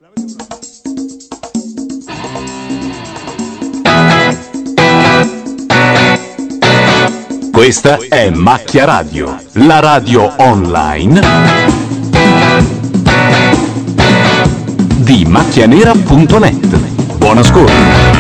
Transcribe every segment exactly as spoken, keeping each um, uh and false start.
Questa è Macchia Radio, la radio online di macchianera punto net. Buon ascolto.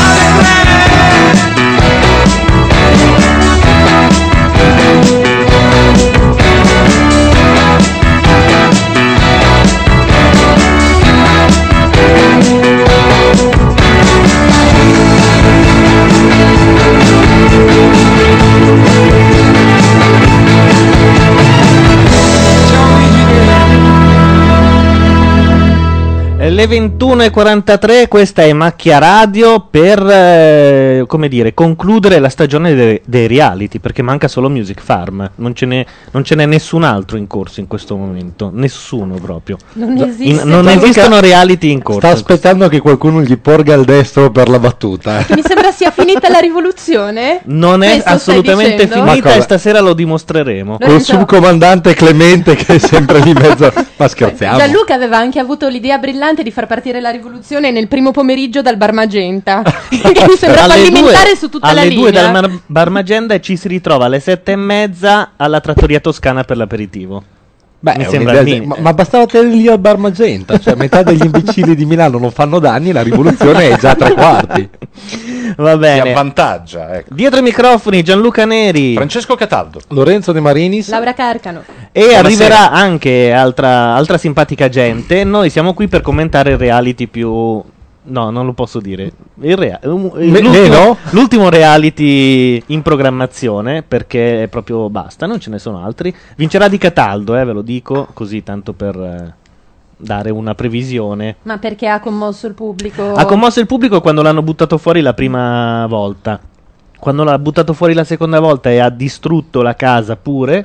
Le ventuno e quarantatré, questa è Macchia Radio per, eh, come dire, concludere la stagione de- dei reality, perché manca solo Music Farm, non ce n'è, non ce n'è nessun altro in corso in questo momento, nessuno proprio. Non esiste. In, non esistono reality in corso. Sta aspettando che qualcuno gli porga il destro per la battuta. Mi sembra sia finita la rivoluzione. Non è Questo stai assolutamente dicendo? finita e stasera lo dimostreremo. Col subcomandante Clemente che è sempre lì in mezzo. Ma scherziamo. Gianluca aveva anche avuto l'idea brillante di far partire la rivoluzione nel primo pomeriggio dal Bar Magenta, che mi sembra Alle fallimentare due- su tutta alle la linea. due dal Mar- Bar Magenta e ci si ritrova alle sette e mezza alla trattoria toscana per l'aperitivo. Beh, mi è sembra un'idea- il minimo. ma, ma bastava tenerli al Bar Magenta, cioè metà degli imbecilli di Milano non fanno danni, la rivoluzione è già a tre quarti. Va bene. Ti avvantaggia, ecco. Dietro i microfoni Gianluca Neri, Francesco Cataldo, Lorenzo De Marinis Laura Carcano. e Buonasera. arriverà anche altra, altra simpatica gente. Noi siamo qui per commentare il reality più... No, non lo posso dire. Il rea- um, Me- l'ultimo, meno? l'ultimo reality in programmazione, perché è proprio basta, non ce ne sono altri. Vincerà Di Cataldo, eh, ve lo dico, così tanto per eh, dare una previsione. Ma perché ha commosso il pubblico? Ha commosso il pubblico quando l'hanno buttato fuori la prima volta. Quando l'ha buttato fuori la seconda volta e ha distrutto la casa pure.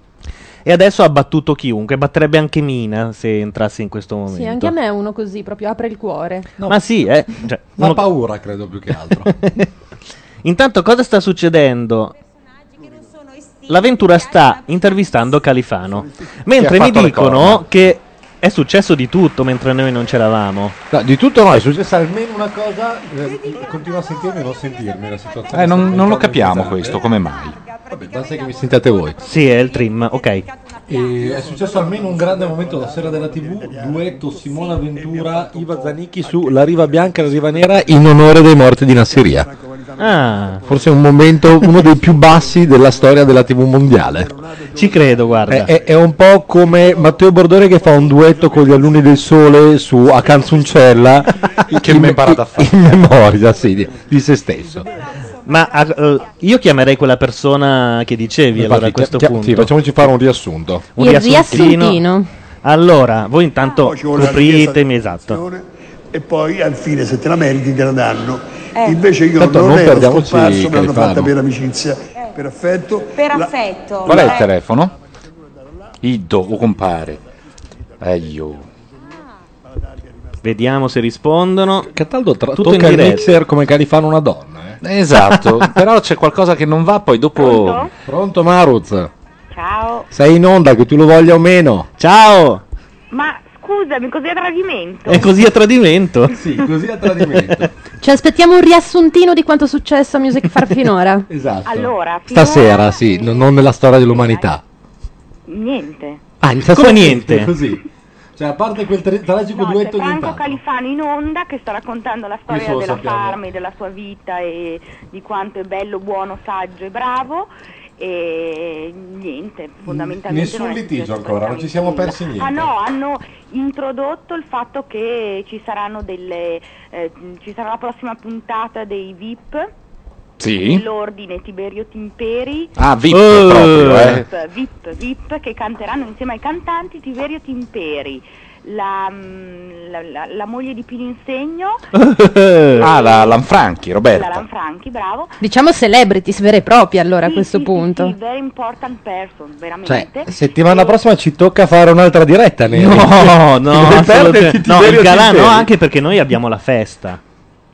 E adesso ha battuto chiunque. Batterebbe anche Mina se entrasse in questo momento. Sì, anche a me è uno così, proprio apre il cuore. Ma sì, eh. Cioè, La uno- paura, credo, più che altro. Intanto cosa sta succedendo? L'avventura sta intervistando Califano. Mentre Che ha mi fatto le dicono corna. che è successo di tutto mentre noi non c'eravamo. No, di tutto no, è successa almeno una cosa. Eh, continua a sentirmi e non sentirmi la situazione. Eh, non, sta non lo diventando capiamo inquietante. questo, come mai? Vabbè, basta che mi sentiate voi. Sì, è il trim, ok. E è successo almeno un grande momento la sera della tivù, duetto Simona Ventura, Iva Zanicchi su La Riva Bianca e La Riva Nera in onore dei morti di Nassiriya. Ah, Forse è un momento, uno dei più bassi della storia della tivù mondiale. ci credo, guarda. È, è- è un po' come Matteo Bordone che fa un duetto con gli alunni del Sole su A Canzoncella Che in, mi ha imparato a fare. in memoria, sì, di, di se stesso. Ma ah, eh, io chiamerei quella persona che dicevi allora a Infatti, questo chia- punto. sì, facciamoci fare un riassunto. Un Il riassuntino. riassuntino. Allora, voi intanto Poi ci vuole una copritemi, richiesta esatto. di e poi al fine se te la meriti te la danno. Eh. Invece io Tanto non, non ero perdiamoci scomparso, me l'hanno Califano. fatta per amicizia, per affetto. Per La- affetto. Qual è il telefono? Iddo o compare? Eh io. Vediamo se rispondono. Cataldo tra- Tutto in tocca il diretta. mixer come Califano una donna. Eh. Esatto, però c'è qualcosa che non va, poi dopo... Pronto? Pronto Maruz? Ciao. Sei in onda, che tu lo voglia o meno? Ciao! Ma scusami, cos'è tradimento? È così a tradimento? Sì, così a tradimento. Ci aspettiamo un riassuntino di quanto è successo a Music Far finora. Esatto. Allora, finora- Stasera, sì, n- non nella storia dell'umanità. Niente. Ah, Come niente? Così. Cioè, a parte quel tra- tragico No, c'è duetto Franco nient'altro. Califano in onda che sta raccontando la storia Questo lo della sappiamo. farm e della sua vita e di quanto è bello, buono, saggio e bravo. E niente, fondamentalmente Nessun non è litigio successo ancora, non ci siamo persi nulla. niente. Ah no, hanno introdotto il fatto che ci saranno delle eh, ci sarà la prossima puntata dei V I P. Sì? L'ordine Tiberio Timperi. Ah, V I P Oh. proprio, eh. V I P, V I P che canteranno insieme ai cantanti Tiberio Timperi, la, mm, la, la, la moglie di Pino Insegno, Ah, la Lanfranchi, la Roberta. Lanfranchi, bravo. Diciamo celebrities vere e proprie allora a Sì, questo sì, punto. Sì, sì, very important person, Cioè, veramente. settimana E- prossima ci tocca fare un'altra diretta, Neri. No, no, Ti devi assolutamente- perderti no, Tiberio il galà no, Timperi. anche perché noi abbiamo la festa.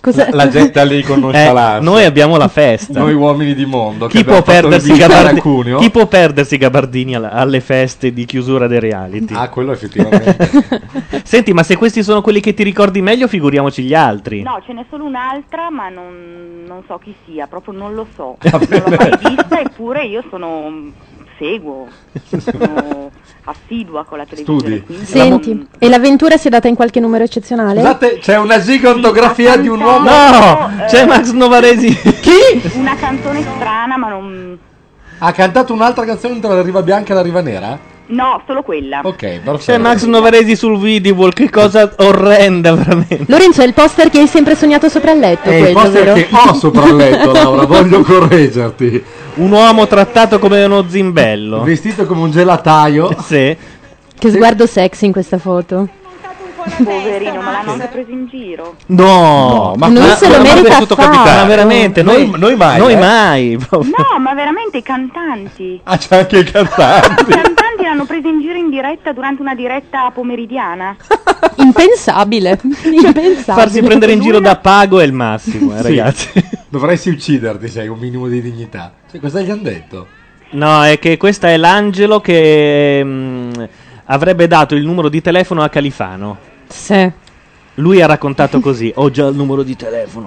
Cosa- La, la getta lì con nonchalance. Eh, noi abbiamo la festa. Noi uomini di mondo. Chi che può, abbiamo fatto perdersi il visitare Gabardi- a Cuneo. chi può perdersi Gabardini alla- alle feste di chiusura dei reality? Ah, quello effettivamente. Senti, ma se questi sono quelli che ti ricordi meglio, figuriamoci gli altri. No, ce n'è solo un'altra, ma non, non so chi sia, proprio non lo so. Non l'ho mai vista, eppure io sono seguo, sono assidua con la televisione. Studi. quindi Senti, non- e l'avventura si è data in qualche numero eccezionale? Scusate, c'è una gigantografia di un uomo. No, eh, c'è Max Novaresi. Chi? Una canzone strana, ma non... Ha cantato un'altra canzone tra la Riva Bianca e la Riva Nera? No, solo quella. Ok, perfetto. C'è Max Novaresi sul video, che cosa orrenda veramente. Lorenzo, è il poster che hai sempre sognato sopra il letto, È il quello, poster vero? che ho sopra il letto, Laura, voglio correggerti. Un uomo trattato come uno zimbello. Vestito come un gelataio. Sì. Che sguardo sexy in questa foto. Poverino, ma l'hanno anche preso in giro. No, ma non se lo merita affatto. Ma veramente, noi, Noi- noi mai, Noi eh. mai. No, ma veramente i cantanti. Ah, c'è anche i cantanti. I cantanti l'hanno preso in giro in diretta durante una diretta pomeridiana. Impensabile. Impensabile. Farsi prendere in giro da Pago è il massimo, eh, Sì. ragazzi. Dovresti ucciderti, sei un minimo di dignità. Cioè, cosa gli hanno detto? No, è che questa è l'angelo che mh, avrebbe dato il numero di telefono a Califano. Sì. Lui ha raccontato così: ho già il numero di telefono.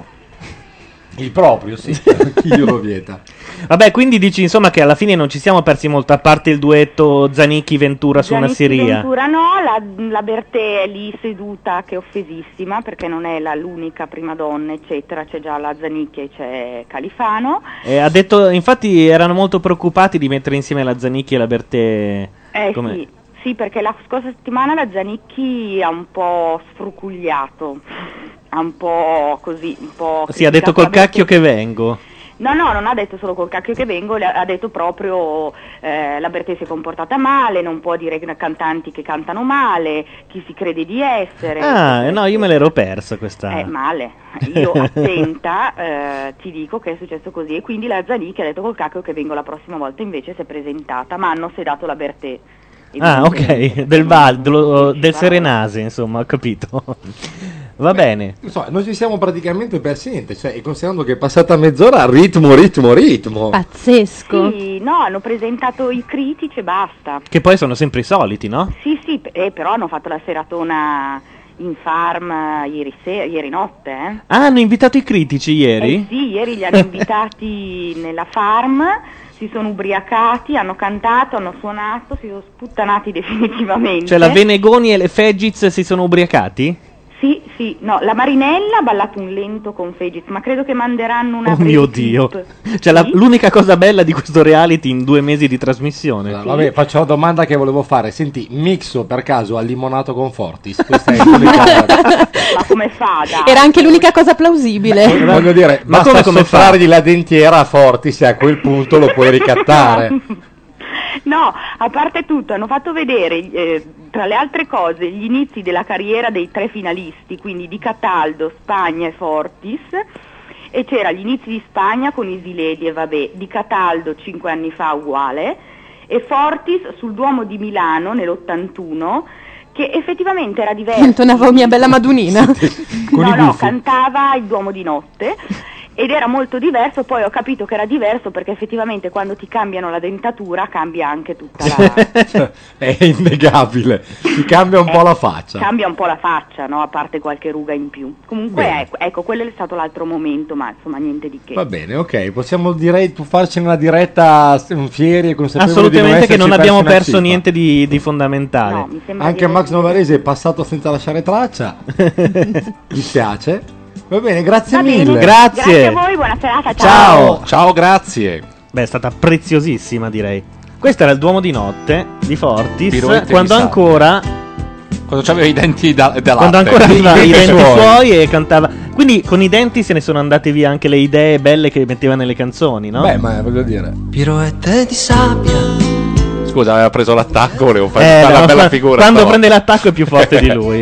Il proprio, sì. Chi glielo vieta? Vabbè, quindi dici insomma che alla fine non ci siamo persi molto, a parte il duetto Zanicchi-Ventura su una Giannitti Siria. Ventura no, la, la Bertè è lì seduta che è offesissima perché non è la, l'unica prima donna eccetera, c'è già la Zanicchi e c'è Califano. E ha detto, infatti erano molto preoccupati di mettere insieme la Zanicchi e la Bertè. Eh come- sì, sì, perché la scorsa settimana la Zanicchi ha un po' sfrucugliato, ha un po' così, un po'... Sì, ha detto criticato col la Bertè. cacchio che vengo. No, no, non ha detto solo col cacchio che vengo, le ha ha detto proprio eh, la Bertè si è comportata male, non può dire che cantanti che cantano male, chi si crede di essere. Ah, no, io me l'ero persa questa. Eh, male. Io attenta eh, ti dico che è successo così e quindi la Zanicchi ha detto col cacchio che vengo la prossima volta, invece si è presentata, ma hanno sedato la Bertè. Ah, ok, del Val, dello- del Serenase, insomma, ho capito. Va bene. Insomma, non ci siamo praticamente persi niente, cioè, e considerando che è passata mezz'ora, ritmo, ritmo, ritmo. Pazzesco. Sì, no, hanno presentato i critici e basta. Che poi sono sempre i soliti, no? Sì, sì, p- eh, però hanno fatto la seratona in farm eh, ieri, sera, ieri notte, eh. Ah, hanno invitato i critici ieri? Eh sì, ieri li hanno invitati nella farm, si sono ubriacati, hanno cantato, hanno suonato, si sono sputtanati definitivamente. Cioè la Venegoni e le Fegiz si sono ubriacati? Sì, sì, no, la Marinella ha ballato un lento con Fegiz, ma credo che manderanno una Oh mio break Dio. clip. Cioè la- Sì? l'unica cosa bella di questo reality in due mesi di trasmissione. Vabbè, faccio la domanda che volevo fare. Senti, mixo per caso al limonato con Fortis? Questa è l'unica. Ma come fa, dai? Era anche l'unica cosa plausibile. Voglio dire, Ma basta come- come fa? sottrargli la dentiera a Fortis e a quel punto lo puoi ricattare. No, a parte tutto, hanno fatto vedere, eh, tra le altre cose, gli inizi della carriera dei tre finalisti, quindi di Cataldo, Spagna e Fortis, e c'era gli inizi di Spagna con Isiledi e vabbè, di Cataldo cinque anni fa uguale, e Fortis sul Duomo di Milano nell'ottantuno, che effettivamente era diverso. Intonavo mia bella Madunina. Con no, i no, gufi. cantava il Duomo di notte ed era molto diverso, poi ho capito che era diverso perché effettivamente quando ti cambiano la dentatura cambia anche tutta la... Cioè, è innegabile. Ti cambia un po' la faccia. Cambia un po' la faccia, no? A parte qualche ruga in più. Comunque Bene. ecco, ecco, quello è stato l'altro momento, ma insomma niente di che. Va bene, ok. Possiamo direi tu farci una diretta s- fieri e consapevoli Assolutamente di che non abbiamo una perso cifra. niente di, di fondamentale. No, mi sembra Anche di- Max Novarese è passato senza lasciare traccia. Mi piace. Va bene, grazie Va bene. mille. Grazie. Grazie a voi, buona serata, ciao. Ciao. Ciao, grazie. Beh, è stata preziosissima, direi. Questo era il Duomo di notte di Fortis, Piroette quando di ancora Quando c'aveva i denti da, da quando latte. ancora aveva i denti suoi. suoi e cantava. Quindi con i denti se ne sono andate via anche le idee belle che metteva nelle canzoni, no? Beh, ma voglio dire. Piroette di sabbia. Scusa, aveva preso l'attacco, volevo fare Eh, tutta una no, bella qua- figura. quando stavolta. prende l'attacco è più forte di lui.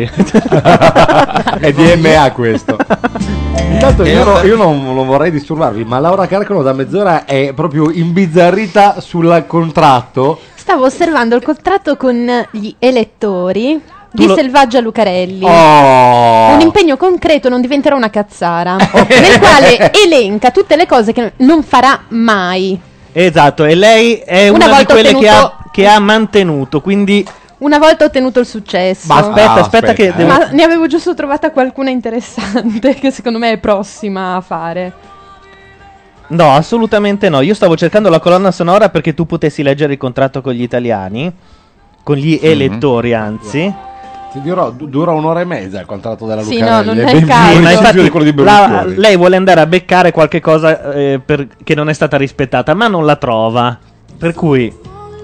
È D M A questo. Intanto io, no- io non, non vorrei disturbarvi, ma Laura Carcano da mezz'ora è proprio imbizzarrita sul contratto. Stavo osservando il contratto con gli elettori. Di lo- Selvaggia Lucarelli. Oh. Un impegno concreto, non diventerà una cazzara. Nel quale elenca tutte le cose che non farà mai. Esatto, e lei è Una una, di volta quelle che ottenuto- ha, che ha mantenuto, quindi... Una volta ottenuto il successo. Ma aspetta, Ah, aspetta, aspetta, che... eh. devo- Ma ne avevo giusto trovata qualcuna interessante che secondo me è prossima a fare. No, assolutamente no. Io stavo cercando la colonna sonora perché tu potessi leggere il contratto con gli italiani, con gli elettori, anzi. Ti dirò, du- dura un'ora e mezza il contratto della Sì, Lucarelli. no, non è ben il più caso. Ma preciso infatti di quello di la- Berlusconi. lei vuole andare a beccare qualche cosa eh, per- che non è stata rispettata, ma non la trova. Per cui...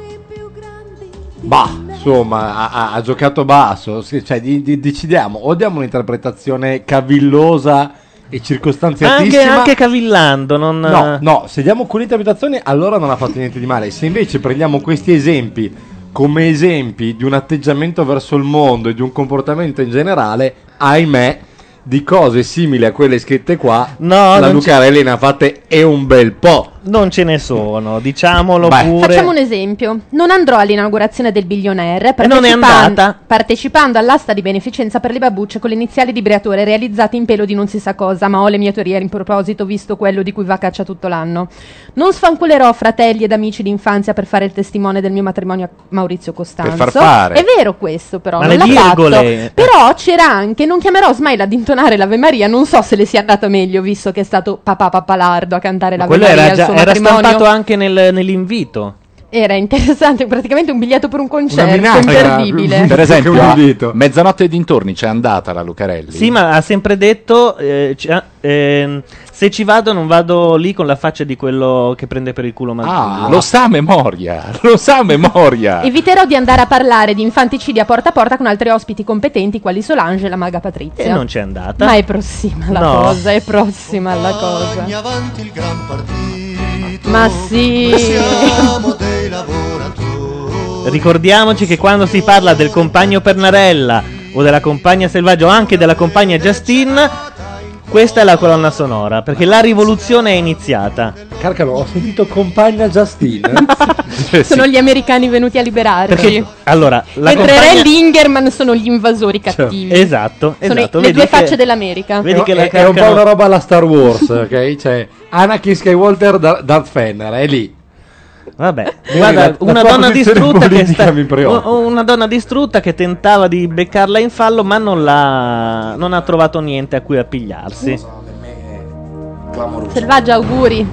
Bah, insomma, ha, ha- ha giocato basso. Sì, cioè, di- di- decidiamo o diamo un'interpretazione cavillosa e Anche, circostanziatissima. anche cavillando, non... No, no, se diamo quell'interpretazione allora non ha fatto niente di male. Se invece prendiamo questi esempi come esempi di un atteggiamento verso il mondo e di un comportamento in generale, ahimè, di cose simili a quelle scritte qua, No, la non Lucarelli ne ha fatte e un bel po'. Non ce ne sono, diciamolo Beh. pure. Facciamo un esempio. Non andrò all'inaugurazione del Billionaire E non è partecipan- andata? partecipando all'asta di beneficenza per le babbucce con le iniziali di Briatore realizzate in pelo di non si sa cosa, ma ho le mie teorie in proposito visto quello di cui va a caccia tutto l'anno. Non sfanculerò fratelli ed amici d'infanzia per fare il testimone del mio matrimonio a Maurizio Costanzo. Per far fare. È vero questo però, Ma non le l'ha virgole- fatto. Però c'era anche, non chiamerò Smile ad intonare l'Ave Maria, non so se le sia andata meglio visto che è stato papà Pappalardo a cantare l'Ave Quello Maria era, al già, suo era matrimonio. stampato anche nel- nell'invito. Era interessante, praticamente un biglietto per un concerto, minaccia. imperdibile. Per esempio, Che un a invito. mezzanotte e dintorni c'è andata la Lucarelli. Sì, ma ha sempre detto: eh, ci- ah, ehm, se ci vado, non vado lì con la faccia di quello che prende per il culo Mazzullo. Ah, lo sa a memoria, lo sa a memoria. Eviterò di andare a parlare di infanticidi a porta a porta con altri ospiti competenti quali Solange e la maga Patrizia. E non c'è andata. Ma è prossima la No. cosa, è prossima la cosa. avanti il gran partito. Ma sì. Siamo dei lavoratori. Ricordiamoci che quando si parla del compagno Pernarella o della compagna Selvaggia o anche della compagna Justine, questa è la colonna sonora, perché la rivoluzione è iniziata. Carcano, ho sentito compagna Justine. Sono gli americani venuti a liberarci. Perché allora la Mentre compagna... Re Lingerman sono gli invasori cattivi. Esatto, Sono esatto. le Vedi due che- facce dell'America. Vedi che è, la è un po' Carcano- una roba alla Star Wars, ok? Cioè, Anakin Skywalker, Dar- Darth Vader, è lì. Vabbè, Vedi, guarda, la- la una tua donna posizione distrutta che politica sta, mi preoccupa. u- una donna distrutta che tentava di beccarla in fallo, ma non l'ha non ha trovato niente a cui appigliarsi. Selvaggia, auguri.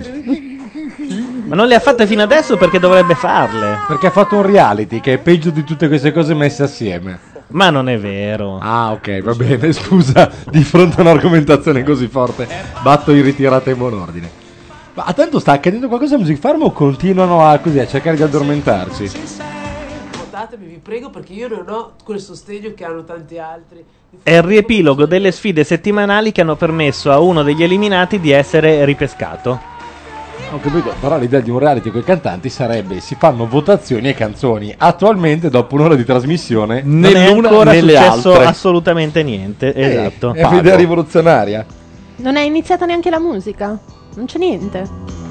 Ma non le ha fatte fino adesso perché dovrebbe farle. Perché ha fatto un reality che è peggio di tutte queste cose messe assieme. Ma non è vero. Ah, ok, va bene. Scusa, di fronte a un'argomentazione così forte, batto in ritirata in buon ordine. Ma a tanto sta accadendo qualcosa a Music Farm o continuano a, così, a cercare di addormentarci? Votatemi, vi prego, perché io non ho quel sostegno che hanno tanti altri. È il riepilogo delle sfide settimanali che hanno permesso a uno degli eliminati di essere ripescato. Ho capito, però l'idea di un reality con i cantanti sarebbe si fanno votazioni e canzoni. Attualmente, dopo un'ora di trasmissione, Non è nell'una ancora né le successo altre. assolutamente niente. Eh, Esatto. È un'idea rivoluzionaria. Non è iniziata neanche la musica. Non c'è niente.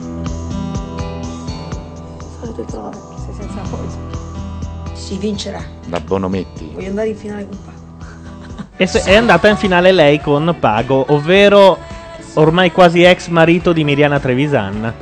Sei senza forza. Si vincerà. Da Bonometti. Voglio andare in finale con Paco. E se- è andata in finale lei con Pago, ovvero ormai quasi ex marito di Miriana Trevisan.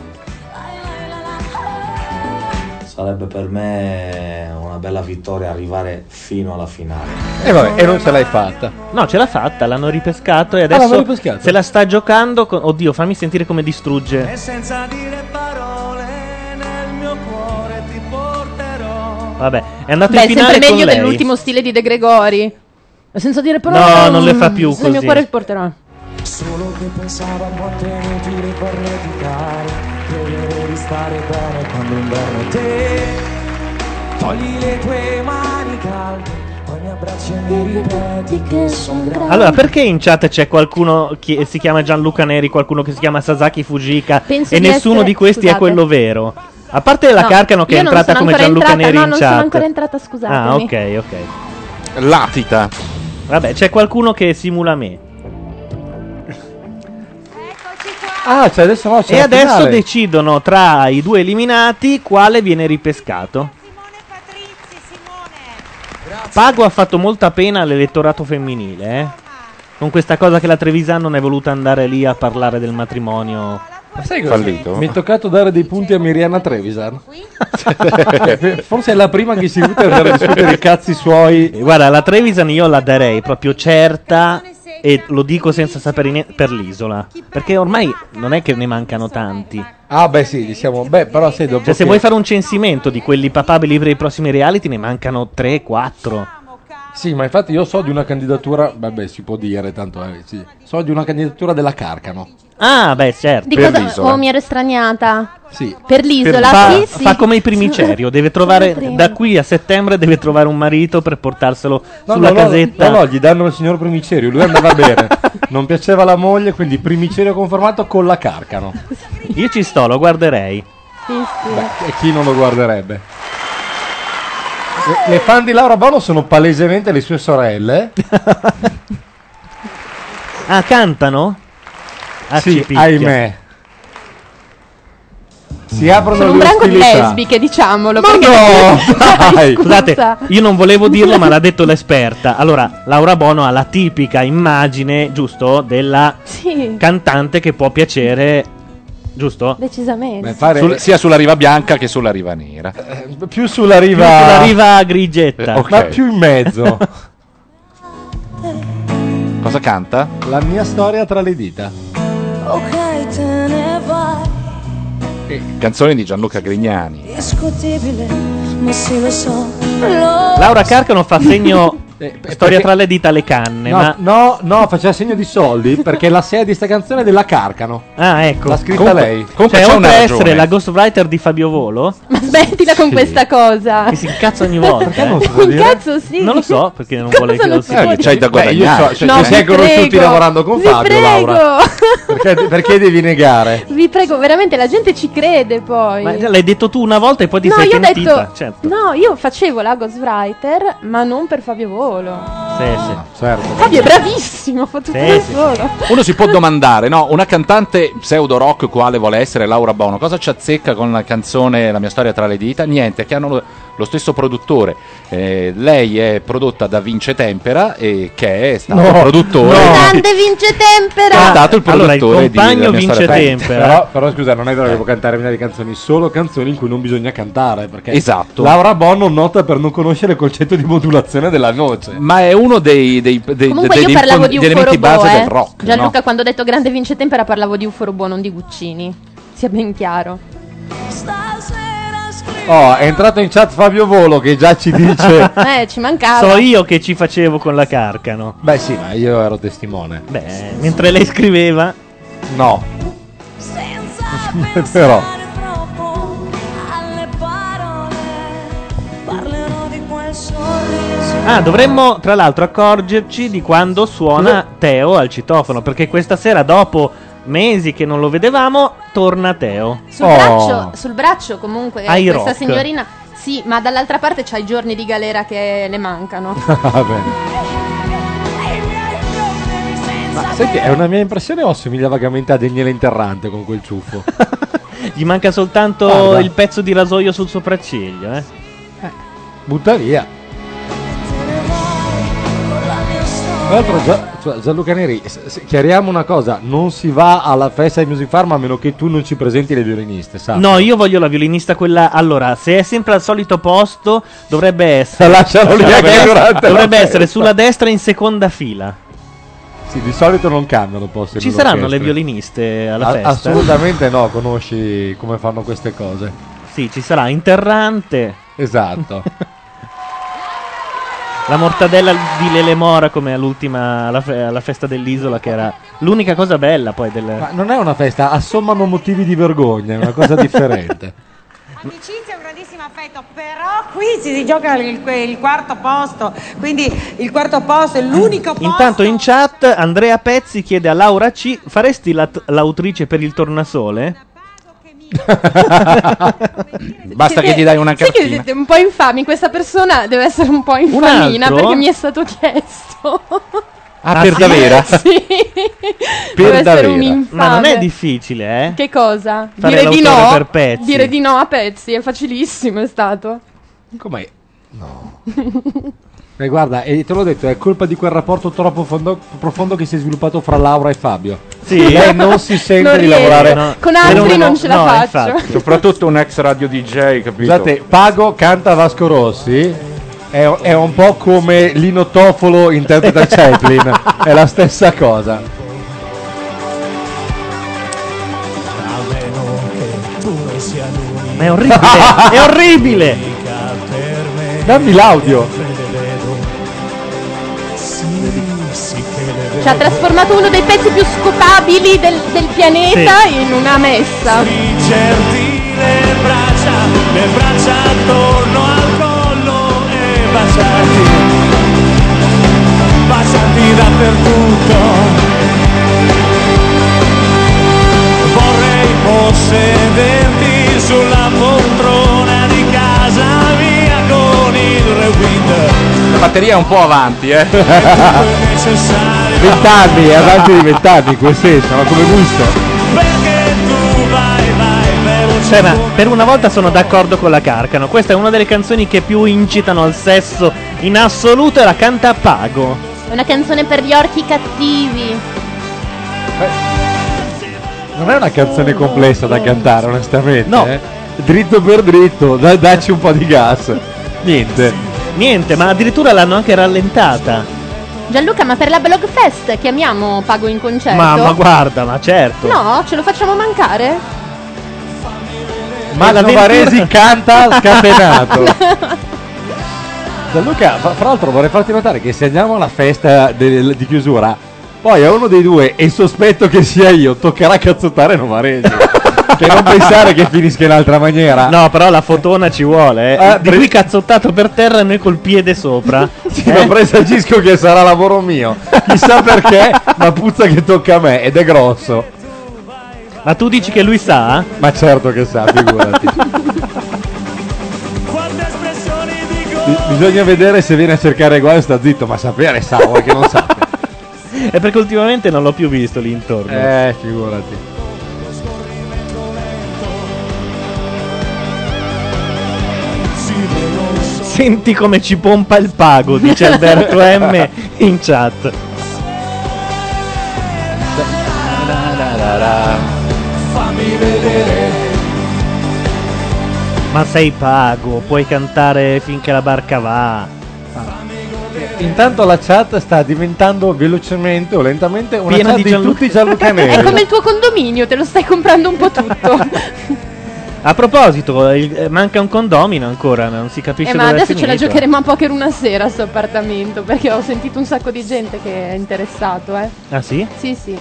Sarebbe per me una bella vittoria arrivare fino alla finale. E vabbè, e non ce l'hai fatta. No, ce l'ha fatta, l'hanno ripescato e Ah, l'hanno adesso ripescato? se la sta giocando con... Oddio, fammi sentire come distrugge. senza dire parole nel mio cuore ti porterò. Vabbè, è andato Beh, è in finale sempre con meglio lei. dell'ultimo stile di De Gregori. Senza dire parole. No, non le fa più nel così. mio cuore ti porterò. Solo che pensavo a quanto è inutile farneticare, che devi stare bene quando inverno te togli le tue mani calde, poi mi abbracci e mi ripeti che sono grande. Allora, perché in chat c'è qualcuno che si chiama Gianluca Neri, qualcuno che si chiama Sasaki Fujika Penso e di nessuno essere- di questi scusate. è quello vero? A parte la No, Carcano che è io non entrata sono come ancora Gianluca entrata, Neri no, in non chat. sono ancora entrata, scusatemi. Ah, ok, ok. Latita. Vabbè, c'è qualcuno che simula me. Ah, cioè adesso no, c'è E la adesso finale. decidono tra i due eliminati quale viene ripescato. Pago ha fatto molta pena all'elettorato femminile, eh? Con questa cosa che la Trevisan non è voluta andare lì a parlare del matrimonio. Ma sai cosa? Mi è toccato dare dei punti a Miriana Trevisan. Forse è la prima che si butta per discutere i cazzi suoi. Guarda, la Trevisan io la darei proprio certa, e lo dico senza sapere niente, per l'Isola, perché ormai non è che ne mancano tanti. Ah beh sì, diciamo, beh però se dopo Cioè se che- vuoi fare un censimento di quelli papabili per i prossimi reality ne mancano tre quattro. Sì, ma infatti io so di una candidatura, vabbè si può dire, tanto eh, sì. So di una candidatura della Carcano. Ah beh certo. Di cosa? Oh, mi ero estraniata. Sì. Per l'isola, fa, sì, sì. fa come i primicerio, deve trovare Primi. da qui a settembre deve trovare un marito per portarselo No, sulla no, no, casetta. no, no, gli danno il signor Primicerio, lui andava bene. Non piaceva la moglie, quindi Primicerio confermato con la Carcano. Io ci sto, lo guarderei. Sì, sì. Beh, e chi non lo guarderebbe? Le, le fan di Laura Bono sono palesemente le sue sorelle. Ah, cantano? Ah, Sì, ci picchia. ahimè. Si aprono Sono un le branco di ostilità. lesbiche, diciamolo. Ma perché- no, dai! Scusate, Scusa. io non volevo dirlo, ma l'ha detto l'esperta. Allora, Laura Bono ha la tipica immagine, giusto, della Sì, cantante che può piacere, giusto? decisamente. Beh, fare Sul- sia sulla riva bianca che sulla riva nera. più sulla riva, Più sulla riva grigetta. Eh, ok. ma più in mezzo. Cosa canta? La mia storia tra le dita. Ok, te ne vai. Canzone di Gianluca Grignani. Discutibile, ma sì lo so. Lo Laura Carcano fa segno Eh, storia perché- tra le dita alle canne, No, ma no, no, faceva segno di soldi perché la serie di sta canzone è della Carcano. ah, ecco. L'ha scritta Comunque- lei. Comunque Cioè, c'è oltre una a ragione. essere la ghostwriter di Fabio Volo, Ma smettila con Sì. questa cosa. che si incazza ogni volta. Perché eh. non si può Un dire? cazzo, sì. Non lo so, perché non Cosa vuole che non lo si si può Eh, dire? c'hai da Beh, io guadagnare. so, cioè, No, ci vi siamo conosciuti prego. lavorando con Vi Fabio, prego. Laura. Perché, perché devi negare? Vi prego, veramente la gente ci crede poi. Ma l'hai detto tu una volta e poi ti no, sei io ho pentita. detto Certo. no, io facevo la ghostwriter, ma non per Fabio Volo. Sì, sì. Certo. Fabio è bravissimo, fa tutto Sì, da sì. solo. Uno si può domandare, no? Una cantante pseudo rock quale vuole essere Laura Bono, cosa ci azzecca con la canzone La mia storia tra le dita? Niente, che hanno lo, lo stesso produttore. Eh, lei è prodotta da Vince Tempera, e che è stato No, produttore. no. di- Grande Vince Tempera. È stato il Allora, il produttore di compagno La mia Vince storia tra le dita. Tempera. Però, però scusa, non è vero che può cantare milioni di canzoni, solo canzoni in cui non bisogna cantare. Perché Esatto. Laura Bono nota per non conoscere il concetto di modulazione della voce. Ma è uno dei, dei, dei, Comunque dei- io dei parlavo fon- di degli elementi Ufo Robot, base eh. del rock. Gianluca, no? quando ho detto Grande Vince Tempera parlavo di Ufo Robot, non di Guccini. Sia ben chiaro. Oh, è entrato in chat Fabio Volo che già ci dice. Eh, ci mancava. So io che ci facevo con la Carcano. Beh, sì, ma io ero testimone. Beh, mentre lei scriveva. No. Però. alle parole parlerò di quel sorriso. Ah, dovremmo tra l'altro accorgerci di quando suona Teo al citofono, perché questa sera, dopo mesi che non lo vedevamo, torna Teo. Sul, Oh. braccio, sul braccio comunque Ai questa rock. signorina. Sì, ma dall'altra parte c'ha i giorni di galera che le mancano. Va bene. Ma senti, è una mia impressione o assomiglia vagamente a Daniele Interrante con quel ciuffo? Gli manca soltanto Guarda. il pezzo di rasoio sul sopracciglio, eh. Butta via. Tra l'altro, Gia- cioè, Gianluca Neri, s- s- chiariamo una cosa: non si va alla festa di Music Farm a meno che tu non ci presenti le violiniste, sai? No, io voglio la violinista quella. Allora, se è sempre al solito posto, dovrebbe essere. Lascialo lì dovrebbe, anche durante la dovrebbe festa. essere sulla destra in seconda fila. Sì, di solito non cambiano posti. Ci nelle saranno le orchestre. violiniste alla A- festa? Assolutamente no, conosci come fanno queste cose. Sì, ci sarà Interrante. Esatto. La mortadella di Lele Mora come all'ultima alla, fe- alla festa dell'isola, che era l'unica cosa bella poi del... Ma non è una festa, assommano motivi di vergogna, è una cosa differente. Amicizia, un grandissimo affetto, però qui si gioca il, il quarto posto, quindi il quarto posto è l'unico posto. Intanto in chat Andrea Pezzi chiede a Laura C: faresti l'at- l'autrice per il tornasole? Basta che ti dai una Sai che cartina. siete un po' infami, questa persona deve essere un po' infamina altro? perché mi è stato chiesto. Ah, per davvero? Sì. Per deve essere davvero. un infame. Ma non è difficile, eh? Che cosa? Fare Dire di l'autore no? per Pezzi. Dire di no a Pezzi è facilissimo, è stato. Com'è? No. Eh, guarda, e te l'ho detto, è colpa di quel rapporto troppo fondo- profondo che si è sviluppato fra Laura e Fabio. Sì. Lei non si sente Non di riesco. lavorare No. Con altri non ce la no, faccio. infatti. Soprattutto un ex radio D J, capito? Scusate, Pago canta Vasco Rossi, è, è un po' come Lino Toffolo interpreta Chaplin, è la stessa cosa. Ma è orribile, è orribile. Dammi l'audio. Ci ha trasformato uno dei pezzi più scopabili del, del pianeta in una messa. Stringerti le braccia, le braccia attorno al collo e baciarti, baciarti dappertutto. Vorrei possederti sulla poltrona di casa mia con il rewind. La batteria è un po' avanti, eh. Vent'anni, è avanti di vent'anni in quel senso, ma come gusto? Cioè, ma per una volta sono d'accordo con la Carcano. Questa è una delle canzoni che più incitano al sesso in assoluto e la canta Pago. È una canzone per gli orchi cattivi. Non è una canzone complessa da cantare, onestamente. No. eh. Dritto per dritto, da- dacci un po' di gas. Niente. Niente, ma addirittura l'hanno anche rallentata. Gianluca, ma per la Blog Fest chiamiamo Pago in concerto? Ma, ma guarda, ma certo. No, ce lo facciamo mancare? Ma la Novaresi canta scatenato. Gianluca, fra fra l'altro vorrei farti notare che se andiamo alla festa del- di chiusura, poi a uno dei due, e sospetto che sia io, toccherà cazzottare Novaresi. Che non pensare che finisca in altra maniera. No, però la fotona ci vuole, eh. Ah, Di pre- qui cazzottato per terra e noi col piede sopra. Sì, ma presagisco che sarà lavoro mio. Chissà perché, ma puzza che tocca a me ed è grosso. Ma tu dici che lui sa? Ma certo che sa, figurati. Bi- Bisogna vedere se viene a cercare guai o sta zitto, ma sapere sa, vuoi che non sappia. È perché ultimamente non l'ho più visto lì intorno. Eh, figurati. Senti come ci pompa il Pago, dice Alberto M in chat. Fammi vedere. Ma sei Pago, puoi cantare finché la barca va. Intanto la chat sta diventando velocemente o lentamente una Piena chat di di, Gianluca- tutti Gianlucaneri. È come il tuo condominio, te lo stai comprando un po' tutto. A proposito, il- eh, manca un condomino ancora, non si capisce Eh, ma dove è adesso ce la finito. giocheremo a poker una sera a sto appartamento, perché ho sentito un sacco di gente che è interessato, eh. Ah sì? Sì, sì.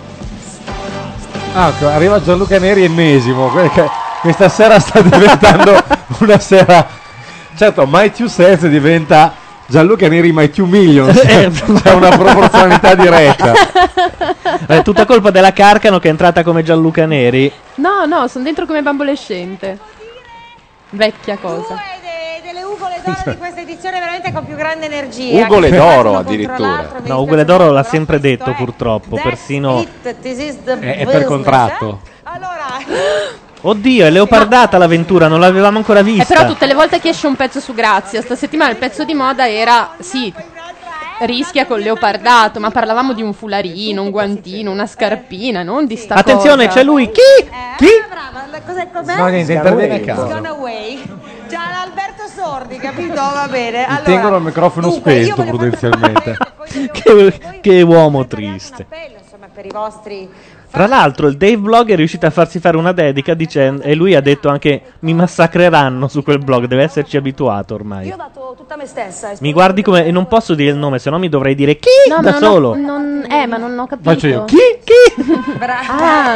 Ah, ecco, arriva Gianluca Neri ennesimo. que- che- Questa sera sta diventando una sera. Certo, My Two Cents diventa Gianluca Neri My Two Millions. C'è una proporzionalità diretta. È tutta colpa della Carcano che è entrata come Gianluca Neri. No, no, sono dentro come bambolescente. Vecchia cosa. Delle ugole d'oro di questa edizione veramente con più grande energia. Ugole che d'oro uno addirittura. contro l'altro, mi No, Ugole d'oro l'ha sempre detto purtroppo, persino... It, this is the È, è per business, contratto. Oddio, è leopardata l'avventura, non l'avevamo ancora Eh, vista. però tutte le volte che esce un pezzo su Grazia, sta settimana il pezzo di moda era, sì, rischia col leopardato, ma parlavamo di un fularino, un guantino, una scarpina, non di sta Attenzione, cosa. c'è lui. Chi? Chi? Cos'è, com'è? No, niente, interviene a caso. It's gone away. Già Alberto Sordi, capito? Va bene. Mi Allora, tengono il microfono dunque, io spento voglio prudenzialmente. che, che uomo triste. insomma, per i vostri Tra l'altro il Dave Blog è riuscito a farsi fare una dedica dicendo, e lui ha detto anche mi massacreranno su quel blog, deve esserci abituato ormai. Io ho dato tutta me stessa. Mi guardi come... e non posso dire il nome, se no mi dovrei dire chi No, ma da non ho- solo. non- eh, ma non ho capito. Faccio io, chi? Chi? Brava. Ah,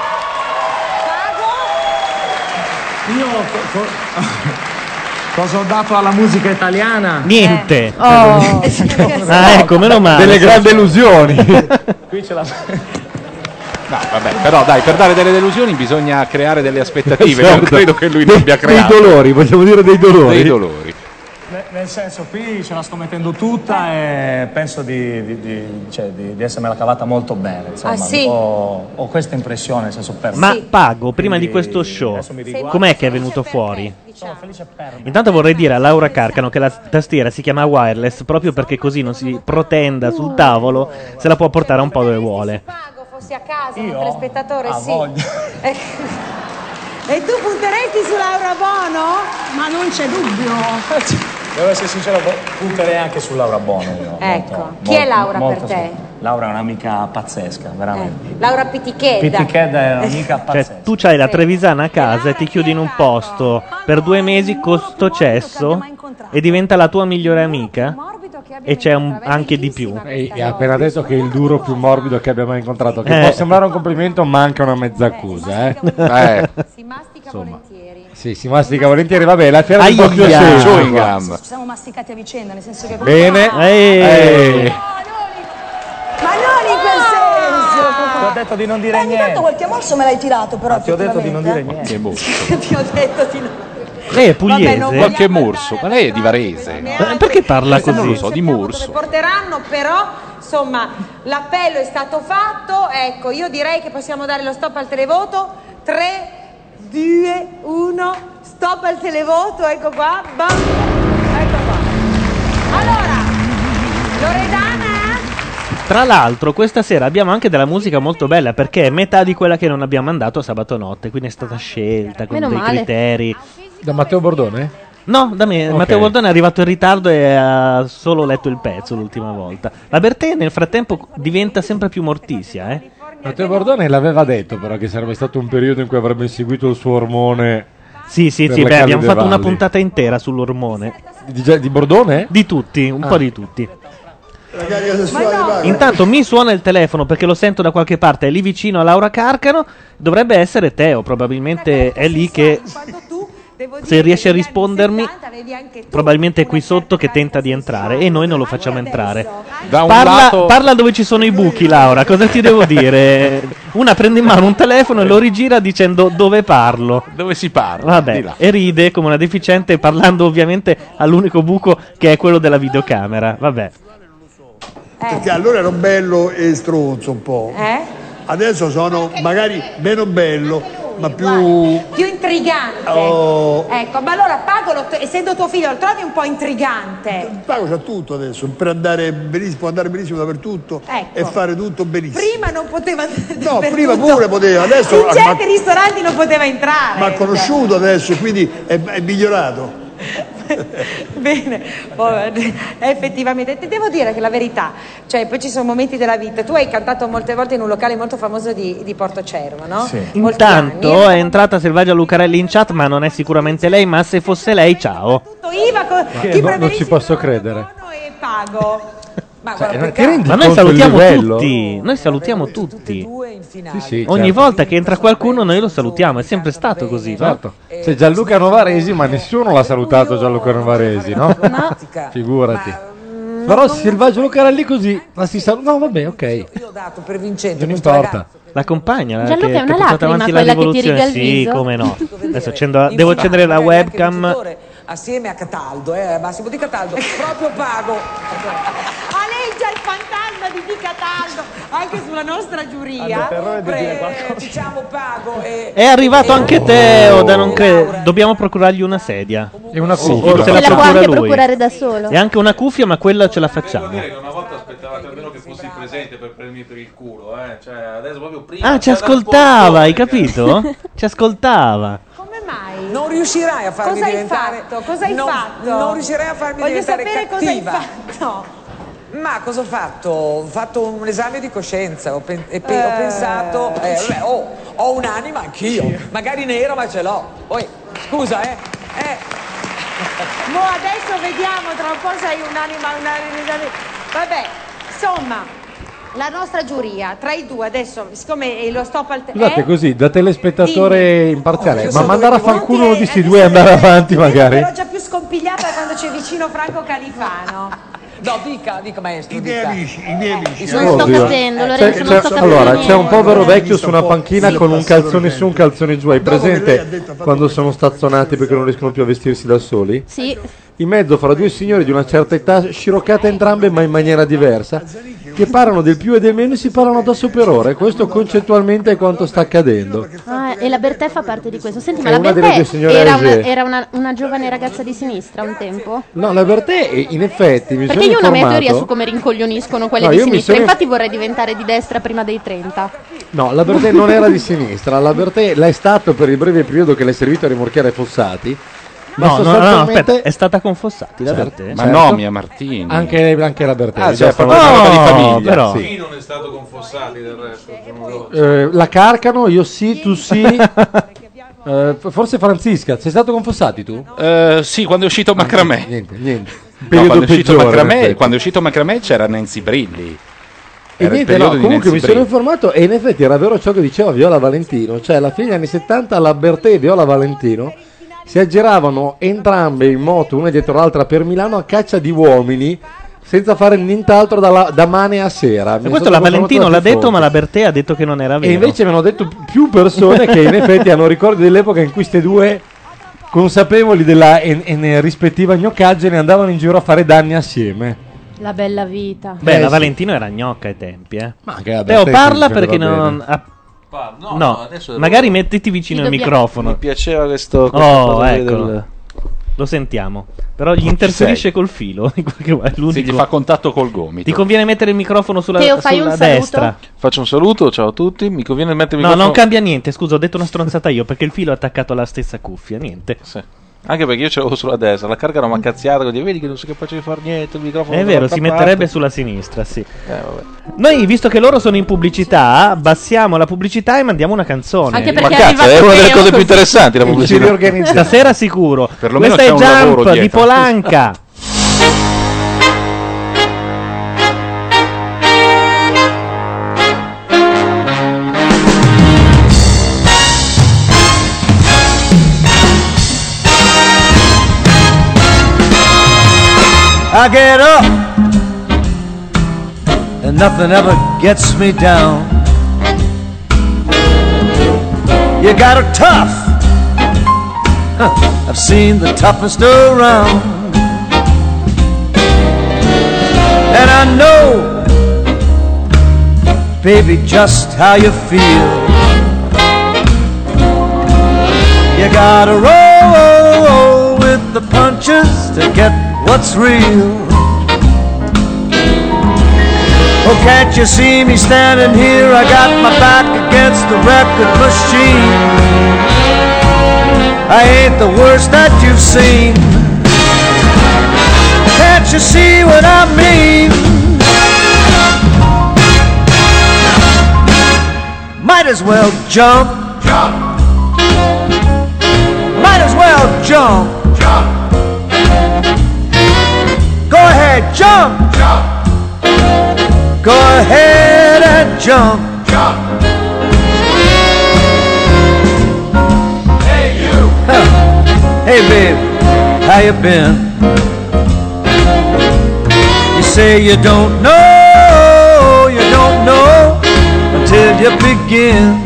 Io co- co- cosa ho dato alla musica italiana? Niente. Oh. Ah, ecco, meno male. Delle grandi illusioni. Qui ce la. No, vabbè, però dai, per dare delle delusioni bisogna creare delle aspettative. Non Certo. credo che lui ne Dei- abbia creato. Dei dolori, vogliamo dire dei dolori. Dei dolori. Ne, nel senso, qui ce la sto mettendo tutta e penso di, di, di, cioè, di, di essermela cavata molto bene. Insomma, Ah, sì? ho, ho questa impressione, nel senso, per Ma me. Pago, prima di questo show, adesso mi riguardo. com'è che è venuto fuori? Sono felice per me. Intanto vorrei dire a Laura Carcano che la tastiera si chiama wireless proprio perché così non si protenda sul tavolo, se la può portare un po' dove vuole. Fossi a casa, un Io? telespettatore, Ah, sì. voglio. E e tu punteresti su Laura Bono? Ma non c'è dubbio. Devo essere sincero, punterei anche su Laura Bono. Io, Ecco. molto, Chi è molto, Laura molto per te? su- Laura è un'amica pazzesca, veramente. Laura Pittichedda. Pittichedda è un'amica pazzesca. Cioè, tu c'hai la Trevisana a casa e ti chiudi in un posto per due mesi con sto cesso e diventa la tua migliore amica? E c'è un- anche di più. E ha appena detto che è il duro più morbido che abbia mai incontrato. Che Eh. può sembrare un complimento, ma anche una mezza accusa. Eh. Eh. Si mastica Insomma. volentieri. Sì, si mastica volentieri. Vabbè, la fiera del Aia. doppio senso. Chewing gum. Ci siamo masticati a vicenda, nel senso che... Bene. Ehi. Eh. Ma non in quel senso! Ti ho detto di non dire Eh, ogni tanto niente. qualche morso me l'hai tirato, però. Ma ti ho detto di non dire niente. Che morso. Ti ho detto di non... Lei è pugliese? non Qualche morso. Ma lei è di Varese. Ma perché parla Non lo così? so, di Dove morso. porteranno, però, insomma, l'appello è stato fatto. Ecco, io direi che possiamo dare lo stop al televoto. tre, due, uno, stop al televoto, ecco qua. Bam. Ecco qua. Allora, Loredana. Tra l'altro, questa sera abbiamo anche della musica molto bella perché è metà di quella che non abbiamo mandato sabato notte, quindi è stata scelta con Meno dei male. criteri. Da Matteo Bordone? No, da me, Ok. Matteo Bordone è arrivato in ritardo e ha solo letto il pezzo l'ultima volta. La Bertè nel frattempo diventa sempre più mortisia, eh? Matteo Bordone l'aveva detto però che sarebbe stato un periodo in cui avrebbe inseguito il suo ormone. Sì, sì, per sì, le beh, abbiamo callide fatto una valli. puntata intera sull'ormone. Di, di Bordone? Di tutti, un Ah. po' di tutti. La carica sessuale di Pago. Intanto mi suona il telefono perché lo sento da qualche parte, è lì vicino a Laura Carcano, dovrebbe essere Teo, probabilmente è lì che se riesce a rispondermi probabilmente è qui sotto che tenta di entrare e noi non lo facciamo entrare. Da un Parla, lato- parla dove ci sono i buchi, Laura, cosa ti devo dire? Una prende in mano un telefono e lo rigira dicendo dove parlo. Dove si parla? Di Vabbè, là. e ride come una deficiente parlando ovviamente all'unico buco che è quello della videocamera. Vabbè. Perché allora ero bello e stronzo un po'. Eh? Adesso sono magari meno bello, ma più... Più intrigante. Oh. Ecco, ma allora Pago, lo- essendo tuo figlio, lo trovi un po' intrigante? Pago c'ha tutto adesso, per andare benissimo, può andare benissimo dappertutto Ecco. e fare tutto benissimo. Prima non poteva No, prima pure poteva, adesso in ha- certi ma- ristoranti non poteva entrare. Ma ha conosciuto adesso e quindi è, è migliorato. Bene, oh, effettivamente ti devo dire che la verità, cioè poi ci sono momenti della vita. Tu hai cantato molte volte in un locale molto famoso di, di Portocervo, no? Sì. Molti Intanto anni. è entrata Selvaggia Lucarelli in chat, ma non è sicuramente lei, ma se fosse lei, ciao. Iva, co- Che ti no- non preferisci ci posso credere. e Pago. Ma Cioè, guarda, ti peccato. rendi Ma noi conto del salutiamo livello? tutti, noi salutiamo tutti. Sì, sì, Ogni certo. volta che entra qualcuno noi lo salutiamo, è sempre stato così, no? Certo. C'è Gianluca Novaresi, ma nessuno l'ha salutato Gianluca Novaresi, no? Figurati. Però Silvaggio Lucarelli così, la si saluta. No, vabbè, ok. Io ho dato per vincente Non questo importa. ragazzo. La compagna, Gianluca, che, è una che ha portato lacrima avanti la quella che ti rivoluzione. riga il Sì, viso. come no. Adesso accendo- In devo finale, accendere la magari anche webcam. vincitore, assieme a Cataldo, eh, a Massimo Di Cataldo, proprio Pago. Aleggia il fantasma di Di Cataldo anche sulla nostra giuria. Pre- diciamo Pago e È arrivato e- anche Teo, da non credere. Dobbiamo procurargli una sedia. E una Sì, cuffia. o se Se la la può procura anche lui. procurare da solo. E anche una cuffia, ma quella ce la facciamo. Una volta aspettavate almeno che fossi presente per prendermi per il culo, eh? Cioè, adesso proprio prima. Ah, ci c'è da ascoltava, hai sponsor, capito? Ci ascoltava. Come mai? Non riuscirai a farmi Cosa hai diventare fatto? Cosa hai non, fatto? Non riuscirai a farmi Voglio diventare sapere cosa hai cattiva. fatto. Ma cosa ho fatto? Ho fatto un esame di coscienza, ho, pen- e pe- ho pensato, eh, vabbè, oh, ho un'anima anch'io, magari nera ma ce l'ho. Poi, scusa, eh, eh. Mo adesso vediamo, tra un po' sei un'anima, un'anima. Vabbè, insomma, la nostra giuria, tra i due, adesso, siccome eh, lo stop al Scusate, eh? così, da telespettatore imparziale, Io ma so mandare a dove ti fanculo uno di sti adesso due e andare ero- avanti magari? Ero già più scompigliata quando c'è vicino Franco Califano. No, dica, dica maestro, I miei dica. amici, i miei amici. I suoi Non sto Oddio. capendo, C'è- Lorenzo, non c'è- sto capendo allora, niente. c'è un povero vecchio Visto su una un po', panchina sì, con un passato calzone il su, un tempo. calzone giù. Hai Dopo che lei ha presente detto, ha fatto quando questo. sono stazzonati perché non riescono più a vestirsi da soli? Sì. in mezzo fra due signori di una certa età, sciroccate entrambe ma in maniera diversa, che parlano del più e del meno e si parlano addosso per ore. Questo concettualmente è quanto sta accadendo. Ah, e la Bertè fa parte di questo. Senti, È ma la una delle due Bertè signore era, Aisè. una, era una, una giovane ragazza di sinistra un tempo? No, la Bertè, eh, in effetti, mi Perché sono io ho una mia informato. teoria su come rincoglioniscono quelle No, di io mi sinistra. sono- Infatti vorrei diventare di destra prima dei trenta. No, la Bertè non era di sinistra, la Bertè l'è stato per il breve periodo che l'è servito a rimorchiare Fossati. Ma No, no, no, no, sostanzialmente- aspetta, è stata con Fossati la Certo, Bertè? Ma certo. no, Mia Martini. Anche, anche la Bertè. Ah, già cioè, sono- proprio una roba di famiglia. però. Sì. Chi non è stato con Fossati del resto? Non lo- Eh, la Carcano, io sì, tu sì. Eh, forse Francisca, sei stato con Fossati tu? Eh, sì, quando è uscito Macramè. Niente, niente. No, Periodo quando, è uscito peggiore, in Macramè effetti. quando è uscito Macramè c'era Nancy Brilli. E Era il niente, periodo no, di comunque Nancy mi sono Brilli. informato e in effetti era vero ciò che diceva Viola Valentino, cioè alla fine degli anni settanta la Bertè e Viola Valentino si aggiravano entrambe in moto una dietro l'altra per Milano a caccia di uomini senza fare nient'altro dalla- da mane a sera. Mi E è questo stato la confermato Valentino da l'ha più detto, fonti. ma la Bertè ha detto che non era vero. E invece mi hanno detto più persone che in effetti hanno ricordi dell'epoca in cui queste due, consapevoli della en- en- rispettiva gnoccaggine, andavano in giro a fare danni assieme. La bella vita. Beh, Eh, la sì. Valentino era gnocca ai tempi, eh. Ma anche la Teo, Bertè parla sempre perché va non... bene. ah, Pa- no, no, no, adesso devo- magari mettiti vicino Ti al dobbiamo- microfono. Mi piaceva questo, questa Oh, cosa del- eccolo. Lo sentiamo. Però gli interferisce col filo. in qualche modo, è Sì, l'unico. gli fa contatto col gomito. Ti conviene mettere il microfono sulla, Teo, fai sulla un saluto? destra. Faccio un saluto, ciao a tutti. Mi conviene mettere il No, microfono. non cambia niente. Scusa, ho detto una stronzata io perché il filo è attaccato alla stessa cuffia. Niente. Sì. Anche perché io ce l'avevo sulla destra, la carga era una cazziata, così vedi che non sei capace di fare niente, il microfono È vero, dall'altra si parte. metterebbe sulla sinistra, sì. Eh, vabbè. Noi, visto che loro sono in pubblicità, abbassiamo la pubblicità e mandiamo una canzone. Anche Ma perché cazzo, arriva è una delle Teo. cose più interessanti la Ci pubblicità. riorganizziamo. Stasera sicuro. Perlomeno Questa è c'è un lavoro Jump di dietro. Polanca. I get up and nothing ever gets me down. You got it tough. Huh, I've seen the toughest around. And I know, baby, just how you feel. You gotta roll with the punches to get what's real. Oh, can't you see me standing here? I got my back against the record machine. I ain't the worst that you've seen. Can't you see what I mean? Might as well jump. Jump. Might as well jump. Jump. Go ahead, jump. Jump. Go ahead and jump. Jump. Hey you. Hey babe, how you been? You say you don't know, you don't know until you begin.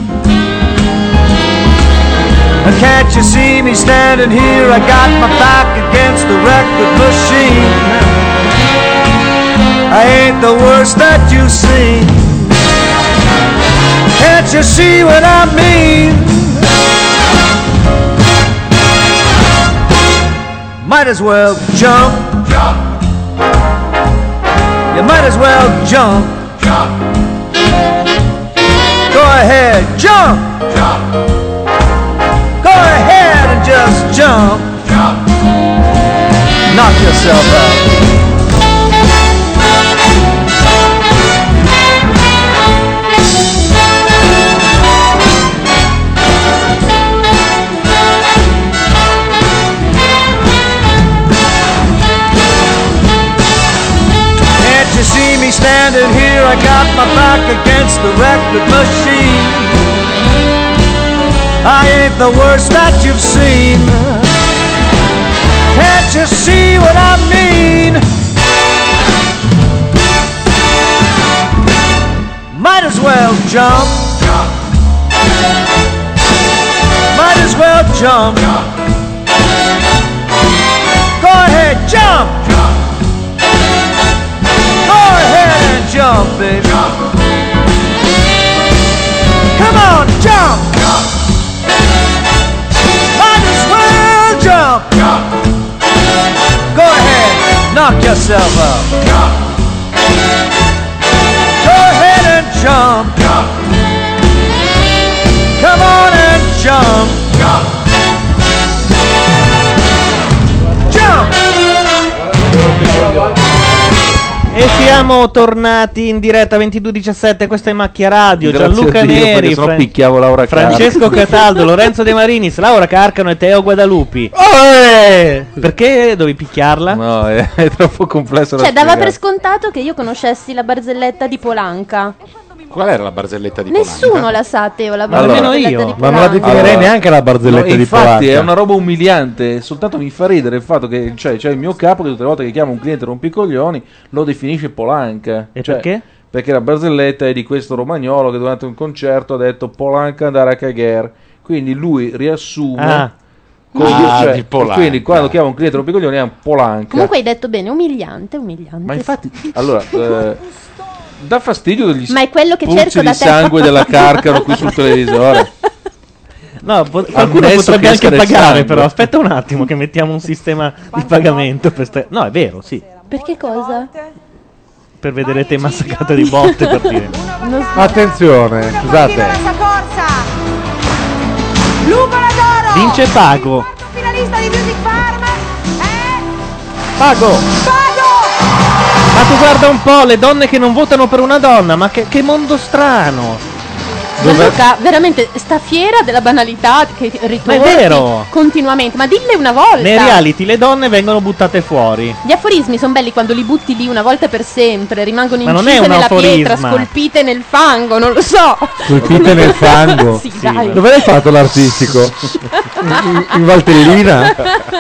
Can't you see me standing here? I got my back against the record machine. I ain't the worst that you've seen. Can't you see what I mean? Might as well jump. Jump. You might as well jump. Jump. Go ahead, jump. Jump. Go ahead and just jump. Jump. Knock yourself out. Can't you see me standing here? I got my back against the record machine. I ain't the worst that you've seen. Can't you see what I mean? Might as well jump. Jump. Might as well jump. Jump. Go jump. Go ahead and jump, baby. Come on, jump. Might as well jump. Go ahead, knock yourself out. Go ahead and jump. Come on and jump. Jump. E siamo tornati in diretta ventidue diciassette, questa è Macchia Radio, Grazie Gianluca a Dio, Neri, perché sennò picchiavo Laura Francesco Carcano. Cataldo, Lorenzo De Marinis, Laura Carcano e Teo Guadalupi. Perché dovevi picchiarla? No, è, è troppo complesso da Cioè, dava spiegare. per scontato che io conoscessi la barzelletta di Polanca. Qual era la barzelletta di Nessuno Polanca? la sa, Teo, la Allora, barzelletta nemmeno di io. Polanca. Ma non la definirei Allora, neanche la barzelletta no, di infatti Polanca. è una roba umiliante, soltanto mi fa ridere il fatto che cioè, c'è il mio capo che tutte le volte che chiama un cliente rompicoglioni lo definisce Polanca. E Cioè, perché? Perché la barzelletta è di questo romagnolo che durante un concerto ha detto Polanca andare a cagare. Quindi lui riassume Ah. come- Ah, cioè, di Polanca. quindi quando chiama un cliente rompicoglioni è un Polanca. Comunque hai detto bene, umiliante, umiliante. Ma infatti, allora, eh, dà fastidio degli Ma è quello che spruzzi cerco di da te. sangue della Carcano qui sul televisore. No, po- qualcuno Ammesso potrebbe che anche esca del pagare, sangue. però aspetta un attimo che mettiamo un sistema di pagamento per sta- No, è vero, sì, Per che cosa? per vedere te massacrata di botte, per dire. Non so. Attenzione, scusate. Questa corsa. Lupola d'oro. Vince Pago. Finalista di Music Farm. Pago. Pago. Ma tu guarda un po', le donne che non votano per una donna, ma che, che mondo strano. Gianluca, veramente sta fiera della banalità che ritorni Ma è vero. continuamente. Ma dille una volta. Nei reality le donne vengono buttate fuori. Gli aforismi sono belli quando li butti lì una volta per sempre, rimangono Ma non è incise un nella aforisma. pietra, scolpite nel fango, non lo so. Colpite nel fango. Sì, dai. Dove l'hai fatto l'artistico? In, in Valtellina?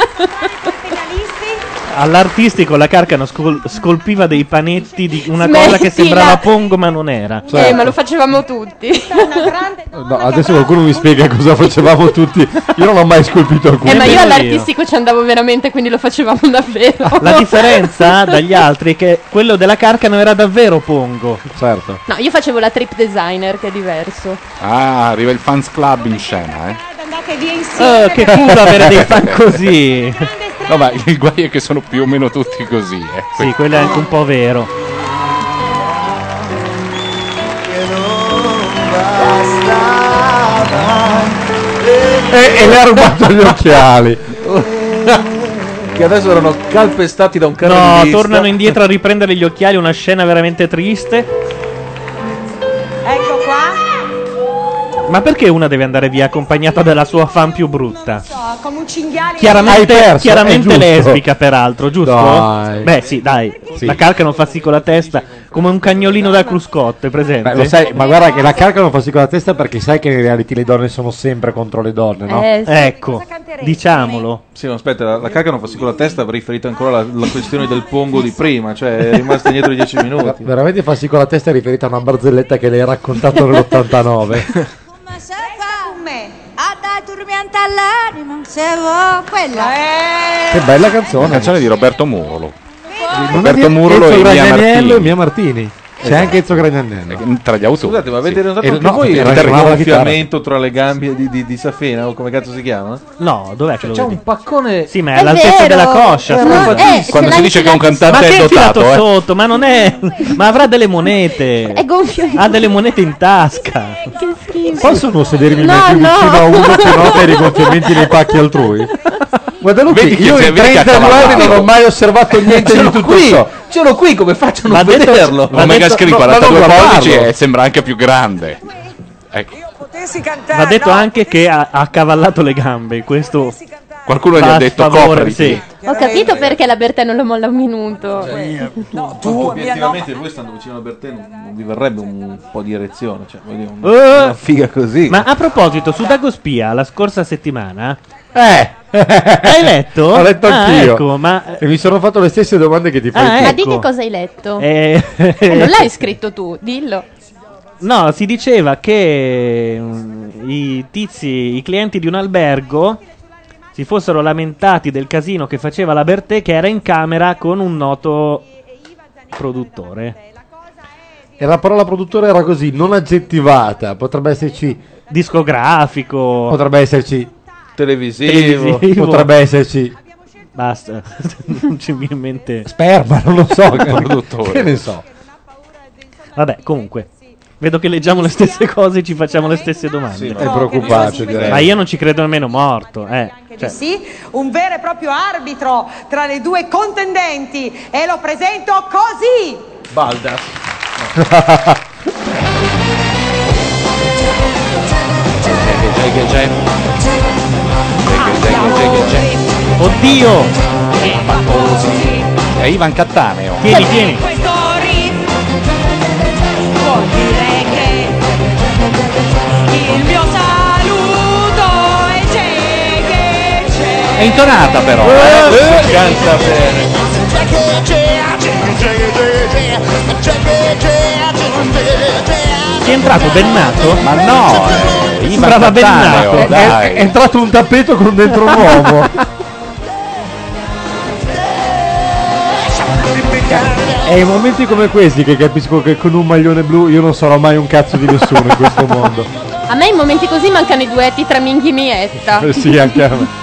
All'artistico la Carcano scol- scolpiva dei panetti di una cosa che Smettila. sembrava pongo ma non era. Eh, ma lo facevamo tutti. No, adesso qualcuno mi spiega cosa facevamo tutti. Io non ho mai scolpito alcuno. Eh, ma io Nemmeno all'artistico ci andavo veramente, quindi lo facevamo davvero. La differenza dagli altri è che quello della Carcano era davvero pongo. Certo. No, io facevo la trip designer, che è diverso. Ah, arriva il fans club in scena, eh. Andate via insieme. Oh, che culo avere dei fan così. No, ma il guai è che sono più o meno tutti così, eh. Sì, quello è anche un po' vero. E, e le ha rubato gli occhiali. Che adesso erano calpestati da un No, carrellista. tornano indietro a riprendere gli occhiali, una scena veramente triste. Ecco qua. Ma perché una deve andare via accompagnata dalla sua fan più brutta? So, come un cinghiale. Chiaramente, Hai perso, chiaramente è giusto. lesbica, peraltro, giusto? Dai. Beh, sì, dai. Sì. La Carcano fa sì con la testa, come un cagnolino da cruscotte, presente? Beh, lo sai, ma guarda che la Carcano non fa sì con la testa perché sai che nei reality le donne sono sempre contro le donne, no? Eh, sì. Ecco, diciamolo. Sì, no, aspetta, la, la Carcano fa sì con la testa, avrei riferito ancora la, la questione del pongo di prima, cioè è rimasta indietro di dieci minuti. Veramente fa sì con la testa è riferita a una barzelletta che le hai raccontato nell'ottantanove. Con me. Ah dai, turmienta all'anima, se vuoi quella. Che bella canzone. Canzone di Roberto Murolo. Non Roberto è di Murolo Enzo e Mia Gragnaniello Martini. e Mia Martini. C'è anche Enzo Gragnaniello. Tra gli autori. Scusate, ma avete sì. notato E- anche no, voi era- il era la gonfiamento tra le gambe di, di, di Safena, o come cazzo si chiama? No, dov'è che lo C'è vedi? un paccone. Sì, ma è È all'altezza vero. della coscia. Eh, scusa. no, eh, se Quando si l'hai dice che è un infilato- Ma cantante che è è infilato dotato, eh. sotto? Ma non è. Ma avrà delle monete. È gonfio. Ha delle monete in tasca. Che schifo. Posso non sedermi No, più no. vicino a uno che nota i rigonfiamenti nei pacchi altrui? Guadalupi, Vedi che io c'è- in vedi che trentadue anni accavallava. non ho mai osservato niente di tutto qui, ciò. ce l'ho qui, come faccio a non Va detto- vederlo? va Omega detto- Screen no, ma non quarantadue pollici guardarlo. e sembra anche più grande. Ecco. Potessi cantare. Va detto no? anche che ha, ha accavallato le gambe. Questo Qualcuno gli fa ha detto favore, copriti. sì. Ho capito perché la Bertè non lo molla un minuto. No, Tu, tu, mia, no. obiettivamente, voi stando vicino a Bertè non, non vi verrebbe un po' di erezione, cioè, voglio dire, un- Eh. una figa così. Ma a proposito, su Dago Spia, la scorsa settimana. Eh! Hai letto? Ho letto Ah, anch'io. ecco, ma. E mi sono fatto le stesse domande che ti fai Ah, tu. Ma ecco. di che cosa hai letto? Eh, Eh, non l'hai scritto tu, dillo. No, si diceva che mm, i tizi, i clienti di un albergo si fossero lamentati del casino che faceva la Bertè, che era in camera con un noto produttore. E la parola produttore era così, non aggettivata, potrebbe esserci discografico, potrebbe esserci televisivo, televisivo. potrebbe esserci basta, non ci viene in mente sperma, non lo so, che produttore. Che ne so. Vabbè, comunque vedo che leggiamo le stesse cose e ci facciamo le stesse domande. Sì, no, è preoccupante, direi. Ma io non ci credo nemmeno morto, eh. Cioè, Sì, un vero e proprio arbitro tra le due contendenti e lo presento così. Baldas. Oddio! È Ivan Cattaneo. Tieni, tieni. Questo riff vuol dire che il mio saluto è c'è che c'è. È intonata però. Eh, Eh, canta bene. Chi è entrato? Bennato? Ma no, eh, Ivan Sembrava Cattaneo, Bennato. dai. È, è entrato un tappeto con dentro un uomo. È in momenti come questi che capisco che con un maglione blu io non sarò mai un cazzo di nessuno in questo mondo. A me in momenti così mancano i duetti tra Minghi e Mietta. Eh sì, anche a me.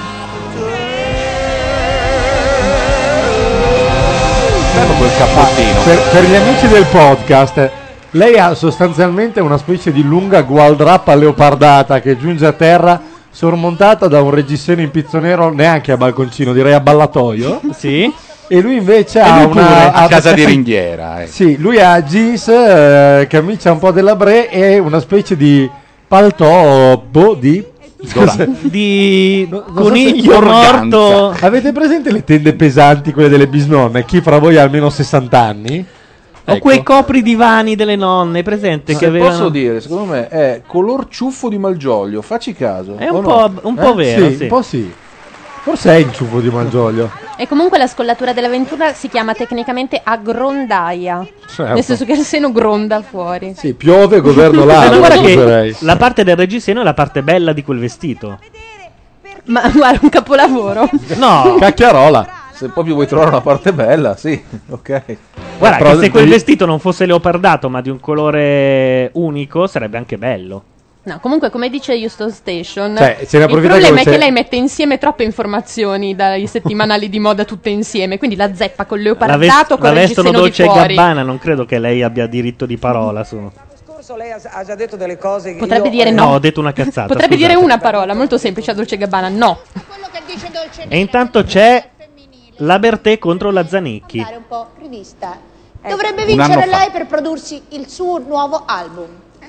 Bello quel cappottino. Per, per gli amici del podcast, lei ha sostanzialmente una specie di lunga gualdrappa leopardata che giunge a terra, sormontata da un reggiseno in pizzo nero, neanche a balconcino, direi a ballatoio. Sì. E lui invece E ha lui una pure, a ha- casa di ringhiera. eh. Sì, lui ha jeans, eh, camicia un po' della bre e una specie di paltò boh, di Dora. Di Non so coniglio se- morto. Avete presente le tende pesanti, quelle delle bisnonne? Chi fra voi ha almeno sessanta anni? O Ecco. quei copri divani delle nonne, presente che Se avevano... posso dire, secondo me è color ciuffo di Malgioglio, facci caso. È un o po', no? un po' Eh? vero, Sì, sì. un po' sì. Forse è il ciuffo di Malgioglio. E comunque la scollatura dell'avventura si chiama tecnicamente agrondaia. Certo. Nel senso che il seno gronda fuori. Sì, piove, governo là. Ma guarda che userei. la parte del reggiseno è la parte bella di quel vestito. Ma guarda, un capolavoro. No, Cacchiarola. Se proprio vuoi trovare una parte bella, sì, ok. guarda Però che se quel devi- vestito non fosse leopardato ma di un colore unico sarebbe anche bello. No, comunque come dice Houston Station, Cioè, se ne il approfitta problema che è c'è- che lei mette insieme troppe informazioni dai settimanali di moda tutte insieme, quindi la zeppa col La, ves- leopardato con la il vestono reggiseno di Dolce e fuori. Gabbana, non credo che lei abbia diritto di parola su. Scorso lei ha, ha già detto delle cose che Potrebbe io- dire No, no. ho detto una cazzata. Potrebbe scusate. dire una parola molto semplice a Dolce e Gabbana, no. E intanto c'è la Bertè contro la Zanicchi. un po' rivista. Dovrebbe Un anno vincere fa. lei per prodursi il suo nuovo album.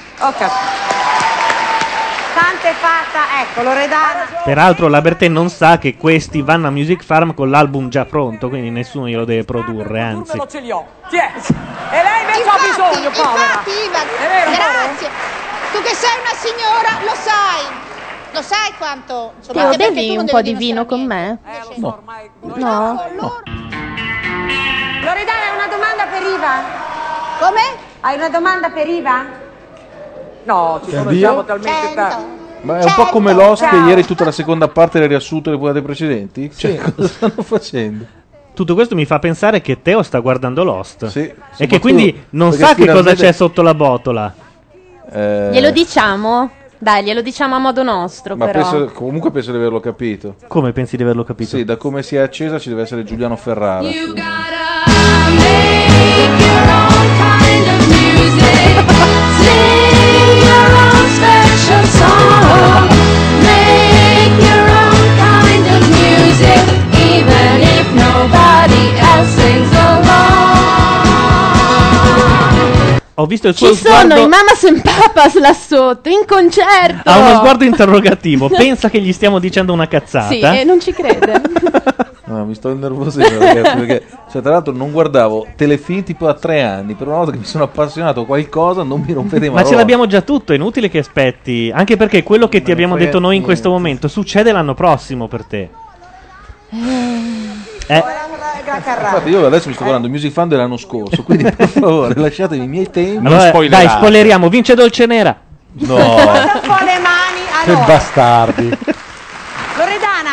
Ok. Tante fatta, ecco Loredana. Peraltro la Bertè non sa che questi vanno a Music Farm con l'album già pronto, quindi nessuno glielo deve produrre, anzi. ce li ho. Ti è. E lei invece ha bisogno, povera. Infatti, Ivan, È vero, grazie. Tu che sei una signora, lo sai. Lo sai quanto... insomma, Teo, anche perché bevi tu non un devi po' di dimostrare vino con me? No. No. Loredana, hai una domanda per Iva? Come? Hai una domanda per Iva? No, ci Per conosciamo Dio? talmente tanto. Ma è un po' come Lost che ieri tutta la seconda parte era riassunto delle puntate precedenti? Cioè, cosa stanno facendo? Tutto questo mi fa pensare che Teo sta guardando Lost. Sì, e che soprattutto quindi non perché sa che cosa finalmente- c'è sotto la botola. Eh, Glielo diciamo? Dai, glielo diciamo a modo nostro, Ma però. penso, comunque penso di averlo capito. Come pensi di averlo capito? Sì, da come si è accesa ci deve essere Giuliano Ferrara. Ho visto il suo Ci sono sguardo. i Mamas and Papas là sotto, in concerto. Ha uno sguardo interrogativo. Pensa che gli stiamo dicendo una cazzata. Sì, e non ci crede. No, mi sto innervosendo ragazzi, perché cioè, tra l'altro non guardavo telefilm tipo a tre anni. Per una volta che mi sono appassionato a qualcosa non mi rompete Ma ce l'abbiamo già tutto, è inutile che aspetti. Anche perché quello che ti abbiamo frega detto noi in niente. questo momento succede l'anno prossimo per te. Eh, Infatti io adesso mi sto guardando i Music Fan dell'anno scorso, quindi per favore lasciatemi i miei tempi. allora, dai, spoileriamo. Vince Dolce Nera. No. Un po' le mani a Che noi. bastardi. Loredana,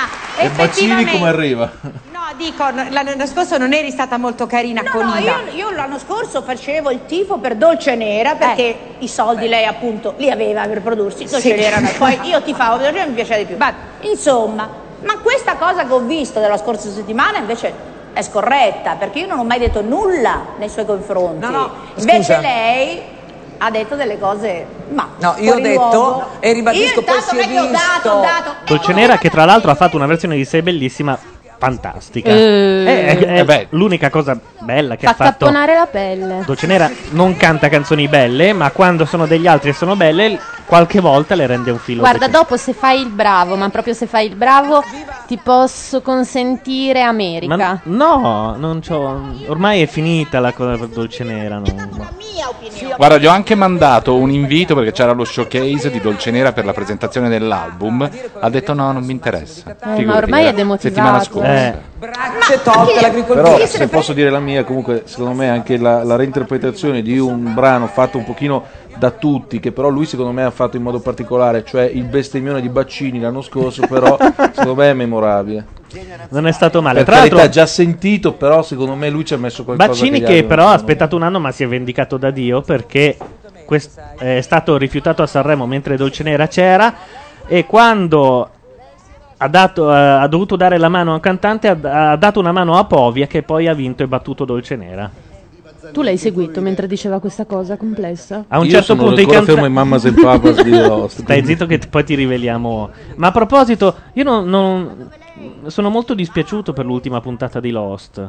E Baccini come arriva? No, dico, n- l'anno scorso non eri stata molto carina No, con no, Iva. io, io l'anno scorso facevo il tifo per Dolce Nera perché i soldi lei appunto li aveva per prodursi, Dolce Sì. Nera no. Poi io tifavo per Dolce Nera, mi piaceva di più. Insomma, ma questa cosa che ho visto della scorsa settimana invece è scorretta, perché io non ho mai detto nulla nei suoi confronti. No, no, invece scusa. lei ha detto delle cose, ma No, io ho fuori detto, luogo. e ribadisco, io poi intanto si è che ho dato, ho visto. dato. Dolce Nera che tra l'altro ha fatto una versione di sé bellissima, fantastica. Eh. È, è- Eh beh. l'unica cosa bella che Fa ha fatto. capponare la pelle. Dolce Nera non canta canzoni belle, ma quando sono degli altri e sono belle, qualche volta le rende un filo. Guarda, decente. dopo se fai il bravo, ma proprio se fai il bravo, ti posso consentire America. Ma no, non c'ho. Ormai è finita la cosa per Dolce Nera. no. Guarda, gli ho anche mandato un invito perché c'era lo showcase di Dolce Nera per la presentazione dell'album. Ha detto no, non mi interessa. ma Figurati, ormai è era demotivato. settimana scorsa. Eh. Braccia tolte l'agricoltura. Però se posso dire la mia, comunque secondo me anche la, la reinterpretazione di un brano fatto un pochino da tutti, che però lui secondo me ha fatto in modo particolare, cioè il bestemmione di Baccini l'anno scorso, però secondo me è memorabile. Non è stato male. Per Tra carità, l'altro, già sentito, però secondo me lui ci ha messo qualcosa. Baccini gli che altri però non ha sanno. aspettato un anno ma si è vendicato da Dio perché quest- è stato rifiutato a Sanremo mentre Dolce Nera c'era e quando ha, dato, eh, ha dovuto dare la mano a un cantante ha, ha dato una mano a Povia che poi ha vinto e battuto Dolce Nera. Tu l'hai seguito mentre diceva questa cosa complessa? A un Io certo sono punto i ancora canta- fermo in Mammas and Papas di Lost. Stai zitto che t- poi ti riveliamo. Ma a proposito, io non, non- sono molto dispiaciuto per l'ultima puntata di Lost.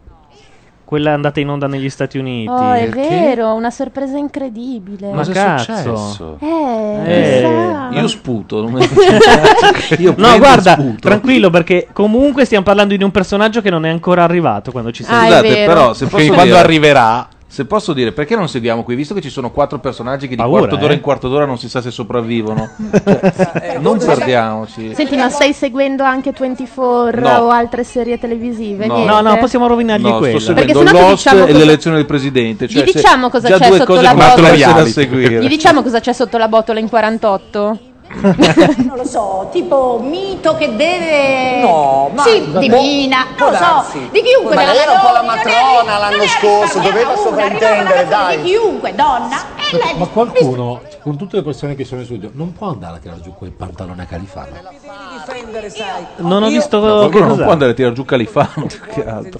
Quella andata in onda negli Stati Uniti. Oh, è Perché? vero, una sorpresa incredibile. Ma cazzo. Eh, Eh, chissà. Io sputo. Non me... io No, prendo e guarda, sputo. tranquillo perché comunque stiamo parlando di un personaggio che non è ancora arrivato quando ci siamo. Ah, è Scusate, vero. però se posso Quindi quando dire- arriverà, Se posso dire, perché non seguiamo qui? Visto che ci sono quattro personaggi che di Paura, quarto d'ora eh. in quarto d'ora non si sa se sopravvivono, cioè, non perdiamoci. Senti, ma stai seguendo anche ventiquattro No. o altre serie televisive? No. Niente? No, no, possiamo rovinargli No, quella. sto Perché seguendo sennò ti Lost diciamo e cosa- l'elezione del presidente. Cioè Gli se- diciamo cosa già c'è due sotto cose la che possono botola? essere da Reality. seguire. Gli diciamo cosa c'è sotto la botola in quarantotto? Non lo so, tipo mito che deve. No, ma- Sì, ma- di può- Mina, può non lo so, darsi. di chiunque. Ma della lei era un po' la Madonna, non matrona era- l'anno non era scorso, risparmiata doveva una, sovraintendere, arrivava una dai. Di chiunque, donna. E lei Ma qualcuno, con tutte le persone che sono in studio, non può andare a tirare giù quel pantalone a Califano? Difendere, sai. Non ho Io- visto No, che qualcuno non cos'è. può andare a tirare giù Califano più che altro.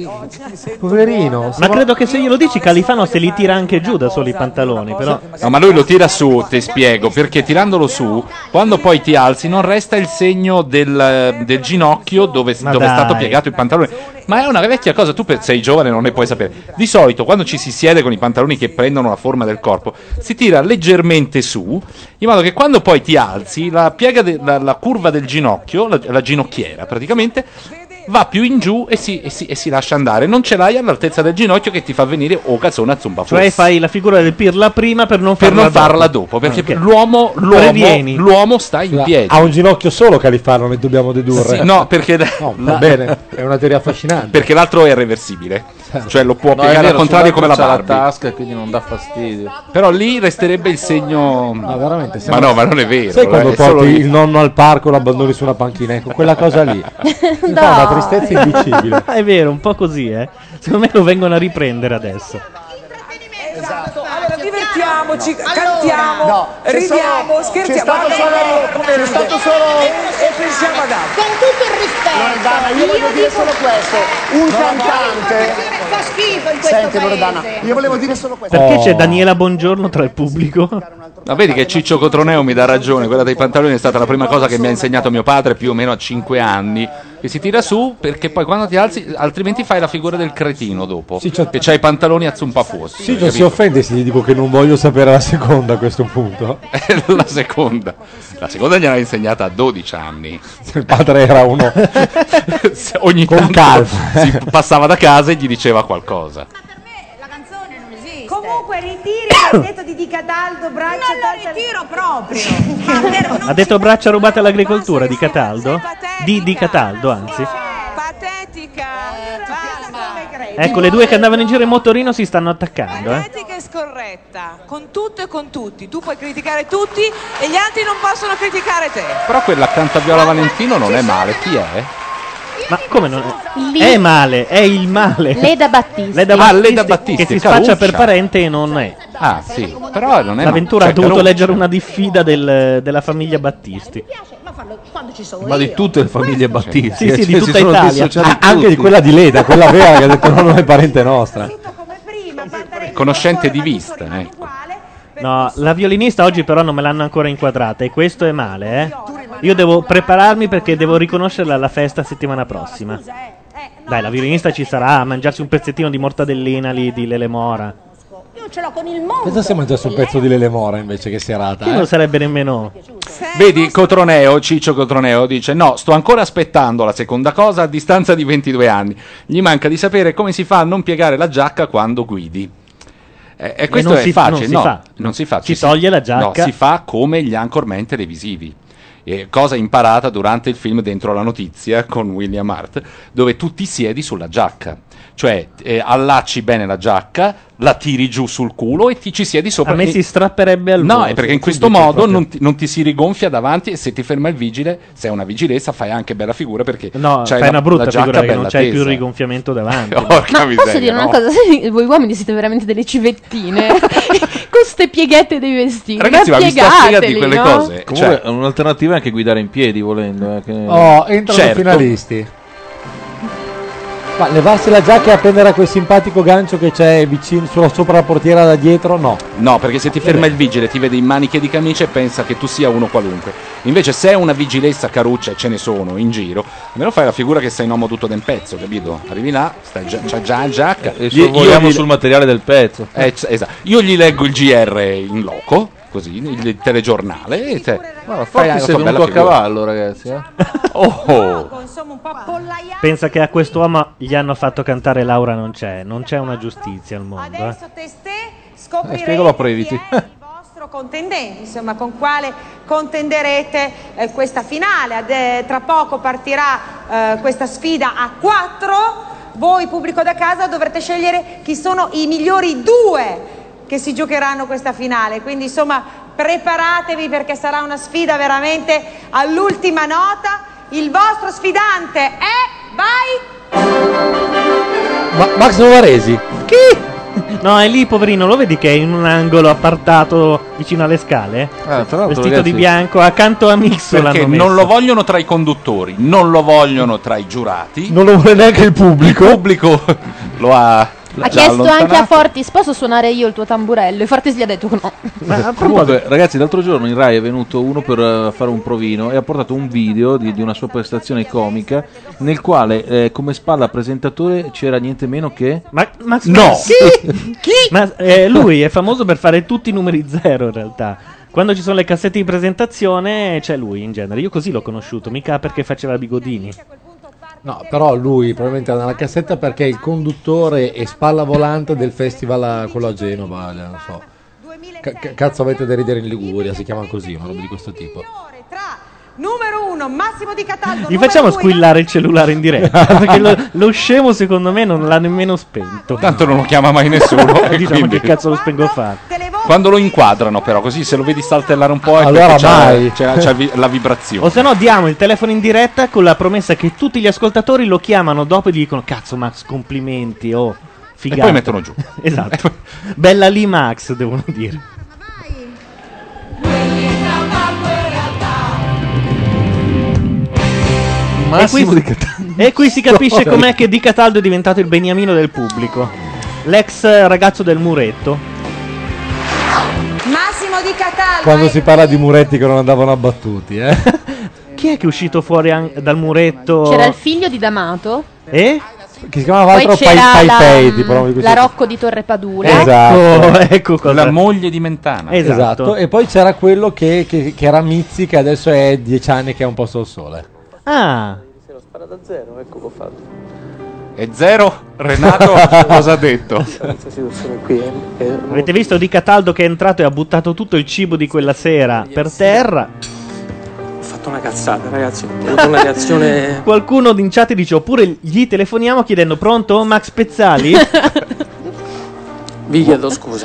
Poverino. Ma credo che se glielo dici Califano se li tira anche giù da soli i pantaloni, però. no, ma lui lo tira su, ti spiego, perché tirandolo su, quando poi ti alzi non resta il segno del, del ginocchio dove, Ma dove è stato dai. piegato il pantalone. Ma è una vecchia cosa, tu per- sei giovane non ne puoi sapere. Di solito quando ci si siede con i pantaloni che prendono la forma del corpo, si tira leggermente su, in modo che quando poi ti alzi, la piega de- la, la curva del ginocchio, la, la ginocchiera praticamente, va più in giù e si, e si- e si lascia andare. Non ce l'hai all'altezza del ginocchio che ti fa venire o calzone a zumba fuori. Cioè fai la figura del pirla prima per non per farla non farla dopo. dopo, perché Ok. l'uomo, l'uomo, Previeni. l'uomo sta in piedi. Ha un ginocchio solo Califano, ne dobbiamo dedurre. Sì, no, perché, No, va bene, è una teoria affascinante. perché l'altro è reversibile, cioè lo può No, è piegare vero, al contrario come la sull'altro c'ha Barbie. la tasca, quindi non dà fastidio. Però lì resterebbe il segno. No, veramente. Ma sembra- no, ma non è vero. Sai eh, quando è solo porti lì. il nonno al parco e lo abbandoni su una panchina? Ecco, quella cosa lì. Mi fa una tristezza indicibile. È vero, un po' così, eh. Secondo me lo vengono a riprendere adesso. Esatto. Allora divertiamoci, No. cantiamo, Allora, no, c'è ridiamo, solo- scherziamo. c'è stato Guarda solo- come c'è ride. stato solo- e, e pensiamo ad altro. Con tutto il rispetto. Loredana, io voglio dire solo questo. Un cantante. Fa schifo in questo Senti paese. Loredana, io volevo dire solo questo. Perché Oh. c'è Daniela Buongiorno tra il pubblico? Ma vedi che Ciccio Cotroneo mi dà ragione, quella dei pantaloni è stata la prima cosa che mi ha insegnato mio padre più o meno a cinque anni, che si tira su perché poi quando ti alzi, altrimenti fai la figura del cretino dopo, Sì, c'ho- che c'hai i pantaloni a zumbafuosi. Sì, non si offende se gli dico che non voglio sapere la seconda a questo punto. La seconda. La seconda gliel'ha insegnata a dodici anni. Il padre era uno Se ogni con tanto calma. si passava da casa e gli diceva qualcosa. La canzone non esiste. Comunque ritiri il detto di Di Cataldo, braccia Non lo ritiro proprio. Ha detto braccia rubate all'agricoltura di Cataldo? Di, di Cataldo, anzi. Patetica. Ecco, le due che andavano in giro in motorino si stanno attaccando, eh. L'etica è scorretta, con tutto e con tutti. Tu puoi criticare tutti e gli altri non possono criticare te. Però quella accanto a Viola Valentino non è male, chi è? Ma come non è? Lì- È male, è il male. Leda Battisti. Leda Ah, Battisti, Leda Battisti, che si Caruccia. spaccia per parente e non è. Ah, sì, però non è L'avventura ma- ha dovuto cioè, leggere una diffida del- della famiglia Battisti. Ma farlo quando ci sono Ma di io. tutte le famiglie Battisti. Sì, sì, eh, di cioè, tutta si sono Italia. dissociati Ah, anche tutti. di quella di Leda, quella vera che ha detto no, non è parente nostra. conoscente di vista, ecco. No, la violinista oggi però non me l'hanno ancora inquadrata e questo è male, eh. Io devo prepararmi perché devo riconoscerla alla festa settimana prossima. Dai, la violinista ci sarà a mangiarsi un pezzettino di mortadellina lì di Lele Mora. Io ce l'ho con il mondo. Pensa se mangiasse un pezzo di Lele Mora invece che serata. Che eh? non sarebbe nemmeno. Vedi, Cotroneo, Ciccio Cotroneo dice: no, sto ancora aspettando la seconda cosa a distanza di ventidue anni. Gli manca di sapere come si fa a non piegare la giacca quando guidi. E, e questo non è si- facile, non si no, fa. non si fa. Si Ci toglie la giacca. No, si fa come gli anchorman televisivi. Eh, cosa imparata durante il film Dentro la notizia con William Hart, dove tu ti siedi sulla giacca, cioè eh, allacci bene la giacca, la tiri giù sul culo e ti ci siedi sopra. A me e- si strapperebbe al No, volo, è perché sì, in questo subito modo proprio. non ti, non ti si rigonfia davanti e se ti ferma il vigile, se è una vigilessa, fai anche bella figura perché No, c'hai fai la- una brutta la giacca figura perché non bella c'hai più il tesa. rigonfiamento davanti. Porca Ma miseria, posso dire una no? cosa? Se voi uomini siete veramente delle civettine con ste pieghette dei vestiti. Ragazzi, ma mi sta spiegando di piegateli, quelle no? cose. Comunque, un'alternativa è anche guidare in piedi, volendo. eh, che- Oh, entrano Certo. finalisti. Ma levarsi la giacca e appendere a quel simpatico gancio che c'è vicino sulla sopra la portiera da dietro, no. No, perché se ti ferma il vigile, ti vede in maniche di camicia e pensa che tu sia uno qualunque. Invece, se è una vigilessa caruccia e ce ne sono in giro, almeno fai la figura che sei un uomo tutto d'un pezzo, capito? Arrivi là, stai già, c'hai già la giacca. E Gli- sorvoliamo gli- sul materiale del pezzo. Eh, c- esatto. Io gli leggo il G R in loco, così, il telegiornale. E te, Guarda, fai Forti la sei tua bella venuto a figura. cavallo, ragazzi. Eh? Oh, Pensa che a quest'uomo gli hanno fatto cantare Laura non c'è. Non c'è una giustizia al mondo. Eh. Eh, spiegalo a Previti. vostro contendente, insomma, con quale contenderete eh, questa finale. Ad- eh, tra poco partirà eh, questa sfida a quattro. Voi, pubblico da casa, dovrete scegliere chi sono i migliori due che si giocheranno questa finale. Quindi, insomma, preparatevi perché sarà una sfida veramente all'ultima nota. Il vostro sfidante è... Vai! Ma Max Novaresi. Chi? No, è lì, poverino, lo vedi che è in un angolo appartato vicino alle scale? Ah, tra l'altro, Vestito ragazzi, di bianco, accanto a Mixo perché l'hanno messo. non lo vogliono tra i conduttori, non lo vogliono tra i giurati. Non lo vuole neanche il pubblico. Il pubblico lo ha. Ha chiesto anche a Fortis, posso suonare io il tuo tamburello? E Fortis gli ha detto no. Comunque, ragazzi, l'altro giorno in Rai è venuto uno per eh, fare un provino e ha portato un video di, di una sua prestazione comica nel quale eh, come spalla presentatore c'era niente meno che... Ma, ma no! Chi? Chi? Ma eh, lui è famoso per fare tutti i numeri zero in realtà. Quando ci sono le cassette di presentazione c'è lui in genere. Io così l'ho conosciuto, mica perché faceva bigodini. No, però lui probabilmente era nella cassetta perché è il conduttore e spalla volante del festival a- quello a Genova, non so. Ca- ca- cazzo avete da ridere in Liguria, si chiama così, una roba di questo tipo. Numero uno, Massimo Di Cataldo. Gli numero facciamo due, squillare il cellulare in diretta perché lo, lo scemo secondo me non l'ha nemmeno spento. Tanto non lo chiama mai nessuno. e Diciamo quindi- che cazzo lo spengo a fare. Quando lo inquadrano, però, così se lo vedi saltellare un po', è Allora perché c'ha- mai. c'ha, c'ha vi- la vibrazione. O se no diamo il telefono in diretta con la promessa che tutti gli ascoltatori lo chiamano dopo e gli dicono cazzo Max complimenti, oh figata. E poi mettono giù. Esatto. Bella lì Max devono dire. Massimo e, Di qui, Cataldo. e qui si capisce Dai. com'è che Di Cataldo è diventato il beniamino del pubblico. L'ex ragazzo del muretto. Massimo Di Cataldo. Quando si parla di muretti che non andavano abbattuti, eh. Chi è che è uscito fuori an- dal muretto? C'era il figlio di D'Amato. Eh? Che si chiamava Poi altro Pai c'era Pai la, Pei, tipo, roba di questo la tipo. Rocco di Torre Padula. Esatto. ecco cosa. La moglie di Mentana. Esatto. E poi c'era quello che, che- che era Mizzi, che adesso è dieci anni che è un posto al sole. Ah. Spara da zero, ecco che ho fatto. E zero, Renato cosa ha detto? Questa situazione qui è, è Avete visto Di Cataldo che è entrato e ha buttato tutto il cibo di quella sera per terra. Ho fatto fatto una cazzata, ragazzi. Ho avuto una reazione. Qualcuno in chat dice oppure gli telefoniamo chiedendo pronto Max Pezzali? Vi chiedo scusa.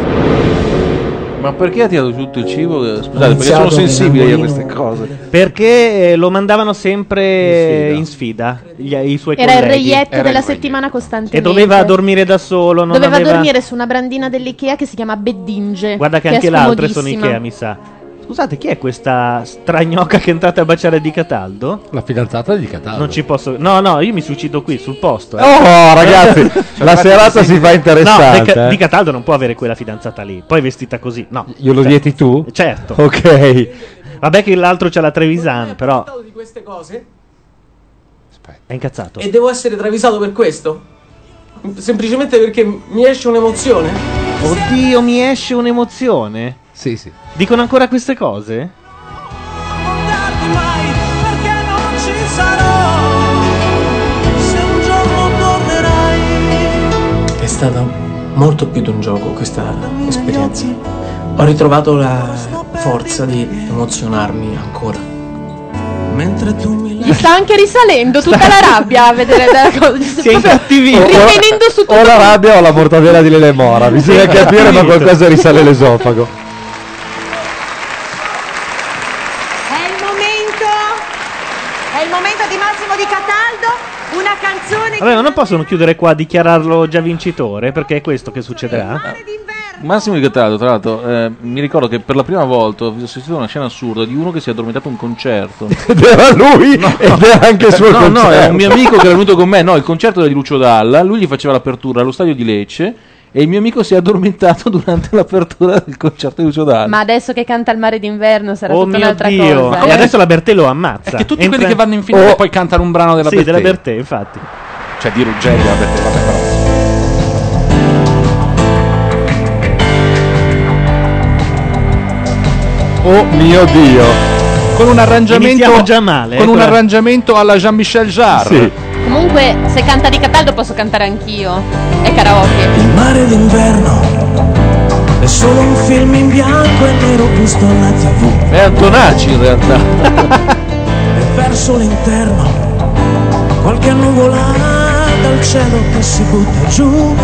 Ma perché ha tirato tutto il cibo? Scusate, perché sono sensibile io a queste cose. Perché eh, lo mandavano sempre in sfida, gli- i suoi Era il colleghi. reietto della settimana costantemente. E doveva dormire da solo. Non Doveva aveva... dormire su una brandina dell'Ikea che si chiama Beddinge. Guarda che, è anche l'altra sono scomodissima. Ikea, mi sa. Scusate, chi è questa stragnocca che è entrata a baciare Di Cataldo? La fidanzata di Cataldo. Non ci posso. No, no, io mi suicido qui sul posto. eh. Oh, ragazzi, la serata si fa interessante, No, Di Ca- eh. Di Cataldo non può avere quella fidanzata lì. Poi vestita così. No. Glielo Cioè, vieti tu? Certo. Ok. Vabbè che l'altro c'ha la Trevisan, però di queste cose è incazzato. e devo essere travisato per questo? Semplicemente perché mi esce un'emozione? Oddio, mi esce un'emozione. Sì, sì. Dicono ancora queste cose? Perché non ci sarò se un giorno tornerai. È stata molto più di un gioco questa esperienza. Ho ritrovato la forza di emozionarmi ancora. Mentre tu mi Gli sta anche risalendo tutta la rabbia a vedere la cosa. Si è incattivito. Rivenendo su tutto. O la rabbia o la mortadella di Lele Mora. Bisogna Sì, capire, ma capito. qualcosa risale l'esofago. È il momento, è il momento di Massimo Di Cataldo, una canzone Vabbè, ma non possono chiudere qua, dichiararlo già vincitore, perché è questo che succederà. Massimo Di Cataldo, tra l'altro, eh, mi ricordo che per la prima volta ho assistito a una scena assurda di uno che si è addormentato a un concerto. Ed era lui ed era anche il suo no, concerto. No, è un mio amico che era venuto con me. No, il concerto era di Lucio Dalla. Lui gli faceva l'apertura allo stadio di Lecce. E il mio amico si è addormentato durante l'apertura del concerto di Lucio Dalla. Ma adesso che canta il mare d'inverno sarà Oh tutta mio un'altra Dio. cosa. E eh. adesso la Bertè lo ammazza. È che tutti Entra- quelli che vanno in finale Oh. e poi cantano un brano della Sì, Bertè. della Bertè, infatti. Cioè di Ruggeri la Bertè, vabbè però. Oh mio Dio. Con un arrangiamento Iniziamo già male, Con eh, un quella- arrangiamento alla Jean-Michel Jarre. Sì. Comunque, se canta Di Cataldo posso cantare anch'io. È karaoke. Il mare d'inverno è solo un film in bianco e nero visto alla tivù. È Antonacci in realtà. E verso l'interno qualche nuvolata dal cielo che si butta giù.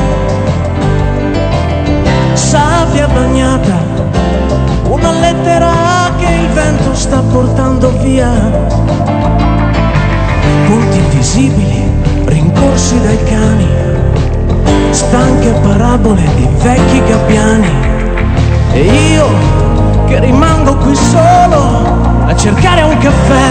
Sabbia bagnata, una lettera che il vento sta portando via. Punti invisibili rincorsi dai cani, stanche parabole di vecchi gabbiani. E io che rimango qui solo a cercare un caffè.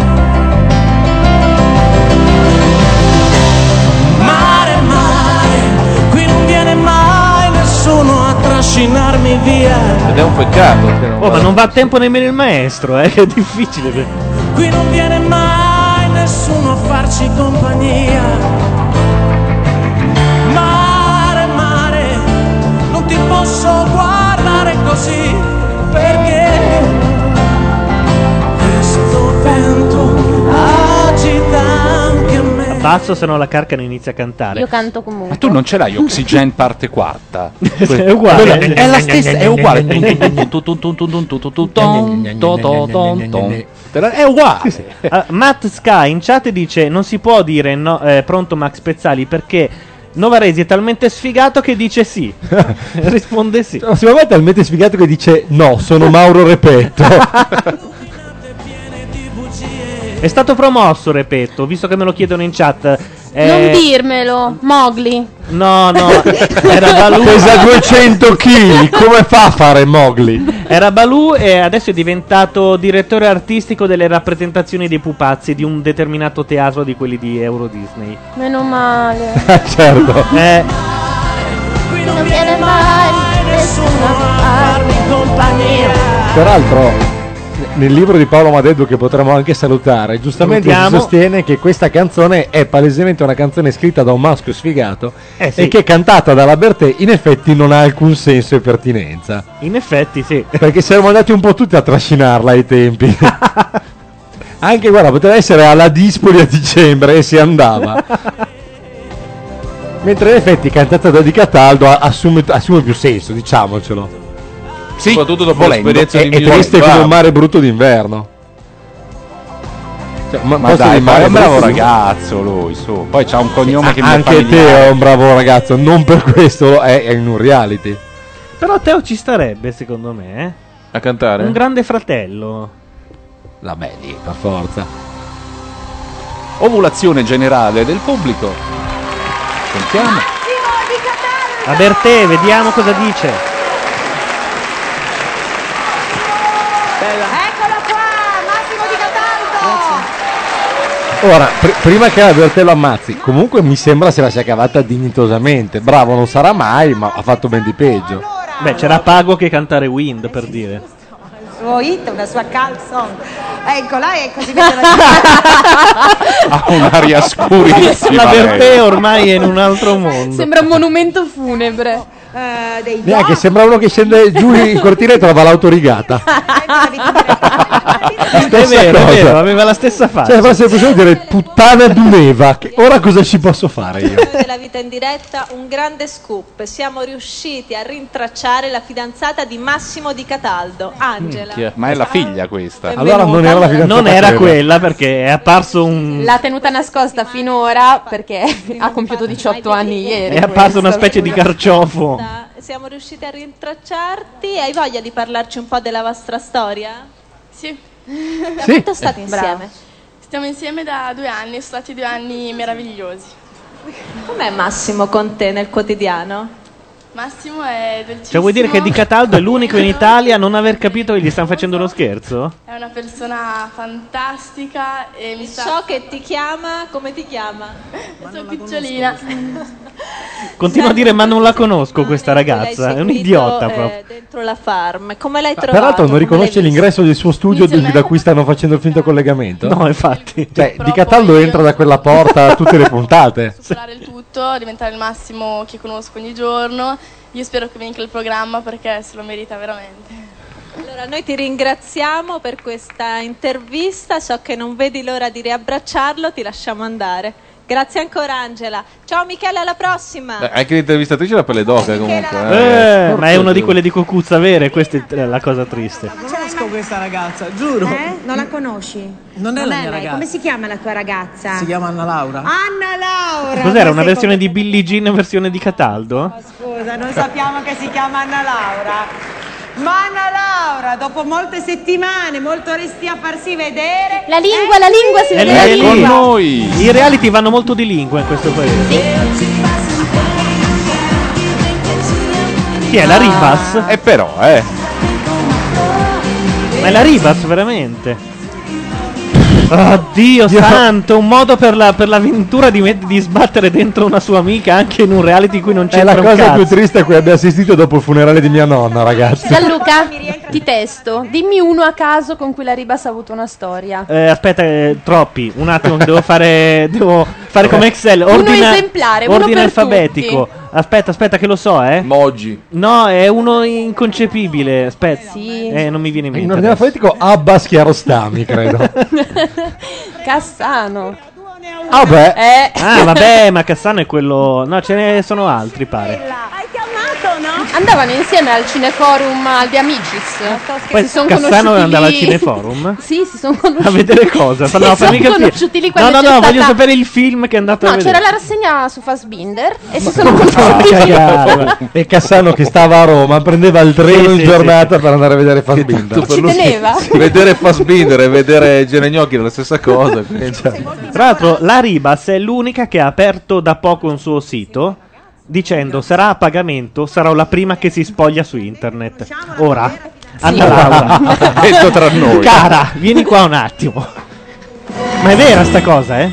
Mare, mare, qui non viene mai nessuno a trascinarmi via. Ed è un peccato. che non Oh, ma vada. non va a tempo nemmeno il maestro, eh, che è difficile. Qui non viene mai nessuno a farci compagnia. Mare, mare, non ti posso guardare così perché questo vento agita anche me. Abbasso, se no la carcano inizia a cantare. Io canto comunque. Ma tu non ce l'hai Oxygen parte quarta? È uguale. Quella- È la stessa, è uguale. È uguale. Ah, Matt Sky in chat dice non si può dire no, eh, pronto Max Pezzali perché Novaresi è talmente sfigato che dice sì. Risponde sì. No, secondo me è talmente sfigato che dice no, sono Mauro Repetto. È stato promosso, Repetto, visto che me lo chiedono in chat. Eh, Non dirmelo, Mowgli. No, no, era Balù. Pesa duecento chili, come fa a fare Mowgli? Era Balù e adesso è diventato direttore artistico delle rappresentazioni dei pupazzi di un determinato teatro di quelli di Euro Disney. Meno male. Certo. Eh, Qui non viene mai nessuno a farmi compagnia. Peraltro, nel libro di Paolo Madeddu, che potremmo anche salutare, giustamente si Salutiamo. sostiene che questa canzone è palesemente una canzone scritta da un maschio sfigato Eh, sì. e che cantata dalla Bertè in effetti non ha alcun senso e pertinenza. in effetti sì. Perché siamo andati un po' tutti a trascinarla ai tempi. Anche, guarda, poteva essere alla Dispoli a dicembre e si andava. Mentre in effetti cantata da Di Cataldo a- assume, assume più senso, diciamocelo. Sì, soprattutto dopo volendo. l'esperienza E, di e Milano. triste come un mare brutto d'inverno. Cioè, Ma, posso dai, ma è un rimanere bravo su? ragazzo lui, su. Poi c'ha un cognome che mi è Anche te familiare. è un bravo ragazzo, non per questo è, è in un reality. Però Teo ci starebbe, secondo me. Eh? A cantare? Un grande fratello. La Belli, per forza. Ovulazione generale del pubblico. Sentiamo. A Bertè, vediamo cosa dice. Eccolo qua, Massimo Di Cataldo. Ora, pr- prima che la Bertè lo ammazzi, comunque mi sembra se la sia cavata dignitosamente. Bravo non sarà mai, ma ha fatto ben di peggio. Beh, c'era Pago che cantare Wind, per dire. Il suo hit, una sua canzone. Eccola, e così Ha un'aria scurissima. La Bertè lei. ormai è in un altro mondo. Sembra un monumento funebre. eh, dei Neanche sembra uno che scende giù in cortile e trova l'autorigata. È vero, è vero, aveva la stessa faccia. Cioè, forse possiamo dire puttana d'uneva. Che ora cosa ci posso fare io? della vita in diretta, un grande scoop. Siamo riusciti a rintracciare la fidanzata di Massimo Di Cataldo, Angela. Ma è la figlia questa. Allora non era la fidanzata. Non era quella. quella perché è apparso un. L'ha tenuta nascosta finora perché ha compiuto diciotto anni ieri. È apparso una questo. specie di carciofo. Siamo riusciti a rintracciarti. Hai voglia di parlarci un po' della vostra storia? Sì. Da quanto state insieme? Stiamo insieme da due anni, sono stati due anni meravigliosi. Com'è Massimo con te nel quotidiano? Massimo è dolcissimo. Cioè, vuoi dire che Di Cataldo è l'unico in Italia a non aver capito che gli stanno facendo uno scherzo? È una persona fantastica e mi sa... So che ti chiama, come ti chiama? Sono picciolina. Continuo a dire ma non la conosco questa L'hai ragazza, è un seguito, idiota eh, proprio. dentro la farm. Come l'hai trovato? Peraltro non Come riconosce l'hai visto? l'ingresso del suo studio di- da cui stanno facendo il finto collegamento? No, infatti. Cioè, Di Cataldo entra da quella porta a tutte le puntate. Superare il tutto, diventare il Massimo che conosco ogni giorno. Io spero che vinca il programma perché se lo merita veramente. Allora, noi ti ringraziamo per questa intervista. So che non vedi l'ora di riabbracciarlo. Ti lasciamo andare. Grazie ancora, Angela. Ciao, Michele, alla prossima. Eh, anche l'intervistatrice ha la pelle d'oca comunque. Eh, ma è una di quelle di Cocuzza vere, questa è la cosa triste. Conosco questa ragazza, giuro. Eh? Non la conosci? Non è la mia lei. ragazza. Come si chiama la tua ragazza? Si chiama Anna Laura. Anna Laura. Cos'era, Ma una sei versione di Billie Jean in versione di Cataldo? Scusa, non sappiamo che si chiama Anna Laura. Ma Anna Laura, dopo molte settimane, molto resti a farsi vedere. La lingua, la lingua si E vede. lei- la lingua. I reality vanno molto di lingua in questo paese. Chi è, la Rivas? E però, eh. Ma è la Rivas veramente? Oddio santo, un modo per, la, per l'avventura di, met- di sbattere dentro una sua amica anche in un reality in cui non È c'entra la un cosa cazzo. più triste a cui abbia assistito dopo il funerale di mia nonna, ragazzi. Gianluca, ti testo. Dimmi uno a caso con cui la Ribas ha avuto una storia. Eh, aspetta, eh, troppi, un attimo che devo fare devo fare come Excel, Uno ordina, esemplare, uno ordine per alfabetico. tutti. Aspetta, aspetta che lo so, eh. Moggi. No, è uno inconcepibile. Aspetta. Sì. Eh, non mi viene in In mente. ordine adesso. alfabetico Abbas Chiarostami, credo. Cassano. Ah beh. Eh. Ah, vabbè, ma Cassano è quello. No, ce ne sono altri, pare. Hai chiamato, no? Andavano insieme al Cineforum al De Amicis. Poi si sono Cassano conosciuti andava al lì. Cineforum? Sì, si sono conosciuti. A vedere cosa? Si No, fammi sono capire. conosciuti lì No, quando no, c'è no, stata- voglio sapere il film che è andato a No, vedere. c'era la rassegna su Fassbinder e si sono Ah, conosciuti. cagare. E Cassano che stava a Roma prendeva il treno Sì, in sì, giornata per andare a vedere Fassbinder. Ci teneva? Vedere Fassbinder e vedere Gene Gnocchi è la stessa cosa. quindi- Tra l'altro, la Ribas è l'unica che ha aperto da poco un suo sito dicendo sarà a pagamento, sarò la prima che si spoglia su internet. Ora, Anna Laura, Detto tra noi. cara, vieni qua un attimo. Ma è vera sta cosa, eh?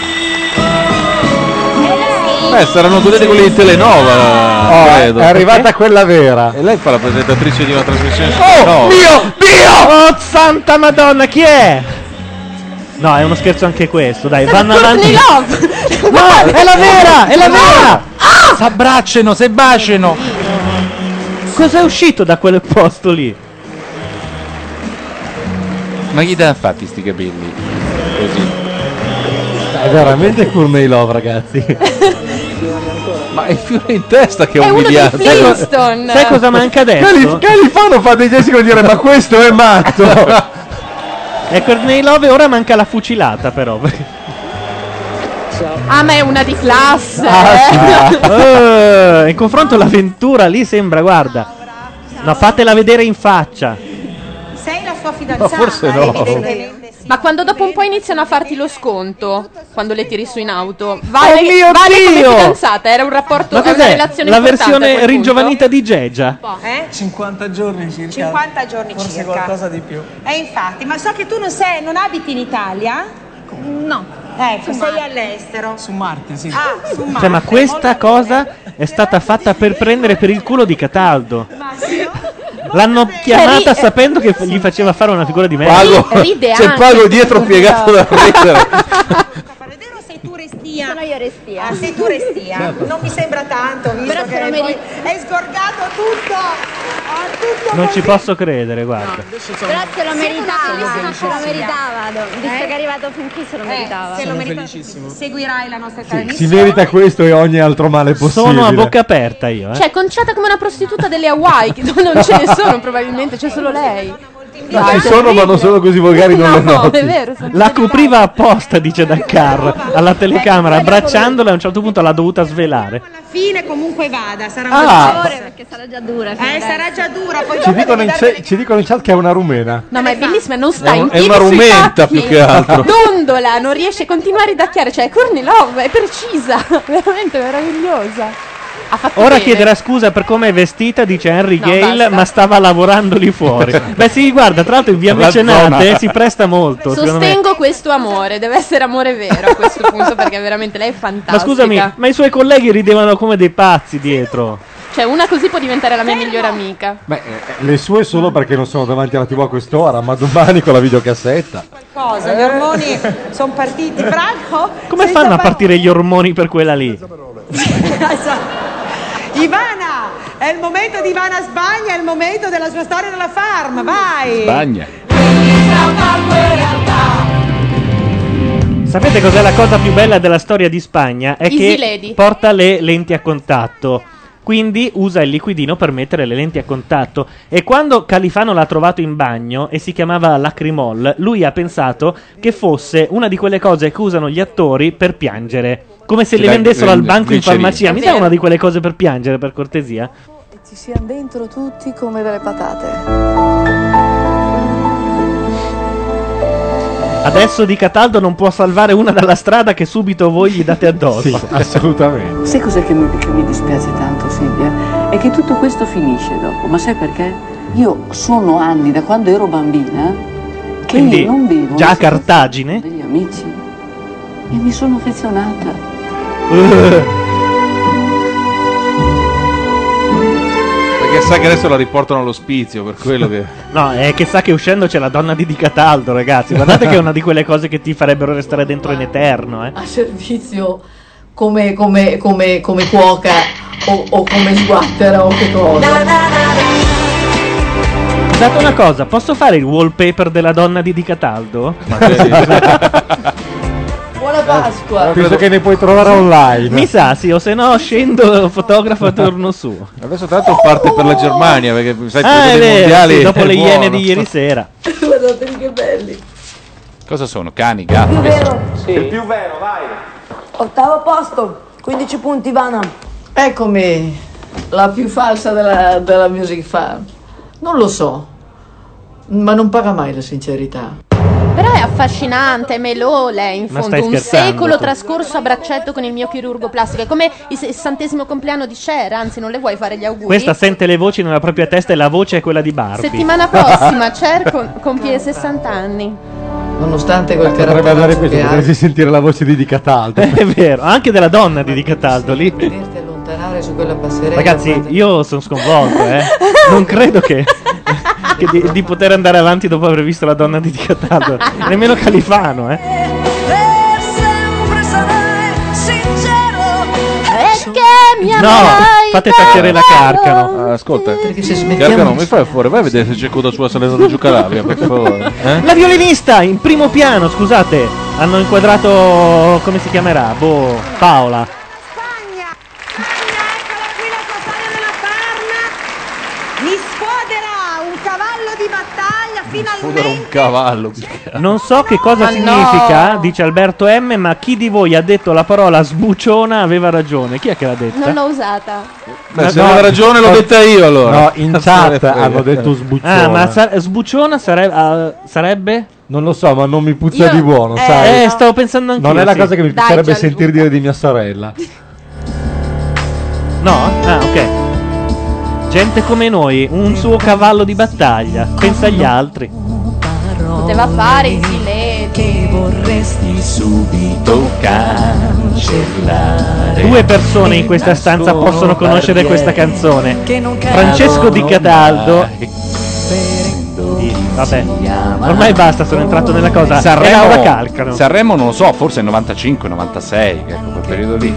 Beh, saranno tutti quelli di Telenova, Oh, credo. è arrivata quella vera. E lei fa la presentatrice di una trasmissione su Oh, Telenova. mio Dio! Oh, santa madonna, chi è? No, è uno scherzo anche questo, dai, vanno avanti. No, è la vera, è la vera! S'abbracciano, se baciano. Cos'è uscito da quel posto lì? Ma chi dà fatti sti capelli? Così. È veramente Courtney Love, ragazzi. Ma è il fiore in testa che è, È uno dei umiliante. Flintstone. Sai cosa manca adesso? Calif- Califano fa dei gesti come dire ma questo è matto. E Courtney Love ora manca la fucilata però. Ah, ma è una di classe. Ah, eh. sì. Eh, in confronto l'avventura lì sembra, guarda. No, fatela vedere in faccia. Sei la sua fidanzata, forse no. evidentemente. Ma quando dopo un po' iniziano a farti lo sconto, quando le tiri su in auto, Oh vale, mio vale come Dio! fidanzata, era un rapporto, Ma è una cos'è? relazione La importante a versione quel ringiovanita di Geggia? Eh? cinquanta giorni circa. cinquanta giorni Forse circa. qualcosa di più. E infatti, ma so che tu non sei, non abiti in Italia? No. Ecco, sei all'estero. Su Marte, sì. Ah, su Marte. Cioè, ma questa cosa è stata fatta per prendere per il culo di Cataldo. L'hanno chiamata ri- sapendo che gli faceva fare una figura di merda. Pago, Ride c'è anche. Pago dietro piegato da prendere. Sei tu restia? Sono io restia. Ah, sei tu restia? Certo. Non mi sembra tanto, visto Però che se lo poi meriti. è sgorgato tutto. Ah, tutto Non ci così. posso credere, guarda. Però se lo meritava, se lo meritava, visto che è arrivato fin qui se lo meritava. Se lo merita, seguirai la nostra Si trasmissione. merita questo e ogni altro male possibile. Sono a bocca aperta io, eh. Cioè, conciata come una prostituta delle Hawaii, che non ce ne sono probabilmente, c'è solo lei. No, ci sono, ma non sono così volgari, non le No, noti. è vero. sono La tutte copriva apposta, dice Dakar, alla telecamera, abbracciandola e a un certo punto l'ha dovuta svelare. Alla fine comunque vada, sarà un Ah. dolore. Perché sarà già dura. Eh, sarà già dura, poi Ci dopo dicono, devi in dare ce- ci dicono in chat che è una rumena. No, ma è bellissima, non sta È un- in è piedi una sui rumenta tacchi. più che altro. Dondola, non riesce a continuare a ridacchiare, cioè Courtney Love è precisa, veramente meravigliosa. Ha fatto Ora bene. chiederà scusa per come è vestita, dice Henry No, Gale, basta. ma stava lavorando lì fuori. Beh sì, guarda, tra l'altro in via La Mecenate zona. si presta molto, secondo me. Sostengo questo amore, deve essere amore vero a questo punto perché veramente lei è fantastica. Ma scusami, ma i suoi colleghi ridevano come dei pazzi dietro. Cioè una così può diventare la mia migliore amica. Beh, eh, le sue solo perché non sono davanti alla tivù a quest'ora, ma domani con la videocassetta. cosa, gli ormoni sono partiti, Franco? Come Senza fanno a par- partire gli ormoni per quella lì? Ivana, è il momento di Ivana Sbagna, è il momento della sua storia nella farm, vai! Bagna. Sapete cos'è la cosa più bella della storia di Spagna? È Easy che Lady. porta le lenti a contatto. Quindi usa il liquidino per mettere le lenti a contatto. E quando Califano l'ha trovato in bagno e si chiamava Lacrimol, lui ha pensato che fosse una di quelle cose che usano gli attori per piangere. Come se Che le dai, vendessero al vende- banco in glicerina. farmacia. Mi È dai vero. una di quelle cose per piangere, per cortesia? Ci siamo dentro tutti come delle patate. Adesso Di Cataldo non può salvare una dalla strada che subito voi gli date addosso. Sì, assolutamente. Sai cos'è che mi, che mi dispiace tanto, Silvia? È che tutto questo finisce dopo. Ma sai perché? Io sono anni, da quando ero bambina, che Quindi io non vivo già la a Cartagine? degli amici. E mi sono affezionata. Perché sa che adesso la riportano all'ospizio, per quello che... No, è che sa che uscendo c'è la donna di Di Cataldo, ragazzi. Guardate che è una di quelle cose che ti farebbero restare dentro in eterno, eh. A servizio come, come, come, come cuoca o, o come sguattera o che cosa. Scusate una cosa, posso fare il wallpaper della donna di Di Cataldo? Buona Pasqua! Penso che ne puoi trovare online. Mi sa, sì, o se no scendo, fotografo e torno su. Adesso tra l'altro parte per la Germania, perché sai, Ah, è dei vero, mondiali sì, dopo è le buono. iene di ieri sera. Guardate che belli. Cosa sono? Cani, gatti? Più Che vero. sono? Sì. Il più vero, vai. Ottavo posto, quindici punti, Ivana. Eccomi, la più falsa della, della Music Farm. Non lo so, ma non paga mai la sincerità. Però è affascinante, è melò lei in Ma fondo, stai un scherzando secolo tu? trascorso a braccetto con il mio chirurgo plastico, è come il sessantesimo compleanno di Cher, anzi non le vuoi fare gli auguri? Questa sente le voci nella propria testa e la voce è quella di Barbie. Settimana prossima Cher con- compie sessanta anni. Nonostante quel Potrebbe carattere andare questo, che ha, potresti sentire la voce di Di Cataldo. È vero, anche della donna di Di Cataldo lì. poterti allontanare su quella passerella. Ragazzi, io sono sconvolto, eh. Non credo che, che di, di poter andare avanti dopo aver visto la donna di Di Cataldo. Nemmeno Califano, eh. Perché mi No, amerai fate tacere la Carcano. Ah, ascolta, Perché se smettiamo- Carcano, mi fai fuori, vai a vedere se c'è coda sua salendo giù Calabria, per favore. Eh? La violinista in primo piano, scusate. Hanno inquadrato, come si chiamerà? Boh, Paola. Mi scuote sfodera un cavallo di battaglia, finalmente. un cavallo. Non so che cosa Ma significa, no. dice Alberto M, ma chi di voi ha detto la parola sbuciona aveva ragione. Chi è che l'ha detta? Non l'ho usata. Beh, se aveva ragione l'ho detta io allora. No, in chat hanno detto sbucciona. Ah, ma sa- sbuciona sare- ah, sarebbe? Non lo so, ma non mi puzza Io- di buono, eh, sai? eh, stavo pensando anch'io, Non è la sì. cosa che mi Dai, piacerebbe Gianluca. sentir dire di mia sorella. No? Ah, ok. Gente come noi, un suo cavallo di battaglia. Pensa agli altri. Poteva fare i silenzio. Che vorresti subito cancellare. Due persone in questa stanza possono conoscere questa canzone. Francesco Di Cataldo. Di- Vabbè, ormai basta, sono entrato nella cosa. E Laura Sanremo, Calcano. Sanremo non lo so, forse novantacinque novantasei, che ecco, quel periodo lì.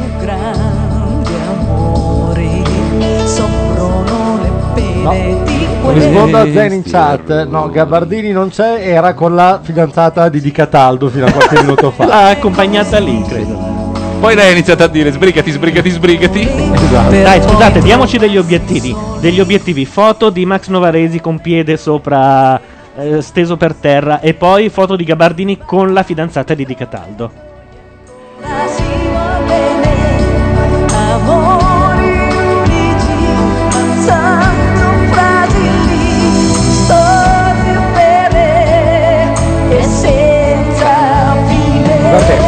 Soffrono le pene di Rispondo a Zen in chat. No, Gabardini non c'è, era con la fidanzata di Di Cataldo fino a qualche minuto fa. L'ha accompagnata lì, credo. Poi lei ha iniziato a dire sbrigati, sbrigati, sbrigati. Dai, scusate, diamoci degli obiettivi. Degli obiettivi: foto di Max Novaresi con piede sopra, eh, steso per terra, e poi foto di Gabardini con la fidanzata di Di Cataldo. amori unici, tanto fragili, storie vere e senza fine.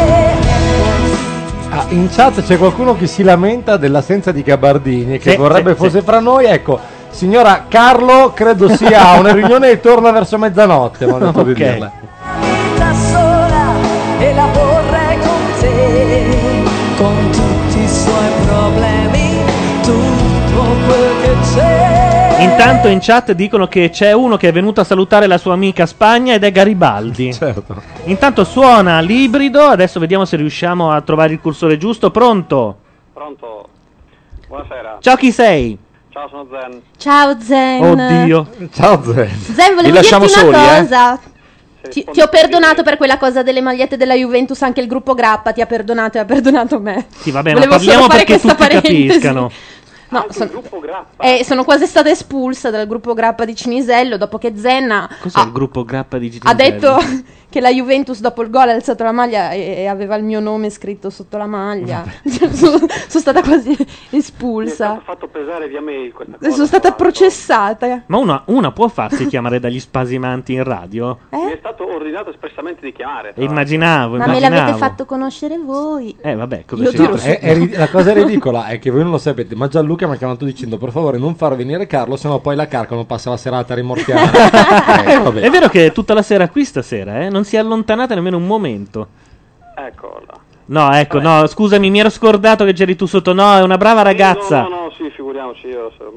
Ah, in chat c'è qualcuno che si lamenta dell'assenza di Gabardini e che Sì, vorrebbe sì, fosse sì. fra noi. Ecco, signora Carlo, credo sia a una riunione e torna verso mezzanotte. Mi hanno detto di Ok. dirle. Da sola e la vorrei con te, con tutti i suoi problemi, tutto quel che c'è. Intanto in chat dicono che c'è uno che è venuto a salutare la sua amica a Spagna ed è Garibaldi. Certo. Intanto suona l'ibrido, adesso vediamo se riusciamo a trovare il cursore giusto. Pronto? Pronto? Buonasera. Ciao, chi sei? Ciao, sono Zen. Ciao Zen. Oddio. Ciao Zen. Zen, volevo dirti una cosa. Ti, ti ho perdonato per quella cosa delle magliette della Juventus, anche il gruppo Grappa ti ha perdonato e ha perdonato me. Sì, vabbè, Volevo ma parliamo solo fare perché questa tutti parentesi. capiscano. No, son- eh, sono quasi stata espulsa dal gruppo Grappa di Cinisello dopo che Zenna Cos'è ha, il gruppo Grappa di ha Gitiselli? detto che la Juventus dopo il gol ha alzato la maglia e, e aveva il mio nome scritto sotto la maglia. sono, sono stata quasi Mi è espulsa. stato fatto pesare via mail questa cosa. Sono stata processata. Ma una, una può farsi chiamare dagli spasimanti in radio? Mi è stato ordinato espressamente di chiamare. E immaginavo, Ma me immaginavo. l'avete fatto conoscere voi. Eh vabbè, cosa Io ci tiro dico? È- è ri- la cosa ridicola è che voi non lo sapete, ma Gianluca mi ha chiamato dicendo per favore non far venire Carlo, sennò poi la Carcano passa la serata a rimorchiare. Eh, vabbè. È vero che è tutta la sera qui stasera, eh? Non si è allontanata nemmeno un momento. Eccola. No, ecco, no, scusami, mi ero scordato che c'eri tu sotto. No, è una brava ragazza. No, no, no, sì, figuriamoci io. so-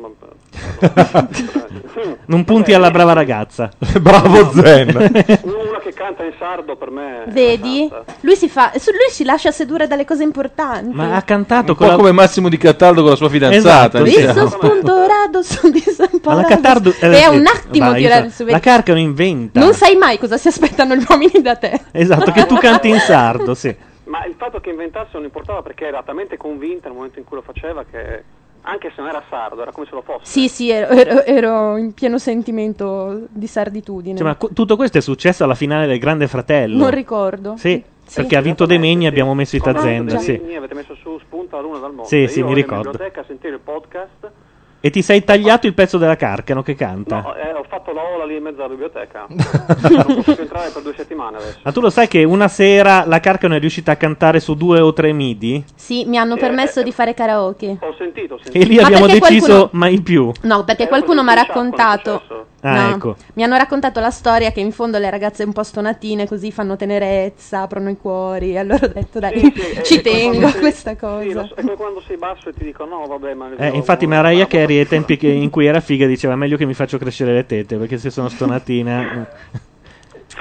ma- Non punti alla brava ragazza. Bravo Zen. Una che canta in sardo per me. è Vedi? Lui si, fa, su- lui si lascia sedurre dalle cose importanti. Ma ha cantato Un con po' la... come Massimo Di Cataldo con la sua fidanzata. Esatto, sì. diciamo. Visto spuntorado su di Ma la Catardo... eh, È sì. un attimo Vai, tirare Isa, su. La Carcano inventa. Non sai mai cosa si aspettano gli uomini da te. Esatto, che tu canti in sardo, sì. Ma il fatto che inventasse non importava perché era talmente convinta nel momento in cui lo faceva che anche se non era sardo era come se lo fosse. Sì, sì, ero, ero- ero in pieno sentimento di sarditudine. Cioè, ma cu- tutto questo è successo alla finale del Grande Fratello. Non ricordo. Sì, perché ha vinto De Megni e abbiamo messo i Come Tazenda, avete- sì. avete messo su spunta la luna dal mondo. Sì, sì, Io mi ero ricordo. in biblioteca a sentire il podcast. E ti sei tagliato il pezzo della Carcano che canta. No, eh, ho fatto la ola lì in mezzo alla biblioteca. Non posso più entrare per due settimane adesso. Ma tu lo sai che una sera la Carcano è riuscita a cantare su due o tre midi? Sì, mi hanno permesso di fare karaoke. Ho sentito, ho sentito. E lì Ma abbiamo perché deciso qualcuno- mai più. No, perché qualcuno mi ha raccontato. Ah, No, ecco. Mi hanno raccontato la storia che in fondo le ragazze un po' stonatine così fanno tenerezza, aprono i cuori. E allora ho detto, dai, Sì, sì, ci è- è come tengo quando a sei- questa Sì, cosa. lo so, è come quando sei basso e ti dicono no, vabbè, ma... Eh, infatti Mariah Carey ai tempi che- in cui era figa diceva meglio che mi faccio crescere le tette perché se sono stonatina.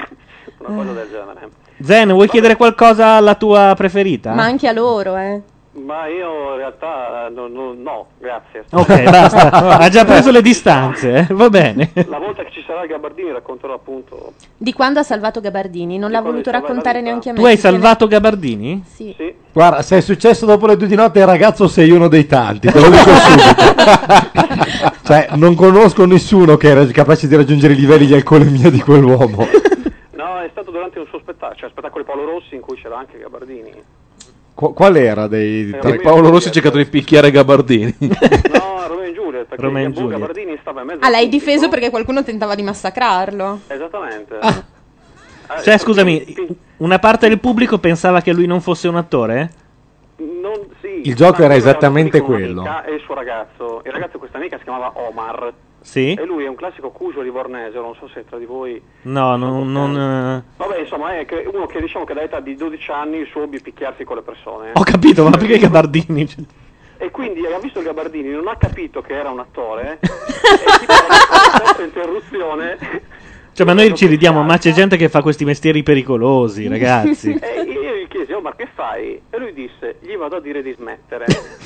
Una cosa del genere. Zen, vuoi chiedere qualcosa alla tua preferita? Ma anche a loro, eh. Ma io in realtà no, no, no, grazie. Ok, basta. Ha già preso le distanze, eh? Va bene. La volta che ci sarà Gabardini racconterò appunto. Di quando ha salvato Gabardini, non l'ha voluto raccontare neanche a me. Tu hai si tiene- salvato Gabardini? Sì. Guarda, se è successo dopo le due di notte, ragazzo, sei uno dei tanti, te lo dico subito. Cioè, non conosco nessuno che era capace di raggiungere i livelli di alcolemia di quell'uomo. No, è stato durante un suo spettacolo, cioè spettacolo di Paolo Rossi in cui c'era anche Gabardini. Qu- qual era dei... Eh, Per Paolo Rossi ha cercato di picchiare Gabardini. No, Romeo e Giuliet, perché Romeo e Gabbo- Giuliet. Gabardini stava in mezzo. Ah, l'hai difeso perché qualcuno tentava di massacrarlo. Esattamente. Eh, Cioè, scusami, una parte del pubblico pensava che lui non fosse un attore? Non, sì, Il gioco ma era lui esattamente con quello. un'amica E il suo ragazzo. Il ragazzo di questa amica si chiamava Omar. Sì? E lui è un classico cuscio livornese, non so se tra di voi. No, non... non, eh. Vabbè, insomma, è che uno che diciamo che dall'età di dodici anni il suo hobby è picchiarsi con le persone. Ho capito, ma perché Gabardini? E quindi ha visto Gabardini, non ha capito che era un attore. E tipo la stessa interruzione. Cioè, ma noi ci ridiamo, ma c'è gente che fa questi mestieri pericolosi, ragazzi. E io gli chiesi, oh, ma che fai? E lui disse, gli vado a dire di smettere.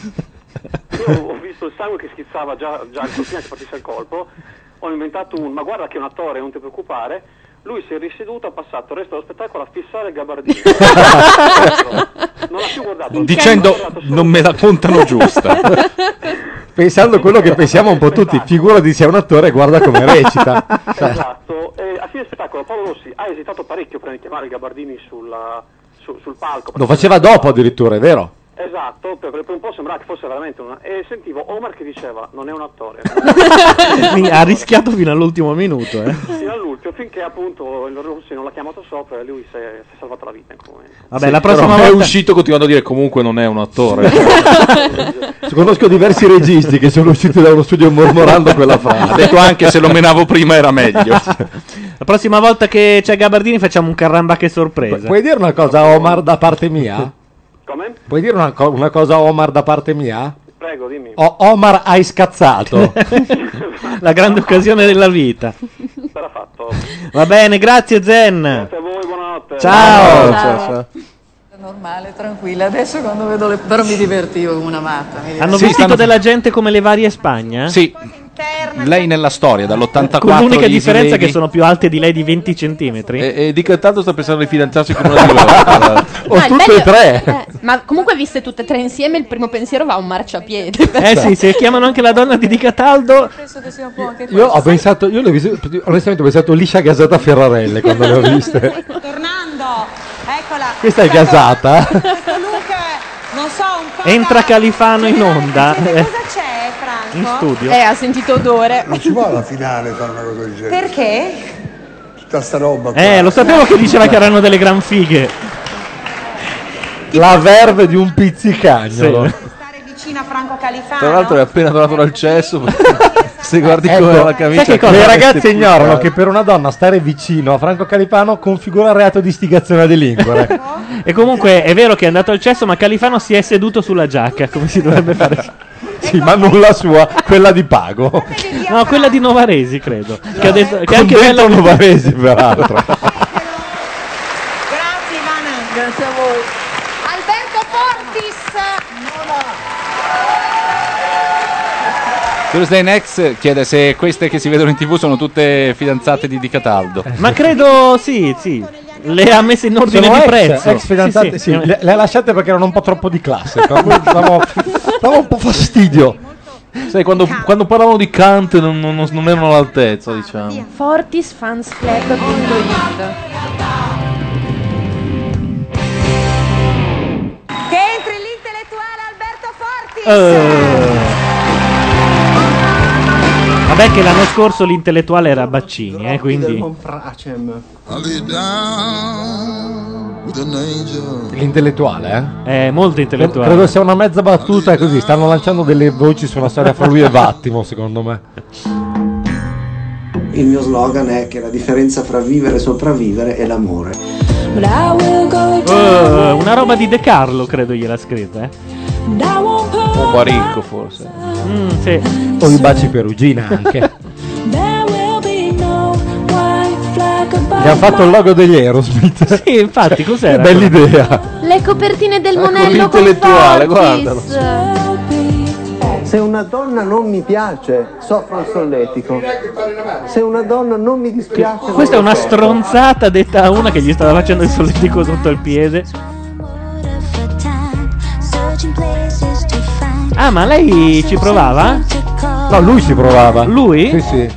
Io ho visto il sangue che schizzava già, già prima che partisse il colpo. Ho inventato un, ma guarda che è un attore, non ti preoccupare. Lui si è riseduto, ha passato il resto dello spettacolo a fissare Gabardini. Non ha più guardato. Dicendo non me la contano giusta. Pensando quello che pensiamo un po' tutti, figurati sia un attore, guarda come recita. Cioè, Esatto. E a fine spettacolo Paolo Rossi ha esitato parecchio prima di chiamare Gabardini sulla, su- sul palco. lo faceva dopo addirittura, è vero? Esatto, per, per un po' sembrava che fosse veramente una... E sentivo Omar che diceva, non è un attore. Mi ha rischiato fino all'ultimo minuto, eh. Fino all'ultimo, finché appunto il Rossi non l'ha chiamato sopra e lui si è, si è salvato la vita in quel momento. Vabbè, la prossima Però è volta... uscito continuando a dire comunque non è un attore. Conosco diversi registi che sono usciti da uno studio mormorando quella frase. Ha detto anche se lo menavo prima era meglio. La prossima volta che c'è Gabardini facciamo un carrambacche sorpresa. Puoi dire una cosa, Omar, da parte mia? Come? Puoi dire una, co- una cosa, Omar, da parte mia? Prego, dimmi. O- Omar, hai scazzato. La grande occasione della vita. Sarà fatto. Va bene, grazie Zen. Grazie a voi, buonanotte. Ciao. Ciao, ciao. Normale, tranquilla. Adesso quando vedo le... Però mi divertivo come una matta. mi Hanno divertivo. vestito della gente come le varie Spagna? Sì. Lei nella storia, dall'ottantaquattro Con l'unica di differenza Isileni. che sono più alte di lei di venti centimetri. E, e di Cataldo sta pensando di fidanzarsi con una di loro. No, il bello- eh, ma comunque viste tutte e tre insieme, il primo pensiero va a un marciapiede. Eh sì, se chiamano anche la donna di Di Cataldo. Penso che sia un po' anche Io ho pensato, io l'ho visto, onestamente ho pensato liscia gasata Ferrarelle quando le ho viste. Tornando, eccola. Questa è gasata. Questo look, non so, un po'. Entra Califano in onda. Cosa eh, c'è, Franco? in studio. Eh, ha sentito odore. Non ci vuole alla finale fare una cosa del genere. Perché? Tutta sta roba qua. Eh, lo sapevo che diceva che erano delle gran fighe. La verve di un pizzicagnolo. Sì. Stare vicino a Franco Califano. Tra l'altro è appena tornato dal cesso. Se guardi Ecco, come la camicia. sai che cosa? Le ragazze ignorano che per una donna stare vicino a Franco Califano configura il reato di istigazione a delinquere. E comunque è vero che è andato al cesso, ma Califano si è seduto sulla giacca, come si dovrebbe fare. Sì, ma non la sua, quella di Pago. No, quella di Novaresi, credo. Che ha detto che è Con anche dentro bella Novaresi, peraltro. Grazie, Ivana. Grazie a voi. Alberto Fortis. Thursday Next chiede se queste che si vedono in tv sono tutte fidanzate di Di Cataldo. Ma credo sì, sì. Le ha messe in ordine Sono di ex, prezzo. ex fidanzate, Sì, sì, sì. Le, le ha lasciate perché erano un po' troppo di classe. Davo, davo un po' fastidio. Sai, quando, quando parlavano di Kant non, non, non erano all'altezza, diciamo. Fortisfansclub punto it. Che entri l'intellettuale Alberto Fortis. Eh. Vabbè che l'anno scorso l'intellettuale era Baccini, eh, quindi... L'intellettuale, eh? È molto intellettuale. Credo sia una mezza battuta, è così. Stanno lanciando delle voci su una storia fra lui e Vattimo, secondo me. Il mio slogan è che la differenza fra vivere e sopravvivere è l'amore. Uh, una roba di De Carlo, credo gliel'ha scritta, eh. O Baricco, forse. Mm, sì. O i baci Perugina anche. Gli hanno fatto il logo degli Aerosmith. Sì, infatti, cos'era? Che bella idea. Le copertine del Ecco, Monello con l'intellettuale, Fortis. Se una donna non mi piace, soffro il solletico. Se una donna non mi dispiace, Questa è non una lo soffro. stronzata detta a una che gli stava facendo il solletico sotto il piede. Ah, ma lei ci provava? No, lui ci provava. Lui? Sì, sì.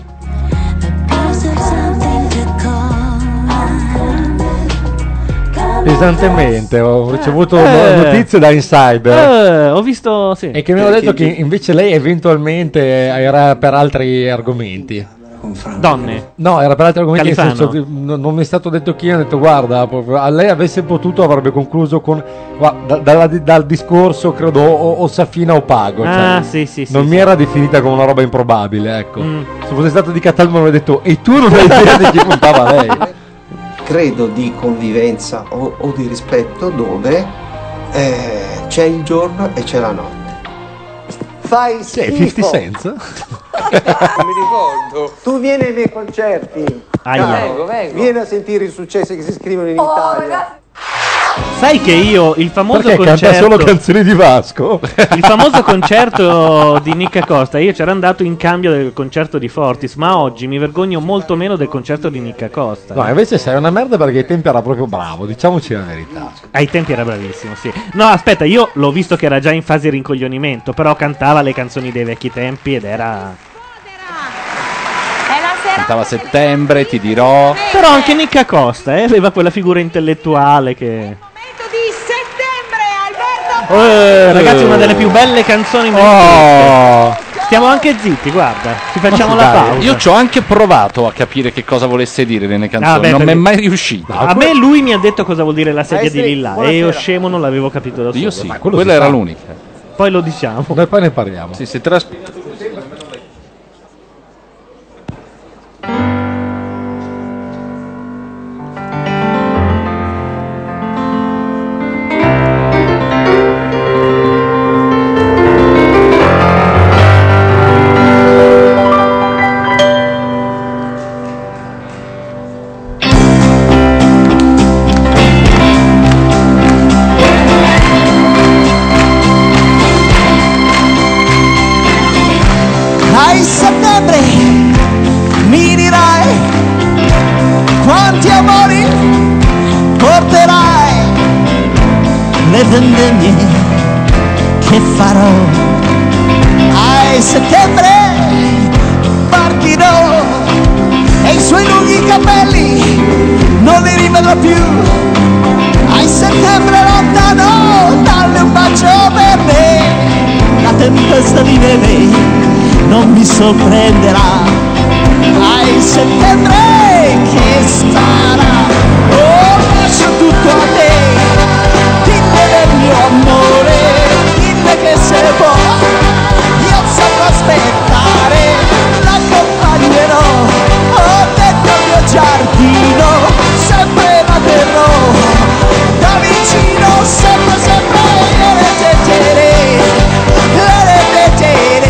Pesantemente, ho ricevuto Eh. notizie da Insider. Eh, ho visto, sì. E che mi hanno detto che invece lei eventualmente era per altri argomenti. Donne? No, era per altri argomenti. Nel Califano. senso, non non mi è stato detto chi, ha detto guarda, proprio, a lei avesse potuto avrebbe concluso con guarda, da- dalla- dal discorso credo o, o Safina o Pago. Ah, cioè, sì, sì, non sì, mi sì. era definita come una roba improbabile, ecco. Mm. Se fosse stato di Cataldo mi avrebbe detto e tu non hai idea di chi puntava lei. Credo di convivenza o, o di rispetto dove eh, c'è il giorno e c'è la notte. Fai schifo. fifty Cent? Non mi ricordo. Tu vieni ai miei concerti. Aia. Dai, Vengo, vengo. Vieni a sentire i successi che si scrivono in Italia. Sai che io il famoso Perché concerto canta solo canzoni di Vasco? Il famoso concerto di Nick Acosta, io c'ero andato in cambio del concerto di Fortis, ma oggi mi vergogno molto meno del concerto di Nick Acosta. No, invece sei una merda perché ai tempi era proprio bravo, diciamoci la verità. Ai tempi era bravissimo, sì. No, aspetta, io l'ho visto che era già in fase di rincoglionimento, però cantava le canzoni dei vecchi tempi ed era... Cantava a settembre, ti dirò. Però anche Nick Acosta, eh, aveva quella figura intellettuale che... Eh, ragazzi, una delle più belle canzoni mai Oh. scritte. Stiamo anche zitti, guarda. Ci facciamo Ma la dai, pausa. Io ci ho anche provato a capire che cosa volesse dire nelle canzoni, Ah, beh, non mi è perché- mai riuscito. A me lui mi ha detto cosa vuol dire la sedia di Maestri, Lilla e buonasera. io scemo non l'avevo capito da solo. Io sì, Ma quella si era sa. l'unica. Poi lo diciamo. Noi poi ne parliamo. Sì, si tras- Ai settembre mi dirai quanti amori porterai, le vendemmie che farò. Ai settembre partirò e i suoi lunghi capelli non li rivedrò più. Ai settembre lontano dalle un bacio per me, la tempesta di neve non mi sorprenderà. Ai settembre che starà, oh lascio tutto a te, dille del mio amore, dille che se può, io saprò aspettare, l'accompagnerò, ho detto al mio giardino, sempre la terrò, da vicino sempre sempre le reggerei, le reggerei.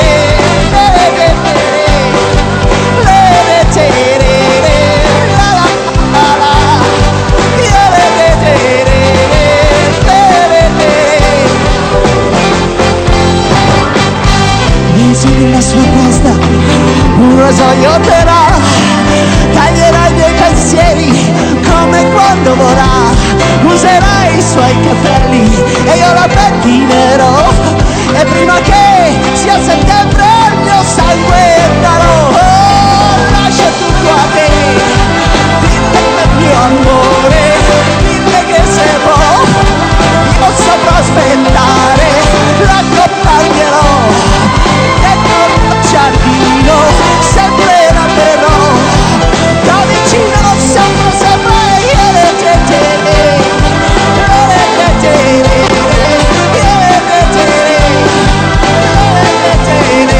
Nella sua testa un rasoio terrà, taglierà i miei pensieri come quando vorrà, userà i suoi capelli e io la pettinerò, e prima che sia settembre il mio sangue darò. Oh, lascia tutto a te, dille del mio amore, dille che se può, io saprò aspettare, l'accompagnerò giardino, sempre la terrò, da vicino sempre, sempre io le teggerei, io le teggerei, io le teggerei, io le teggerei.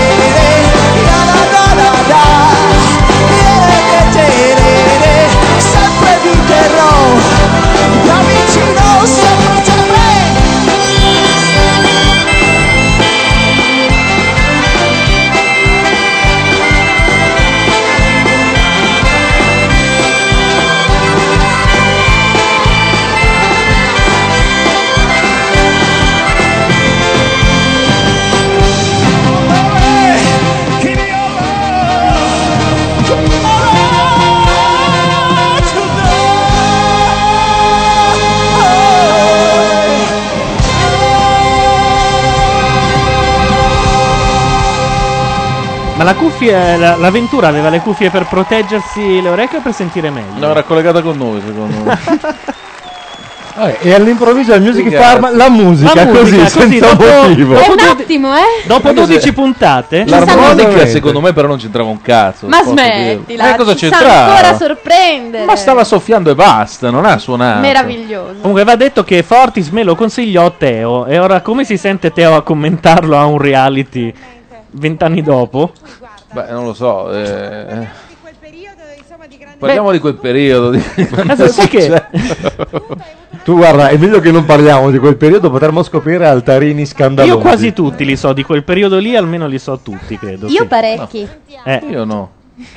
la cuffia, la, l'avventura aveva le cuffie per proteggersi le orecchie o per sentire meglio? No, era collegata con noi, secondo me. Vabbè, e all'improvviso al Music Sì, Farm la musica, La musica, così, così, senza dopo- motivo. È un attimo, eh? Dopo dodici puntate, L'armonica secondo me però non c'entrava un cazzo. Ma posso dirlo. smettila, Ma cosa ci sa c'entrava? ancora sorprendere. Ma stava soffiando e basta, non ha suonato. Meraviglioso. comunque va detto che Fortis me lo consigliò a Teo. E ora come si sente Teo a commentarlo a un reality vent'anni dopo? Beh, non lo so. eh. Parliamo di quel periodo. Di... Adesso sai che- Tu guarda, è meglio che non parliamo di quel periodo, potremmo scoprire altarini scandalosi. Io quasi tutti li so, di quel periodo lì almeno li so tutti, credo. Io sì. parecchi. Eh. Io no.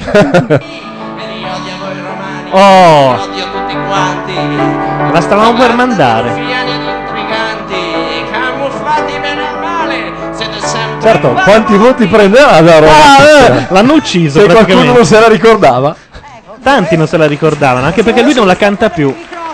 Oh, la stavamo per mandare. Certo, quanti voti prenderà da Roma? Ah, eh, l'hanno ucciso Se qualcuno praticamente. non se la ricordava. Tanti non se la ricordavano, anche perché lui non la canta più.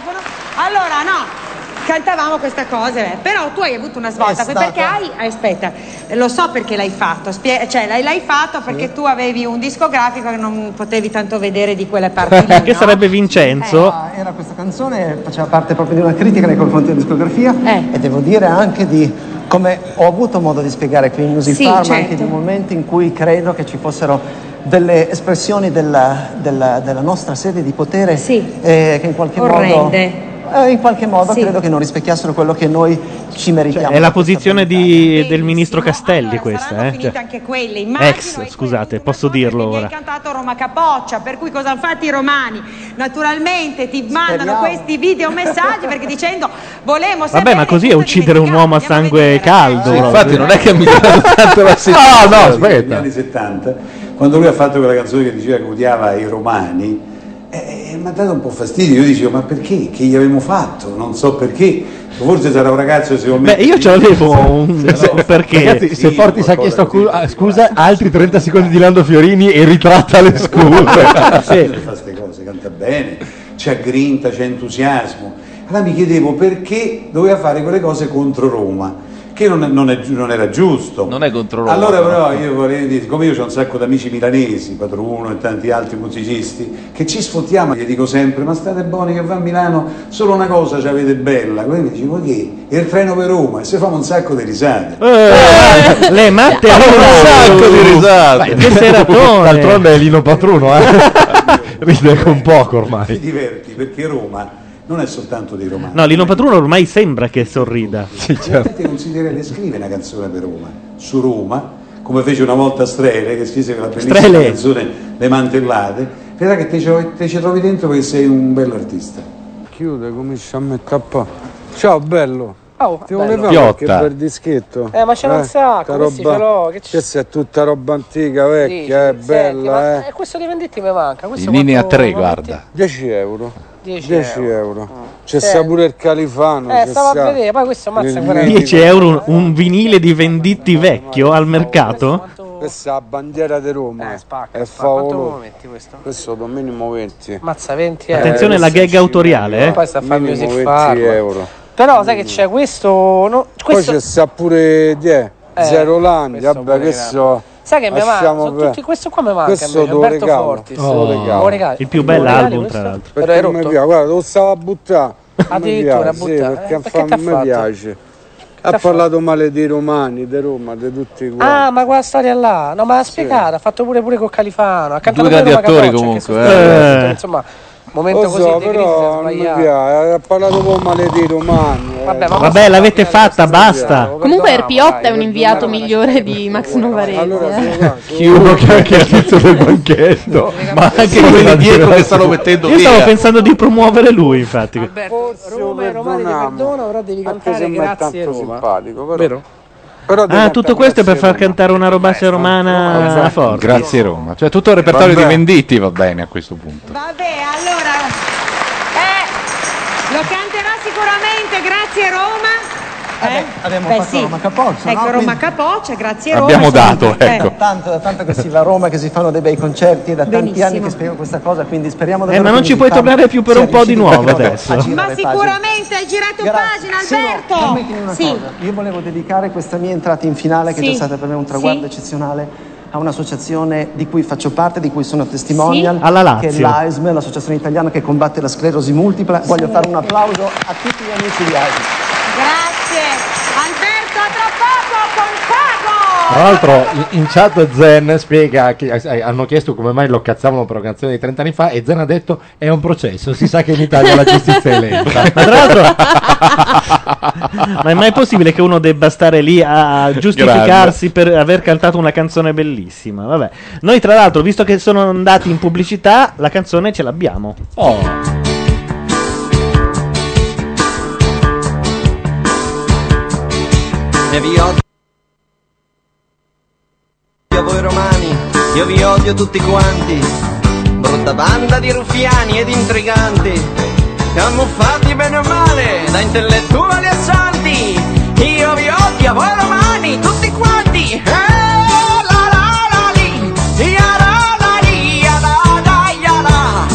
Allora, no, cantavamo questa cosa, eh, però tu hai avuto una svolta, È stata- perché hai, aspetta, eh, lo so perché l'hai fatto, spie- cioè l'hai, l'hai fatto perché tu avevi un discografico che non potevi tanto vedere di quelle parti lì, Che no? sarebbe Vincenzo. Ah, era questa canzone, faceva parte proprio di una critica nei confronti della discografia e devo dire anche di come ho avuto modo di spiegare qui in Music Sì, Farm, certo. anche di momenti in cui credo che ci fossero delle espressioni della, della- della nostra sede di potere eh, che in qualche Orrende. modo eh, in qualche modo Sì. credo che non rispecchiassero quello che noi ci meritiamo. È la posizione di- del ministro Castelli questa, eh. Finite Cioè, anche quelle, immagino. ex, scusate, posso dirlo Hai ora. cantato Roma Capoccia, per cui cosa hanno fatto i romani? Naturalmente ti mandano Speriamo. questi videomessaggi perché dicendo volemo sapere. Vabbè, ma così è uccidere un uomo a sangue caldo. Sì, proprio. infatti non è che ha migliorato tanto la situazione. no, Negli aspetta. anni settanta, quando lui ha fatto quella canzone che diceva che odiava i romani, eh, mi ha dato un po' fastidio. Io dicevo, ma perché? Che gli avevamo fatto? Non so perché. Forse sarà un ragazzo secondo me. Beh, io ce l'avevo un perché. Ragazzi, se Forti si è chiesto cu- ah, scusa, altri trenta secondi di Lando Fiorini e ritratta le scuse. Sì. Fa queste cose, canta bene, c'è grinta, c'è entusiasmo. Allora mi chiedevo perché doveva fare quelle cose contro Roma, che non, è- non è giu- non era giusto. Non è contro Roma. Allora però io vorrei dire, come io ho un sacco di amici milanesi, Patruno e tanti altri musicisti, che ci sfottiamo, gli dico sempre, ma state buoni che va a Milano, solo una cosa ci avete bella, quindi mi dico, che? Il treno per Roma, e se fa un sacco di risate. Eh, le matte a un sacco di risate. Beh, che seratone. D'altronde è Lino Patruno, eh. Ride con poco ormai. Ti diverti perché Roma non è soltanto dei romani. No, Lino Patruno ormai sembra che sorrida. Sì, certo. Ti consiglierei di scrivere una canzone per Roma, su Roma, come fece una volta Strele, che scrisse quella bellissima Strele. canzone Le Mantellate. Vedrai che te ci, te ci trovi dentro perché sei un bell'artista. Chiude, comincia a mettere a po'. Ciao bello. Oh, Ti bello. voleva Piotta. qualche bel dischetto? Eh, ma ce n'ho un sacco, sta questi roba- ce l'ho, che c'è? Questa è tutta roba antica, vecchia, è Dici, bella, senti, ma- eh. eh, questo di venditti mi manca. Questo In linea quanto- tre, lo guarda. dieci euro. dieci dieci euro. euro. C'è Sì. sta pure il Califano. Eh, c'è stavo a sta vedere, poi questo ammazza il ancora- mitico- dieci euro un, un vinile di Venditti vecchio al mercato? Questa è la bandiera di Roma. Eh, spacca, è spacca. Quanto favoloso. lo metti questo? Questo do minimo venti. Mazza venti euro. Attenzione alla gag autoriale, eh. Poi sta a fare Minimo music venti farm. euro. Però sai che c'è questo, no, questo Poi c'è sta pure die, Eh, Zero Landia, questo vabbè, pure questo. sai che mi manca, lasciamo sono per- tutti, questo qua mi manca Questo invece, te lo Alberto regalo. Fortis. te lo regalo. Lo regali? Il più Me lo regali bell'album, questo? tra l'altro. Perché Però è non mi rotto? piace, guarda, lo stavo a buttare. Non mi Addirittura piace, a sì, buttare? perché Eh, perché fa- t'ha mi fatto? piace. Ha t'ha parlato male dei romani, di Roma, di tutti quanti. Ah, ma quella storia là, no, ma l'ha spiegata, ha fatto pure pure con Califano, ha cantato Due pure Roma gladiatori Capoccia, comunque, che sono- eh. insomma, momento Lo così so, di crisi però non mi sbagliato. piace, ha parlato un po' male dei romani. eh. Vabbè, ma Vabbè, l'avete fatta, basta. Comunque Erpiotta è un inviato migliore di Max Novarese. Allora, eh. Chiudo che anche il tizio del banchetto. Ma anche quelli dietro che stanno mettendo Io stavo via. pensando di promuovere lui, infatti. Alberto, Roma e Romani ti perdoniamo, perdono, però devi anche cantare se non è grazie tanto Roma. simpatico, però. Vero? Però devi Ah, cantare tutto questo è per grazie far Roma. cantare una robazia romana a Forti. Grazie Roma. Cioè tutto il repertorio Vabbè. di Venditti va bene a questo punto. Vabbè, allora eh, lo canterà sicuramente, grazie Roma. Eh? Abbiamo Beh, fatto sì. Roma Capoccia, Ecco no? Roma Quindi- Capoccia, grazie Roma. Abbiamo insomma, dato, eh. ecco. Da tanto, da tanto che si va a Roma, che si fanno dei bei concerti, è da tanti Benissimo. anni che spiego questa cosa, quindi speriamo Eh, davvero ma non che ci puoi Music Farm tornare più per sia un po' di riuscito nuovo davvero adesso. a girare Ma pagina. sicuramente hai girato Grazie. pagina, Sì, no, Alberto. permettimi una Sì. cosa. Io volevo dedicare questa mia entrata in finale, che Sì. è stata per me un traguardo Sì. eccezionale, a un'associazione di cui faccio parte, di cui sono testimonial, Sì? Alla Lazio. che è l'A S M, l'associazione italiana che combatte la sclerosi multipla. Voglio fare un applauso a tutti gli amici di A S M. Grazie. Alberto, a tra poco con Paco. Tra l'altro in, in chat Zen spiega che eh, hanno chiesto come mai lo cazzavano per una canzone di trenta anni fa e Zen ha detto è un processo, si sa che in Italia la giustizia è lenta. Ma tra l'altro ma è mai possibile che uno debba stare lì a giustificarsi per aver cantato una canzone bellissima? Vabbè. Noi tra l'altro, visto che sono andati in pubblicità, la canzone ce l'abbiamo. Oh. E vi odio a voi romani, io vi odio tutti quanti, brutta banda di ruffiani ed intriganti, camuffati bene o male da intellettuali e santi. Io vi odio a voi romani, tutti quanti. Eh, la la la li, ya la la li, ya la la ya la.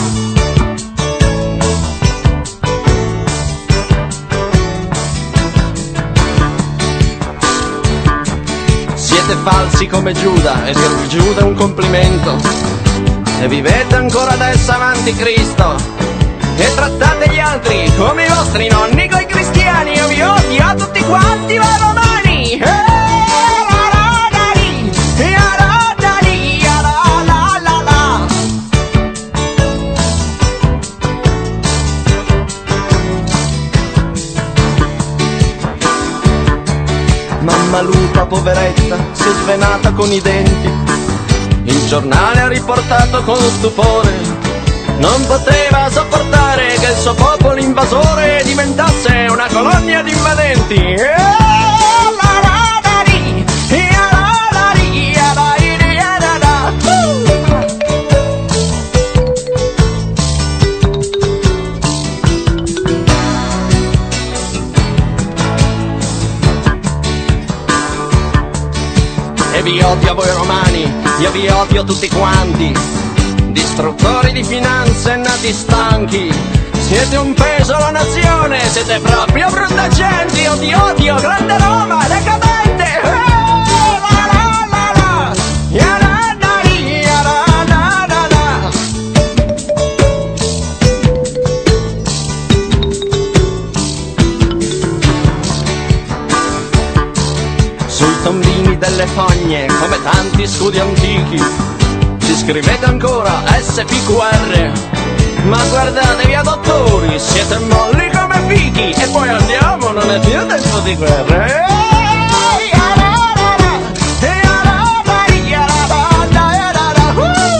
Siete falsi come Giuda e dir Giuda è un complimento, e vivete ancora adesso avanti Cristo e trattate gli altri come i vostri nonni coi cristiani. Io vi odio a tutti quanti voi romani. Eh, la la la li, ya la la li, ya la la la la. Mamma lupa poveretta si è svenata con i denti, il giornale ha riportato con stupore. Non poteva sopportare che il suo popolo invasore diventasse una colonia di invadenti. Eh, la la la ri, ya la la ri, ya la ri, ya la la. E vi odio a voi romani, io vi odio tutti quanti, distruttori di finanze nati stanchi. Siete un peso alla nazione, siete proprio brutta gente. Io ti odio, grande Roma, decadente. Eh, la la la la, ya la la li, ya la la la la. Sui tombini delle fogne, come tanti studi antichi, ci scrivete ancora S P Q R, ma guardatevi a dottori, siete molli come fichi. E poi andiamo, non è più tempo di guerra. Eh, ya la la la, ya la la ya la la ya la la.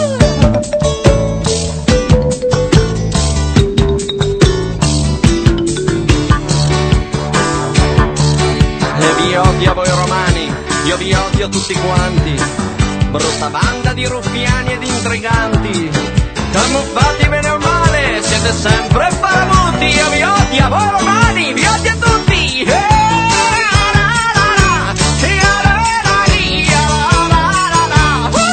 E vi odio a voi romani, io vi odio tutti quanti, brutta banda di ruffiani ed intriganti, camuffati bene o male, siete sempre paramuti. Io vi odio a voi romani, vi odio a tutti. Eh, la la la, ya la la li, ya la la la.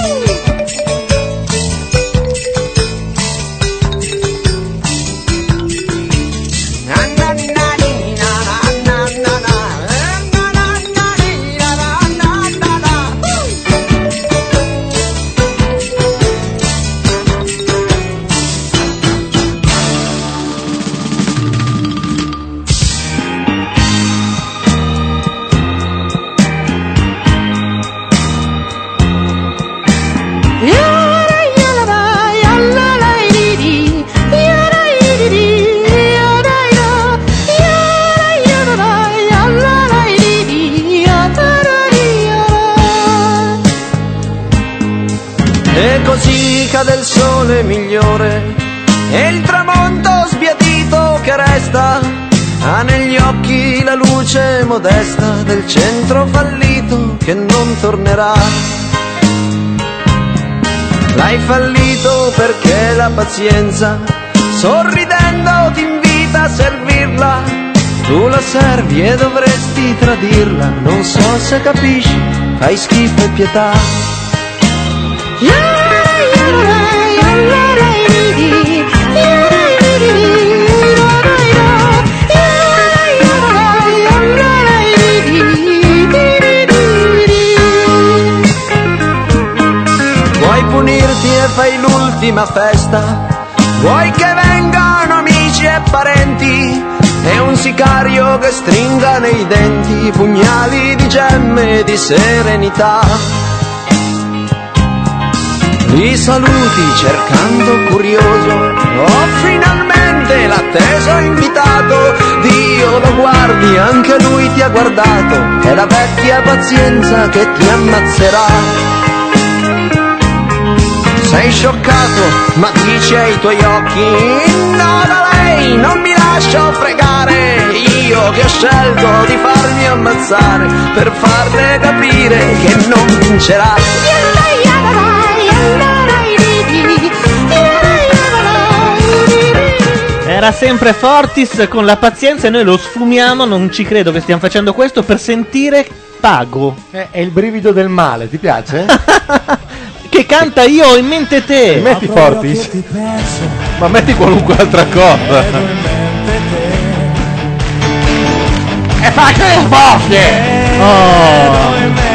Na na ni na ni na na na na na, eh, na na na ni na na na na na. E così cade il sole migliore e il tramonto sbiadito che resta ha negli occhi la luce modesta del centro fallito che non tornerà. L'hai fallito perché la pazienza sorridendo ti invita a servirla. Tu la servi e dovresti tradirla, non so se capisci, fai schifo e pietà. l'ultima festa. Vuoi che vengano amici e parenti e un sicario che stringa nei denti pugnali di gemme e di serenità. Li saluti cercando curioso, oh finalmente l'atteso invitato. Dio lo guardi, anche lui ti ha guardato, è la vecchia pazienza che ti ammazzerà. Sei scioccato, ma dici ai tuoi occhi, no da lei non mi lascio fregare. Io che ho scelto di farmi ammazzare per farle capire che non vincerai. Era sempre Fortis con la pazienza e noi lo sfumiamo, non ci credo che stiamo facendo questo per sentire Pago. È, è il brivido del male, ti piace? Che canta Io ho in mente te. Metti Fortis. Ma metti qualunque altra cosa. E fa che sboffie. Oh.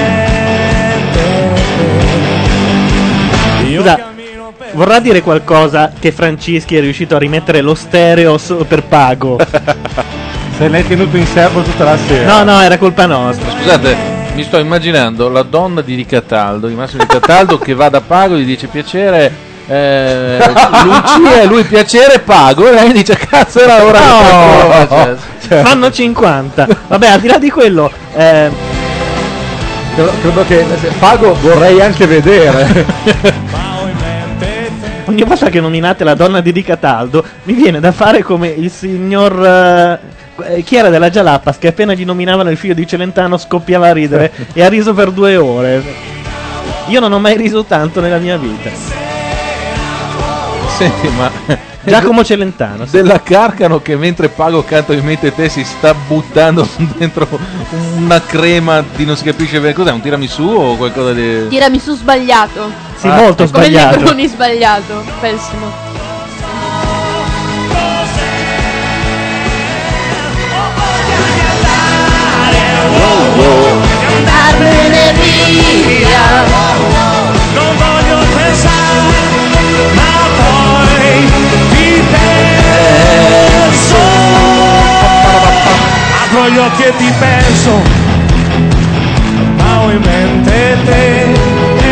Scusa, vorrà dire qualcosa che Francischi è riuscito a rimettere lo stereo so- per Pago? Se l'hai tenuto in serbo tutta la sera. No, no, era colpa nostra. Scusate, mi sto immaginando la donna di Di Cataldo, di Massimo Di Cataldo, che va da Pago e gli dice piacere eh, Lucia, e lui piacere Pago, e lei dice cazzo era ora No. che cioè, Cioè. Fanno cinquanta. Vabbè, al di là di quello, eh, credo, credo che Pago vorrei anche vedere. ogni volta che nominate la donna di Di Cataldo mi viene da fare come il signor eh, chi era della Jalapas, che appena gli nominavano il figlio di Celentano scoppiava a ridere e ha riso per due ore. Io non ho mai riso tanto nella mia vita. Senti, ma Giacomo Celentano, sì. Della Carcano che mentre Pago canta in mente te si sta buttando dentro una crema di non si capisce bene cos'è, un tiramisù o qualcosa di... Tiramisù sbagliato. Sì, molto Come il sbagliato. Negroni sbagliato, pessimo. Andarmene via, non voglio pensare, ma poi ti penso. Apro gli occhi e ti penso, ma ho in mente te.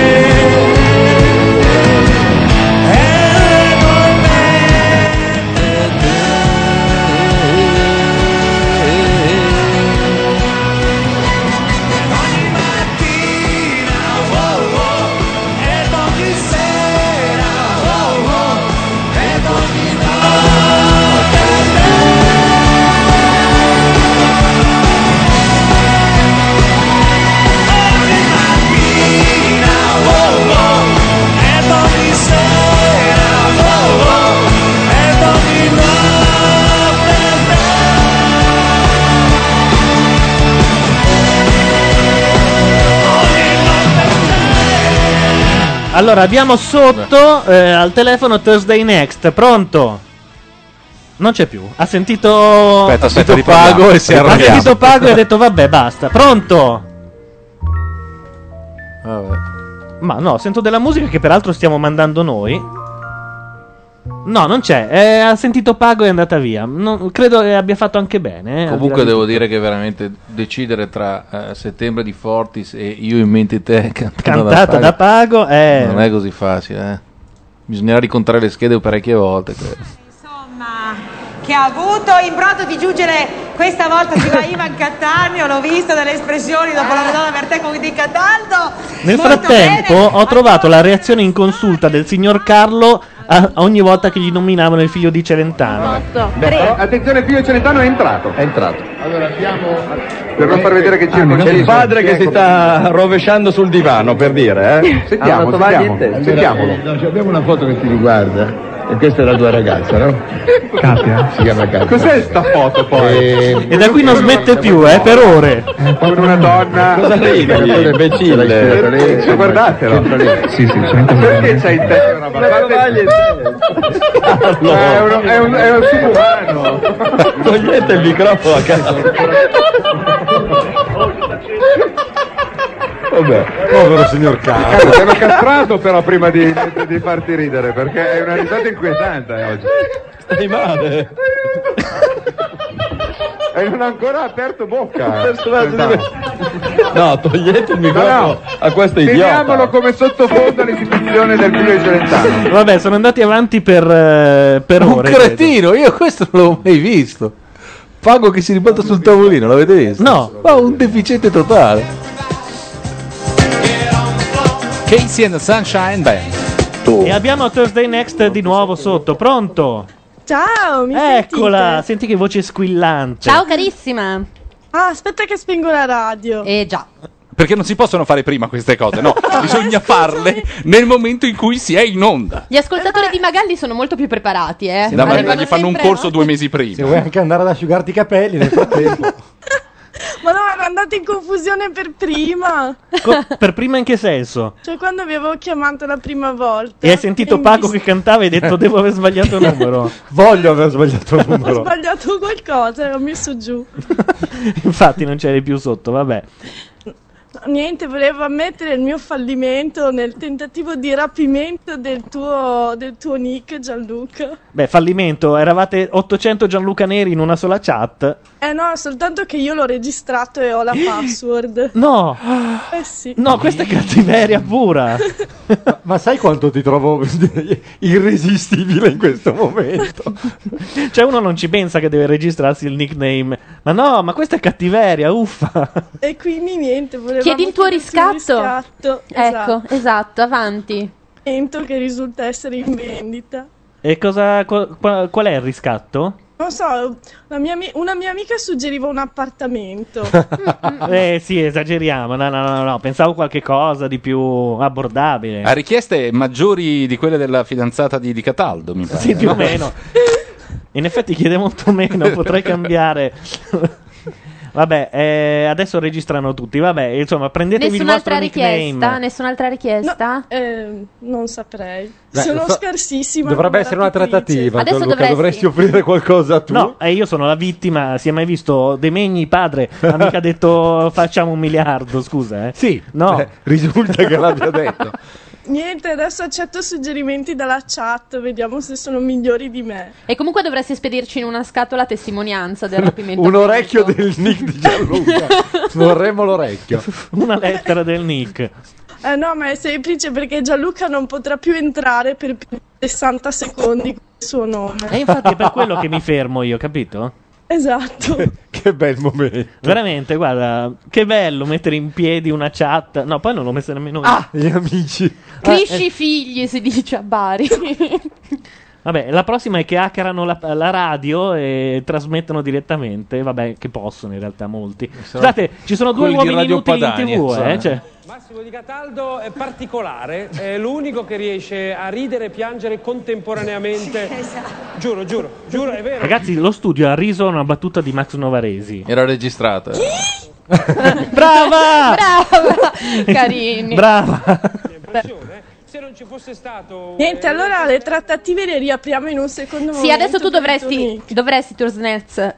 Allora, abbiamo sotto eh, al telefono Thursday Next, pronto? Non c'è più. Ha sentito Aspetta, ha aspetta, sentito riparliamo. Pago e si è Riparliamo. Ha sentito Pago e ha detto vabbè, basta. Pronto? Vabbè. Ma no, sento della musica che peraltro stiamo mandando noi. No, non c'è. Eh, ha sentito Pago e è andata via. Non- credo che abbia fatto anche bene. eh, al di Comunque là di devo tutto. dire che veramente decidere tra eh, Settembre di Fortis e Io in mente te cantata, Cantata da Pago, eh. non è così facile, eh. Bisognerà ricontare le schede parecchie volte, credo. Che ha avuto in brodo di giungere questa volta si va Ivan Cattaneo, l'ho visto dalle espressioni dopo la Madonna per te con Di Cataldo. Nel Molto frattempo bene. ho trovato la reazione in consulta del signor Carlo a- ogni volta che gli nominavano il figlio di Celentano. Attenzione, figlio Celentano è entrato. È entrato. Allora abbiamo. Per non far vedere che c'è il padre che si sta rovesciando sul divano, per dire, eh? Sentiamo, sentiamo, sentiamolo. Abbiamo una foto che ti riguarda. E questa è la tua ragazza, no? Katia. Si chiama Katia. Cos'è sta foto poi? E da qui non smette più, eh, per ore. Con una donna. Cosa ridi? È imbecille. Cioè, guardatelo. Sì, sì, Perché c'hai in te una È un, è un, è un subumano. Togliete il microfono a casa. Vabbè, povero signor Carlo, Carlo. ti hanno castrato però prima di, di farti ridere, perché è una risata inquietante oggi. Stai male. E non ha ancora aperto bocca. Personaggio Pensavo. di- No, togliete il microfono No, no. a questo Teniamolo idiota. come sottofondo all'istituzione del Pio di Celentano. Vabbè, sono andati avanti per, eh, per Un ore. cretino, io questo non l'ho mai visto. Pago che si ribalta sul tavolino, l'avete visto? No. Ma un deficiente totale. Casey and the Sunshine Band. E abbiamo Thursday Next di nuovo sotto. Pronto? Ciao, mi Eccola, sentite? senti che voce squillante. Ciao carissima. Ah, aspetta che spengo la radio. Eh già. Perché non si possono fare prima queste cose, no? Bisogna farle nel momento in cui si è in onda. Gli ascoltatori di Magalli sono molto più preparati, eh. Da- ma Arrivano gli fanno un sempre, corso no? due mesi prima. Se vuoi anche andare ad asciugarti i capelli nel frattempo. Ma no, ero andata in confusione per prima. Co- per prima in che senso? Cioè, quando vi avevo chiamato la prima volta. E hai sentito mi- Paco che cantava e hai detto devo aver sbagliato il numero. Voglio aver sbagliato il Ho numero. sbagliato qualcosa e l'ho messo giù. Infatti non c'eri più sotto, vabbè. No, niente, volevo ammettere il mio fallimento nel tentativo di rapimento del tuo, del tuo nick, Gianluca. Beh, fallimento, eravate ottocento Gianluca Neri in una sola chat. Eh no, soltanto che io l'ho registrato e ho la password. No! Eh sì. No, questa è cattiveria pura. Ma, ma sai quanto ti trovo irresistibile in questo momento? Cioè uno non ci pensa che deve registrarsi il nickname. Ma no, ma questa è cattiveria, uffa. E quindi niente, volevo Chiedi il tuo riscatto. riscatto. Ecco, esatto, avanti. Esatto, che risulta essere in vendita. E cosa, qual, qual- qual è il riscatto? Non so, la mia ami- una mia amica suggeriva un appartamento. Eh sì, esageriamo. No, no, no, no, pensavo qualche cosa di più abbordabile. Ha richieste maggiori di quelle della fidanzata di, di Cataldo, mi pare. Sì, più o no? meno. In effetti chiede molto meno, potrei cambiare. Vabbè, eh, adesso registrano tutti. Vabbè, insomma, prendetevi il vostro Nessun'altra richiesta? nickname. Nessun'altra richiesta? Eh, non saprei. Beh, Sono fa- scarsissima. Dovrebbe come essere una rapitrice. trattativa. Adesso Gianluca, dovresti- dovresti offrire qualcosa tu. No, e io sono la vittima. Si è mai visto De Megni, padre? Ha mica detto facciamo un miliardo, scusa, eh? Sì, No. eh, risulta che l'abbia detto. Niente, adesso accetto suggerimenti dalla chat, vediamo se sono migliori di me. E comunque dovresti spedirci in una scatola testimonianza del rapimento. Un orecchio del nick di Gianluca. Vorremmo l'orecchio. Una lettera del nick. Eh no, ma è semplice perché Gianluca non potrà più entrare per più di sessanta secondi con il suo nome. E infatti è per quello che mi fermo io, capito? Esatto. Che bel momento. Veramente, guarda, che bello mettere in piedi una chat. No, poi non l'ho messa nemmeno io. Ah, gli amici. Crisci eh. figli, si dice a Bari. Vabbè, la prossima è che hackerano la, la radio e trasmettono direttamente. Vabbè, che possono in realtà molti. Scusate, ci sono due quelli di uomini Radio inutili Padania, in tivù, insomma. eh? Cioè, Massimo Di Cataldo è particolare, è l'unico che riesce a ridere e piangere contemporaneamente. Giuro, giuro, giuro, è vero. ragazzi, lo studio ha riso a una battuta di Max Novaresi. Era registrata. Brava! Brava! Carini. Brava! Se non ci fosse stato... Niente, allora le trattative le riapriamo in un secondo momento. Sì, adesso tu per il tuo dovresti nick. dovresti Tursnets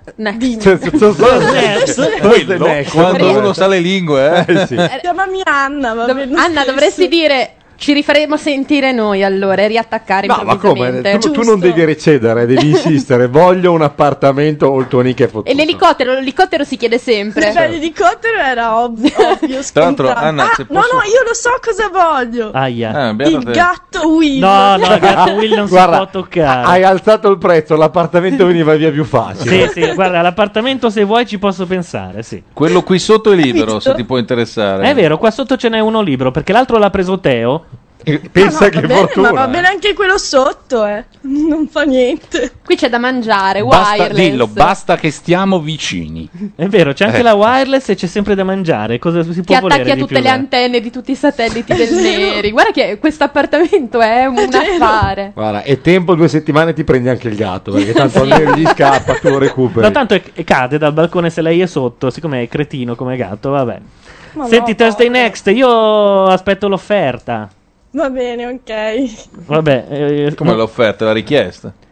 Quando uno sa le lingue, eh? sì. Chiamami Anna, va bene. lo Anna, stesso. dovresti dire ci rifaremo sentire noi allora e riattaccare No, ma come? improvvisamente. Tu, tu non devi recedere, devi insistere. Voglio un appartamento o il tuo nick è fottuto. E l'elicottero, l'elicottero si chiede sempre. Beh, l'elicottero era ovvio, ovvio Tra l'altro, scontato. Anna, Ah, se no, posso- no, io lo so cosa voglio. Aia. Eh, beata Il te. gatto Will. No, no, il gatto Will non si Guarda, può toccare. Hai alzato il prezzo, l'appartamento veniva via più facile. Sì, sì, guarda, l'appartamento se vuoi ci posso pensare, sì. Quello qui sotto è libero, se ti può interessare. È vero, qua sotto ce n'è uno libero, perché l'altro l'ha preso Teo. Pensa No, che va bene, fortuna. ma va bene anche quello sotto, eh. Non fa niente. Qui c'è da mangiare, Basta, wireless. dillo, basta che stiamo vicini. È vero, c'è anche Eh. la wireless e c'è sempre da mangiare. Cosa si Che può volere attacchi a di tutte più, le eh? antenne di tutti i satelliti del Neri. Guarda che questo appartamento è un affare. Guarda, è tempo due settimane ti prendi anche il gatto, perché tanto almeno gli scappa, tu lo recuperi. No, tanto è- è- cade dal balcone se lei è sotto, siccome è cretino come gatto, vabbè. Ma Senti, no, Thursday Next, io aspetto l'offerta. Va bene, ok. Vabbè, eh, Come no, l'offerta, la richiesta?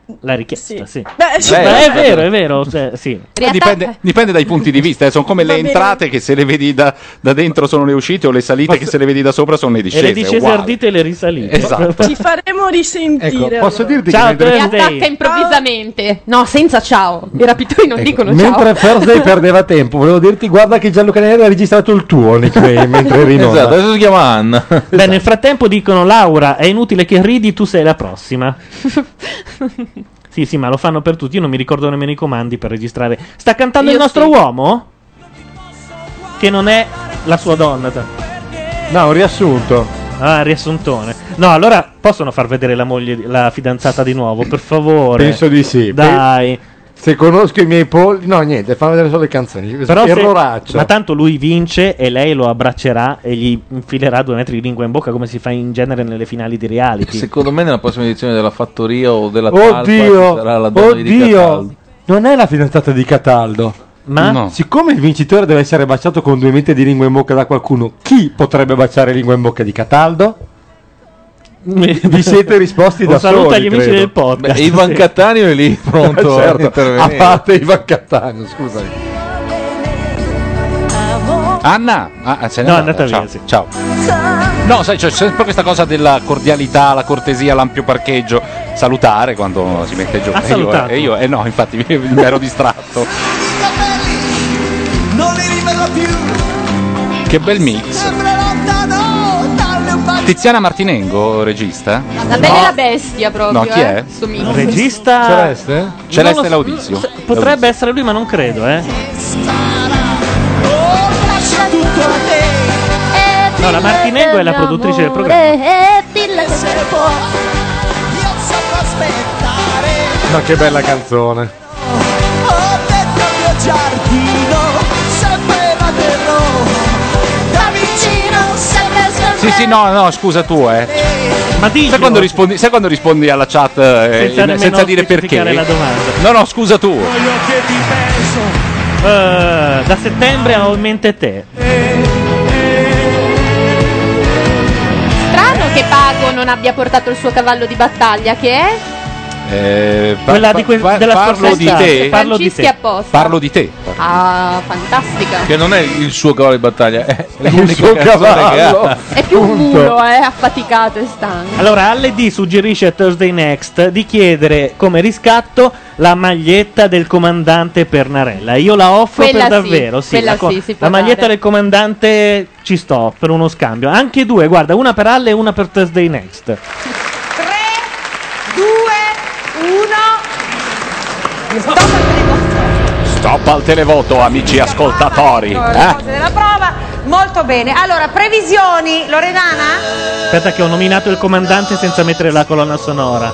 La richiesta, sì. Beh, sì. Beh, è vero, è vero. Cioè, sì. Dipende, dipende dai punti di vista, eh, sono come Va le bene. entrate che se le vedi da, da dentro sono le uscite o le salite che se le vedi da sopra sono le E discese. le è discese uguale. ardite e le risalite. Esatto. Ci faremo risentire. Ecco, posso allora. dirti Ciao, che mentre, Mi attacca Thursday. improvvisamente. No, senza ciao. I rapitori non dicono ciao. mentre Thursday perdeva tempo, volevo dirti guarda che Gianluca Neri ha registrato il tuo nickname mentre eri in onda. Esatto, adesso si chiama Anna. Beh, nel frattempo dicono Laura, è inutile che ridi, tu sei la prossima. Sì, sì, ma lo fanno per tutti. Io non mi ricordo nemmeno i comandi per registrare. Sta cantando Io il nostro sì. uomo? Che non è la sua donna. No, un riassunto. Ah, riassuntone. No, allora possono far vedere la moglie, la fidanzata di nuovo, per favore. Penso di sì. Dai. Se conosco i miei polli, no, niente, fanno vedere solo le canzoni. Però se- Erroraccio. ma tanto lui vince e lei lo abbraccerà e gli infilerà due metri di lingua in bocca come si fa in genere nelle finali di reality. Secondo me nella prossima edizione della Fattoria o della Talpa ci Oddio, sarà la donna di oddio, Cataldo. non è la fidanzata di Cataldo. Ma No. Siccome il vincitore deve essere baciato con due metri di lingua in bocca da qualcuno, chi potrebbe baciare lingua in bocca di Cataldo? Vi siete risposti da Un saluto soli, agli amici credo. del podcast. Beh, Ivan Cattaneo è lì pronto a Certo, intervenire. a parte Ivan Cattaneo, scusami. Anna? Ah, se n'è No, è andata. andata via, Ciao. sì. Ciao. No, sai, c'è sempre questa cosa della cordialità, la cortesia, l'ampio parcheggio, salutare quando si mette giù. Ha E io, salutato. e io, eh no, infatti mi, mi ero distratto. Non li rivedrò più. Che bel mix. Sempre lontano dalle parti. Tiziana Martinengo, regista? La bella e la bestia proprio. No, chi eh, è? sto mix. Regista Celeste? Celeste Non lo so, Laudisio. s- Potrebbe essere lui, ma non credo, eh. Lascia tutto a te. No, la Martinengo è la produttrice del programma. Essere può. Io saprò aspettare. Ma che bella canzone. Ho detto al mio giardino. Sempre la terrò. Da vicino. Sempre, sempre. Sì, sì, no, no, scusa tu, eh. Ma diglielo. Sai quando rispondi, sai quando rispondi alla chat eh, Senza in- nemmeno senza dire perché? specificare la domanda. No, no, scusa tu. Voglio che ti penso. Eh, da settembre ho in mente te. Strano che Pago non abbia portato il suo cavallo di battaglia, che è Eh, pa- Quella pa- di que- pa- della parlo scorsa di estate. te. Parlo di Francischi te. apposta. Parlo di te. Ah, fantastica. Che non è il suo cavallo di battaglia, è Il l'unica suo canzone che ha. cavallo. È più un Punto. mulo, eh, affaticato e stanco. Allora, L D suggerisce a Thursday Next di chiedere come riscatto la maglietta del comandante Pernarella. Io la offro Quella per sì, davvero. Sì, quella la, co- sì, si può la maglietta dare. del comandante ci sto per uno scambio. Anche due, guarda, una per Alle e una per Thursday Next. tre, due, uno. Stop al televoto. Stop al televoto, amici ascoltatori. Ecco, le Eh? cose della prova. Molto bene. Allora, previsioni, Loredana? Aspetta che ho nominato il comandante senza mettere la colonna sonora.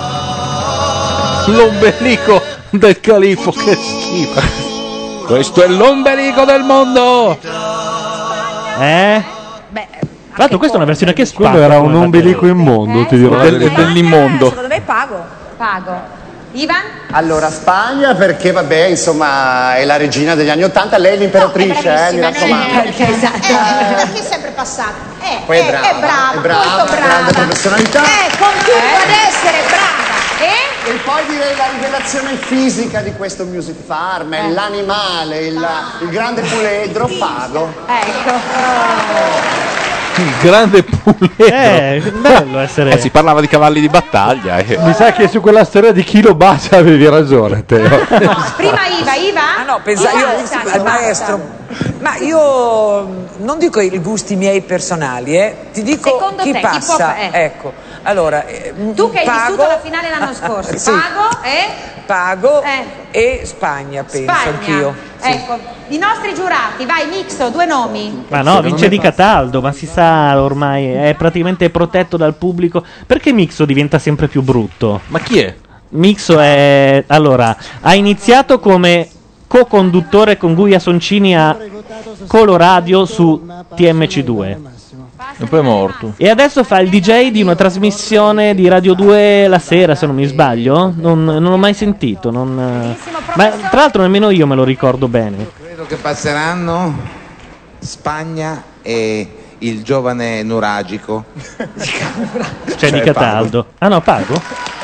L'ombelico del califfo, che schifo. Questo è l'ombelico del mondo. Eh? Beh, Tra l'altro questa è una versione che spacca. Quello era un come ombelico immondo, ti dirò. Del- dell'immondo. secondo me pago. Pago. Ivan? Allora, Spagna perché vabbè, insomma, è la regina degli anni Ottanta, lei è l'imperatrice, eh, mi raccomando. Perché esatto. Perché è sempre passata? Eh, Poi è eh, brava, è brava, è brava, molto brava. grande professionalità. Eh, continua ad essere brava. E poi direi la rivelazione fisica di questo Music Farm, è l'animale, il, il grande puledro, pago. Ecco. Il grande puledro. Eh, bello essere. Eh, si parlava di cavalli di battaglia. eh. Mi sa che su quella storia di chi lo bacia avevi ragione, Teo. Prima Iva, Iva? Ah no, pensa Iva, io esatto, al basta. maestro. Ma io non dico i gusti miei personali, eh. Ti dico Secondo chi te, chi può passa. fa- eh. Ecco. Allora, eh, Tu che hai pago, vissuto la finale l'anno scorso. Sì. Pago e Pago Eh. e Spagna, penso Spagna. anch'io. Sì. Ecco, i nostri giurati, vai Mixo, due nomi. Ma no, vince Di Cataldo, ma si sa ormai, è praticamente protetto dal pubblico. Perché Mixo diventa sempre più brutto? Ma chi è? Mixo è... Allora, ha iniziato come co-conduttore con Guia Soncini a Coloradio su T M C due. E poi è morto. E adesso fa il D J di una trasmissione di Radio due la sera, se non mi sbaglio. Non, non l'ho mai sentito. Non, ma tra l'altro nemmeno io me lo ricordo bene. Credo che passeranno Spagna e il giovane nuragico. Cioè Di Cataldo. Ah no, Pago?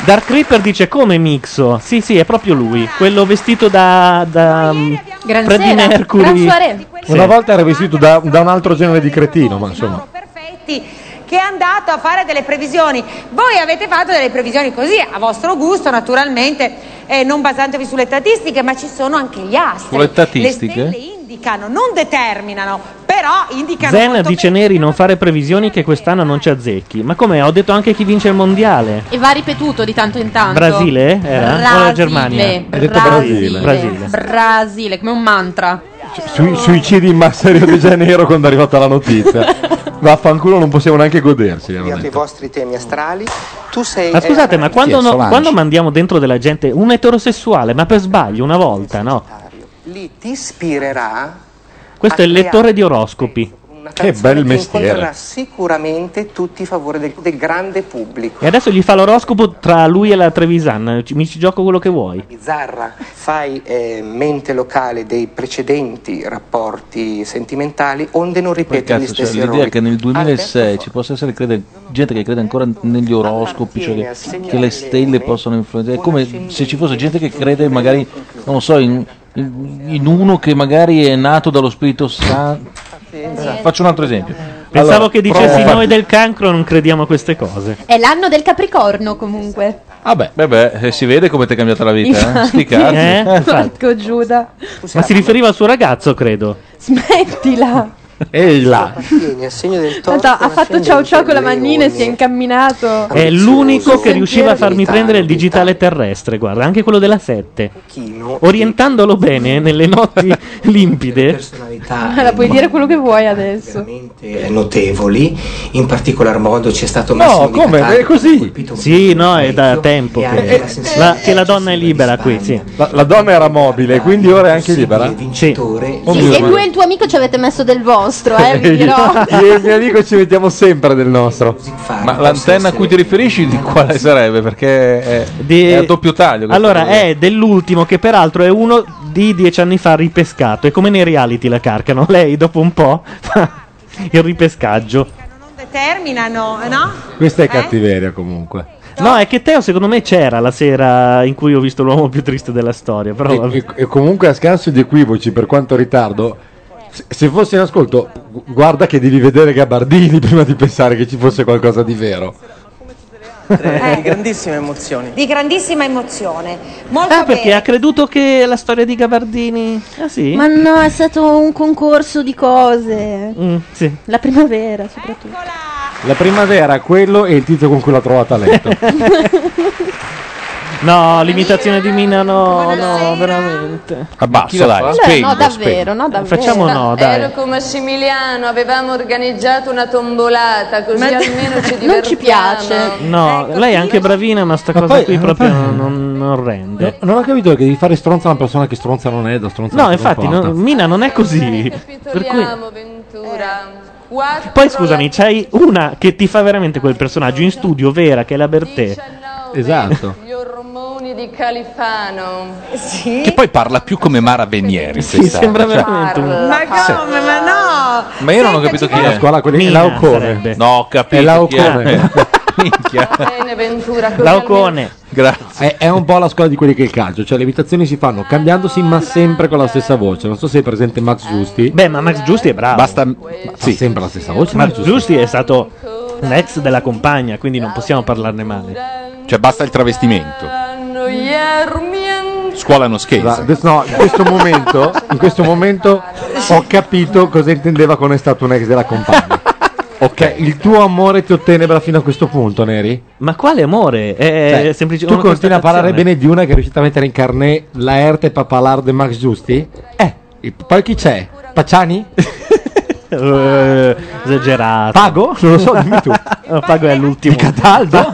Dark Reaper dice come Mixo? Sì, sì, è proprio lui, quello vestito da, da um, Gran Freddie sera, Mercury. gran soirée. Sì. Una volta era vestito da, da un altro genere di cretino, ma insomma. Che è andato a fare delle previsioni. Voi avete fatto delle previsioni così, a vostro gusto naturalmente, eh, non basandovi sulle statistiche, ma ci sono anche gli astri. Sulle statistiche? Le stelle indicano, non determinano, però indicano Zen molto dice Neri non fare previsioni che quest'anno non ci azzecchi. Ma com'è? Ho detto anche chi vince il mondiale. E va ripetuto di tanto in tanto. Brasile era? O la Germania? Brasile. Hai detto Brasile. Brasile. Brasile, come un mantra. Sui, suicidi in massa a Rio de Janeiro quando è arrivata la notizia. Vaffanculo, non possiamo neanche godersi. I vostri temi astrali. Tu sei. Ma scusate, ma quando, Chi è no- Solange? quando mandiamo dentro della gente un eterosessuale, ma per sbaglio una volta, no? Lì ti ispirerà. Questo è il lettore di oroscopi. Che bel Incontrerà mestiere. sicuramente tutti i favori del, del grande pubblico. E adesso gli fa l'oroscopo tra lui e la Trevisan. Ci- Mi ci gioco quello che vuoi. Bizzarra, fai eh, mente locale dei precedenti rapporti sentimentali onde non Poi ripetere gli cazzo, cioè, stessi l'idea errori. che nel duemilasei ci possa essere crede- gente che crede ancora negli oroscopi, cioè che, che le stelle possono influenzare. È come se ci fosse gente che crede magari, non lo so, in, in- in uno che magari è nato dallo Spirito Santo. Faccio un altro esempio. Pensavo Allora, che dicessi prova- noi del cancro non crediamo a queste cose. È l'anno del Capricorno comunque. Vabbè, beh, eh, si vede come ti è cambiata la vita, eh? Infatti. Sti cazzi. Eh? Infatti. Porco Giuda. Ma si riferiva al suo ragazzo, credo. Smettila. Ehi là. Tieni a segno del toro. Tanto ha fatto ciao ciao con la manina e si è incamminato. È l'unico che riusciva a farmi Sentiero prendere il digitale terrestre, guarda, anche quello della sette. Orientandolo bene nelle notti limpide. La puoi dire quello che vuoi adesso. Eh, notevoli, in particolar modo c'è stato No, Massimo Di come? Cataldo, È così? colpito Sì, no, è da tempo e anche che la la, sensibilità che la donna è libera qui, sì. La, la donna era mobile, quindi ora è anche libera? Sì. Oh Sì, mio e Dio. tu e il tuo amico ci avete messo del vostro, eh, vi dirò. Io e il mio amico ci mettiamo sempre del nostro. Ma l'antenna a cui ti riferisci di quale sarebbe? Perché è, Di- è a doppio taglio. questa Allora, cosa. è dell'ultimo che peraltro è uno di dieci anni fa ripescato. È come nei reality la carcano. Lei dopo un po' fa il ripescaggio. determinano, no? Questa è cattiveria comunque. No, è che Teo secondo me c'era la sera in cui ho visto l'uomo più triste della storia. Però E, vabbè. e- e comunque a scanso di equivoci per quanto ritardo, se, se fossi in ascolto, gu- guarda che devi vedere Gabardini prima di pensare che ci fosse qualcosa di vero. Eh. Di grandissime emozioni. Di grandissima emozione. Molto Ah, perché bene. ha creduto che la storia di Gabardini. Ah, sì? Ma no, è stato un concorso di cose. Mm, sì. La primavera, soprattutto. La primavera, quello e il tizio con cui l'ha trovata a letto. No, l'imitazione di Mina, no, no, veramente. Abbasso, dai, No, spengo, no, davvero, spengo. no, davvero. Facciamo no, dai. Ero con Massimiliano, avevamo organizzato una tombolata, così Ma- almeno ci divertiamo. Non ci piace. No, lei è anche bravina, ma sta Ma cosa poi- qui ma proprio poi- non, non rende. Non ho capito che devi fare stronza a una persona che stronza non è, da stronza No, non infatti, porta. no, Mina non è così. Per cui... Capitoliamo, Ventura. Quattro Poi scusami, c'hai una che ti fa veramente quel personaggio in studio, vera, che è la Bertè. Esatto. Gli ormoni di Califano. Sì. Che poi parla più come Mara Venieri. Sì, questa- sembra cioè- veramente un... Ma come? Ma no! Ma io non ho capito chi La è. scuola quelli è Mina Laucone. sarebbe. No, ho capito. È chi Laucone. Minchia. Bene, Ventura. così Laucone. Grazie. È, è un po' la scuola di quelli che è il calcio, cioè le imitazioni si fanno cambiandosi ma sempre con la stessa voce. Non so se è presente Max Giusti. Beh, ma Max Giusti è bravo. Basta. Fa Sì. sempre la stessa voce. Max Giusti è stato un ex della compagna, quindi non possiamo parlarne male. Cioè, basta il travestimento. almeno Yermien. Scuola non Guarda, scherza. adesso no, in questo momento, in questo momento ho capito cosa intendeva con è stato un ex della compagna. Ok, il tuo amore ti ottenebra fino a questo punto, Neri? Ma quale amore? È Cioè, semplice- tu una continui a parlare constatazione. bene di una che è riuscita a mettere in carne la Erte Papalar de Max Giusti? Eh, il- poi chi c'è? Pacciani? Eh, esagerato. Pago? Non lo so, dimmi tu. No, Pago è l'ultimo. Cataldo?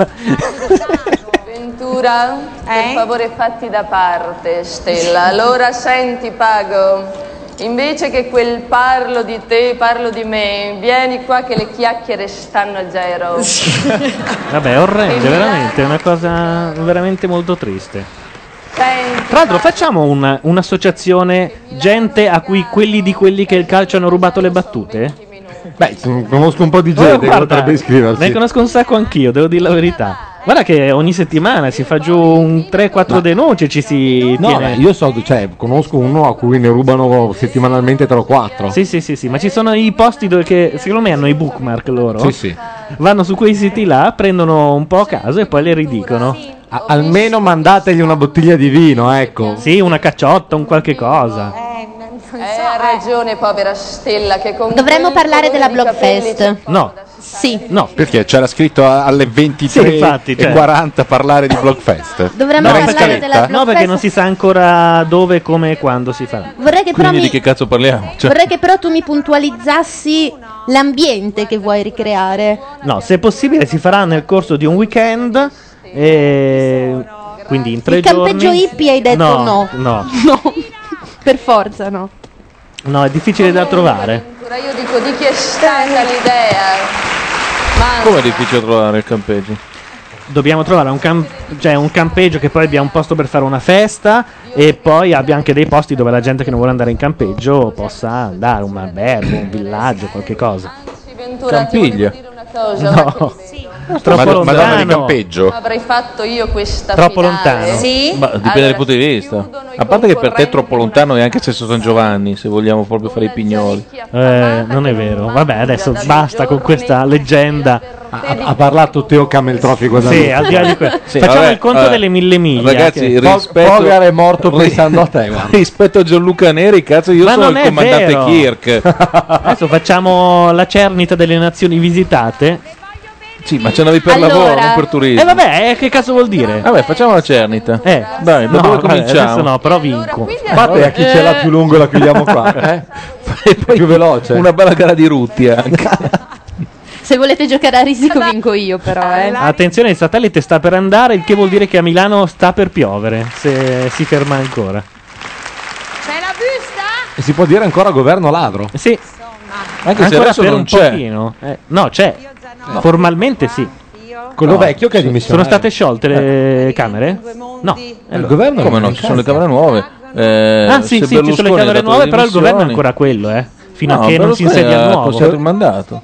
Ventura, per favore fatti da parte, Stella. Allora senti, Pago. Invece che quel parlo di te, parlo di me, vieni qua che le chiacchiere stanno a zero. Vabbè, orrende, veramente, è una cosa veramente molto triste. Senti, Tra l'altro facciamo una- un'associazione gente a cui quelli di quelli che il calcio hanno rubato le battute? Beh, conosco un po' di Oh, gente che guarda, potrebbe iscriversi. ne conosco un sacco anch'io, devo dire la verità. Guarda che ogni settimana si fa giù un tre quattro denunce, ci si No, tiene... beh, io so, cioè, conosco uno a cui ne rubano settimanalmente tre o quattro. Sì, sì, sì, sì, ma ci sono i posti dove che secondo me hanno i bookmark loro. Sì, sì. Vanno su quei siti là, prendono un po' a caso e poi le ridicono. A- almeno mandategli una bottiglia di vino, ecco. Sì, una cacciotta, un qualche cosa. Eh, ha ragione, povera Stella, che con Dovremmo quel parlare colore della di capelli Blockfest. No. Sì. No. Perché c'era scritto a- alle ventitré Sì, infatti, cioè. e quaranta parlare di Blockfest. Dovremmo Era in parlare scaletta? della No, perché Blockfest. non si sa ancora dove, come e quando si farà. Vorrei che però Quindi mi... di che cazzo parliamo? Cioè, Vorrei che però tu mi puntualizzassi l'ambiente che vuoi ricreare. No, se possibile si farà nel corso di un weekend. E... Quindi in tre Il giorni. campeggio hippie hai detto no. No, no. No, per forza no. No, è difficile da trovare. Ora io dico di chi è stata l'idea. Ma come è difficile trovare il campeggio? Dobbiamo trovare un, cam- cioè un campeggio che poi abbia un posto per fare una festa e poi abbia anche dei posti dove la gente che non vuole andare in campeggio possa andare, un albergo, un villaggio, qualche cosa. Ventura, ti voglio dire una cosa. No. Troppo Troppo Madonna di lontano. campeggio. Avrei fatto io questa Troppo finale. lontano. Sì? Ma dipende Allora, dal punto di vista. A parte che per te è troppo lontano e anche Sesto San Giovanni, se vogliamo proprio fare i pignoli. Eh, non è vero. Vabbè, adesso basta con questa leggenda. Ha, ha parlato Teo Cameltrofico da Sì, lui. al di là di que- Sì, Facciamo vabbè, il conto vabbè. delle mille miglia. Ragazzi, che- rispetto, Pogar è morto pensando a te, guarda. rispetto a Gianluca Neri, cazzo, io Ma sono non il è comandante vero. Kirk. Adesso facciamo la cernita delle nazioni visitate. Sì, ma ce n'avevi per Allora- lavoro, non per turismo. E vabbè, eh, che cazzo vuol dire? Vabbè, facciamo la cernita. Eh, Dai, da no, dove vabbè, cominciamo? adesso no, però vinco. A parte a chi ce l'ha più lungo la chiudiamo qua. Eh? E poi più veloce. Una bella gara di rutti anche. Se volete giocare a risico vinco io però, eh. Attenzione, il satellite sta per andare, il che vuol dire che a Milano sta per piovere, se si ferma ancora. C'è la busta? E si può dire ancora governo ladro. Sì. Anche se Ancora adesso per non un c'è. pochino. Eh, no, c'è. Formalmente sì. Quello No. vecchio che è Sono dimissionario. state sciolte le camere? No. Il governo Come no? non Ci sono le camere nuove. Eh, Ah sì, se sì, ci sono le Berlusconi ha camere dato nuove, le però il governo è dimissioni- ancora quello, eh. Fino No, a che non si Berlusconi insedia il ha nuovo. consegnato il mandato.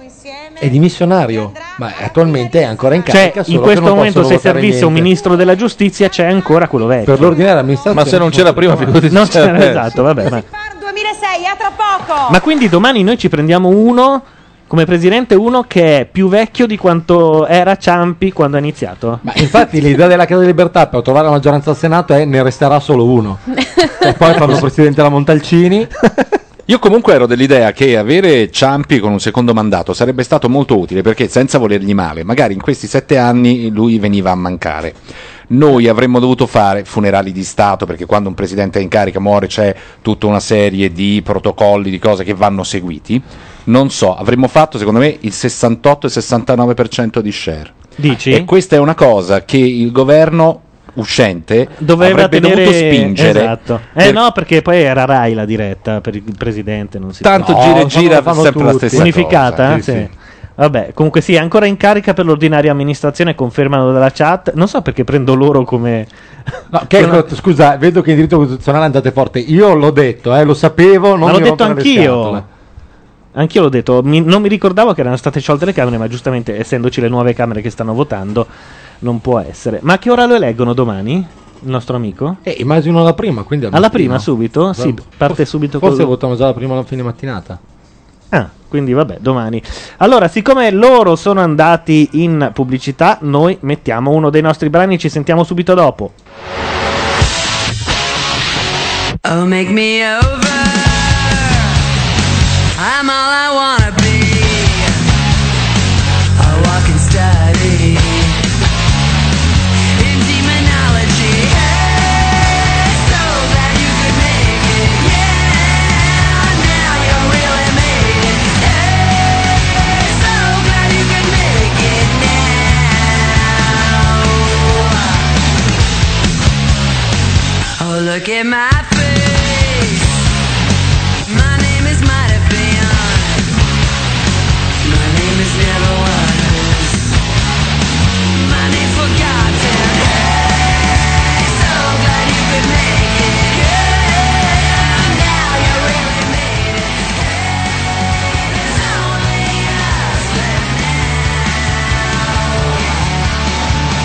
È dimissionario, ma attualmente è ancora in Cioè, carica. solo in che questo non momento, possono se votare servisse un niente. ministro della giustizia, c'è ancora quello vecchio. Per l'ordinaria amministrazione. Ma se non c'era prima, figurati se Non c'era c'era, adesso. esatto, vabbè. Ma, duemilasei, a tra poco. ma quindi domani noi ci prendiamo uno come presidente, uno che è più vecchio di quanto era Ciampi quando ha iniziato. Ma infatti l'idea della Casa di Libertà per trovare la maggioranza al Senato è ne resterà solo uno. E poi fanno presidente la Montalcini. Io comunque ero dell'idea che avere Ciampi con un secondo mandato sarebbe stato molto utile, perché senza volergli male, magari in questi sette anni lui veniva a mancare. Noi avremmo dovuto fare funerali di Stato, perché quando un presidente è in carica muore c'è tutta una serie di protocolli, di cose che vanno seguiti. Non so, avremmo fatto secondo me il sessantotto e sessantanove per cento di share. Dici? E questa è una cosa che il governo uscente Doveva avrebbe tenere dovuto spingere. Esatto. Eh per- no, perché poi era Rai la diretta per il presidente, non si Tanto sa. gira e gira sempre la stessa Unificata? cosa. Sì, Sì. sì. Vabbè, comunque sì, è ancora in carica per l'ordinaria amministrazione, confermano dalla chat. Non so perché prendo loro come No, che, scusa, vedo che in diritto costituzionale andate forte. Io l'ho detto, eh, lo sapevo, non Ma l'ho mi detto rompere le anch'io. scatole. Anch'io l'ho detto, mi- non mi ricordavo che erano state sciolte le Camere, ma giustamente essendoci le nuove Camere che stanno votando non può essere. Ma a che ora lo eleggono domani? Il nostro amico? Eh, immagino alla prima, quindi al Alla mattino. prima subito? Sì, parte subito Forse col- votiamo già la prima alla fine mattinata. Ah, quindi vabbè, domani. Allora, siccome loro sono andati in pubblicità, noi mettiamo uno dei nostri brani e ci sentiamo subito dopo. Oh, make me over. I'm all I wanna be. A walking study in demonology. Hey, so glad you could make it. Yeah, now you really made it. Hey, so glad you could make it now. Oh, look at my face. My name is might have been. My name is never was. My name forgotten. Hey, so glad you could make it. Yeah, now you really made it. Hey, there's only us left now.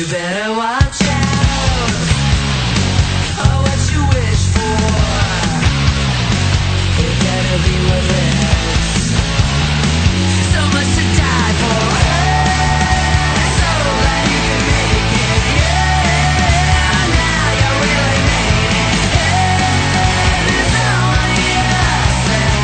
better watch out. Oh, what you wish for, it better be worth it. So much to die for. So glad you can make it. Yeah, now you really made it. There's only us and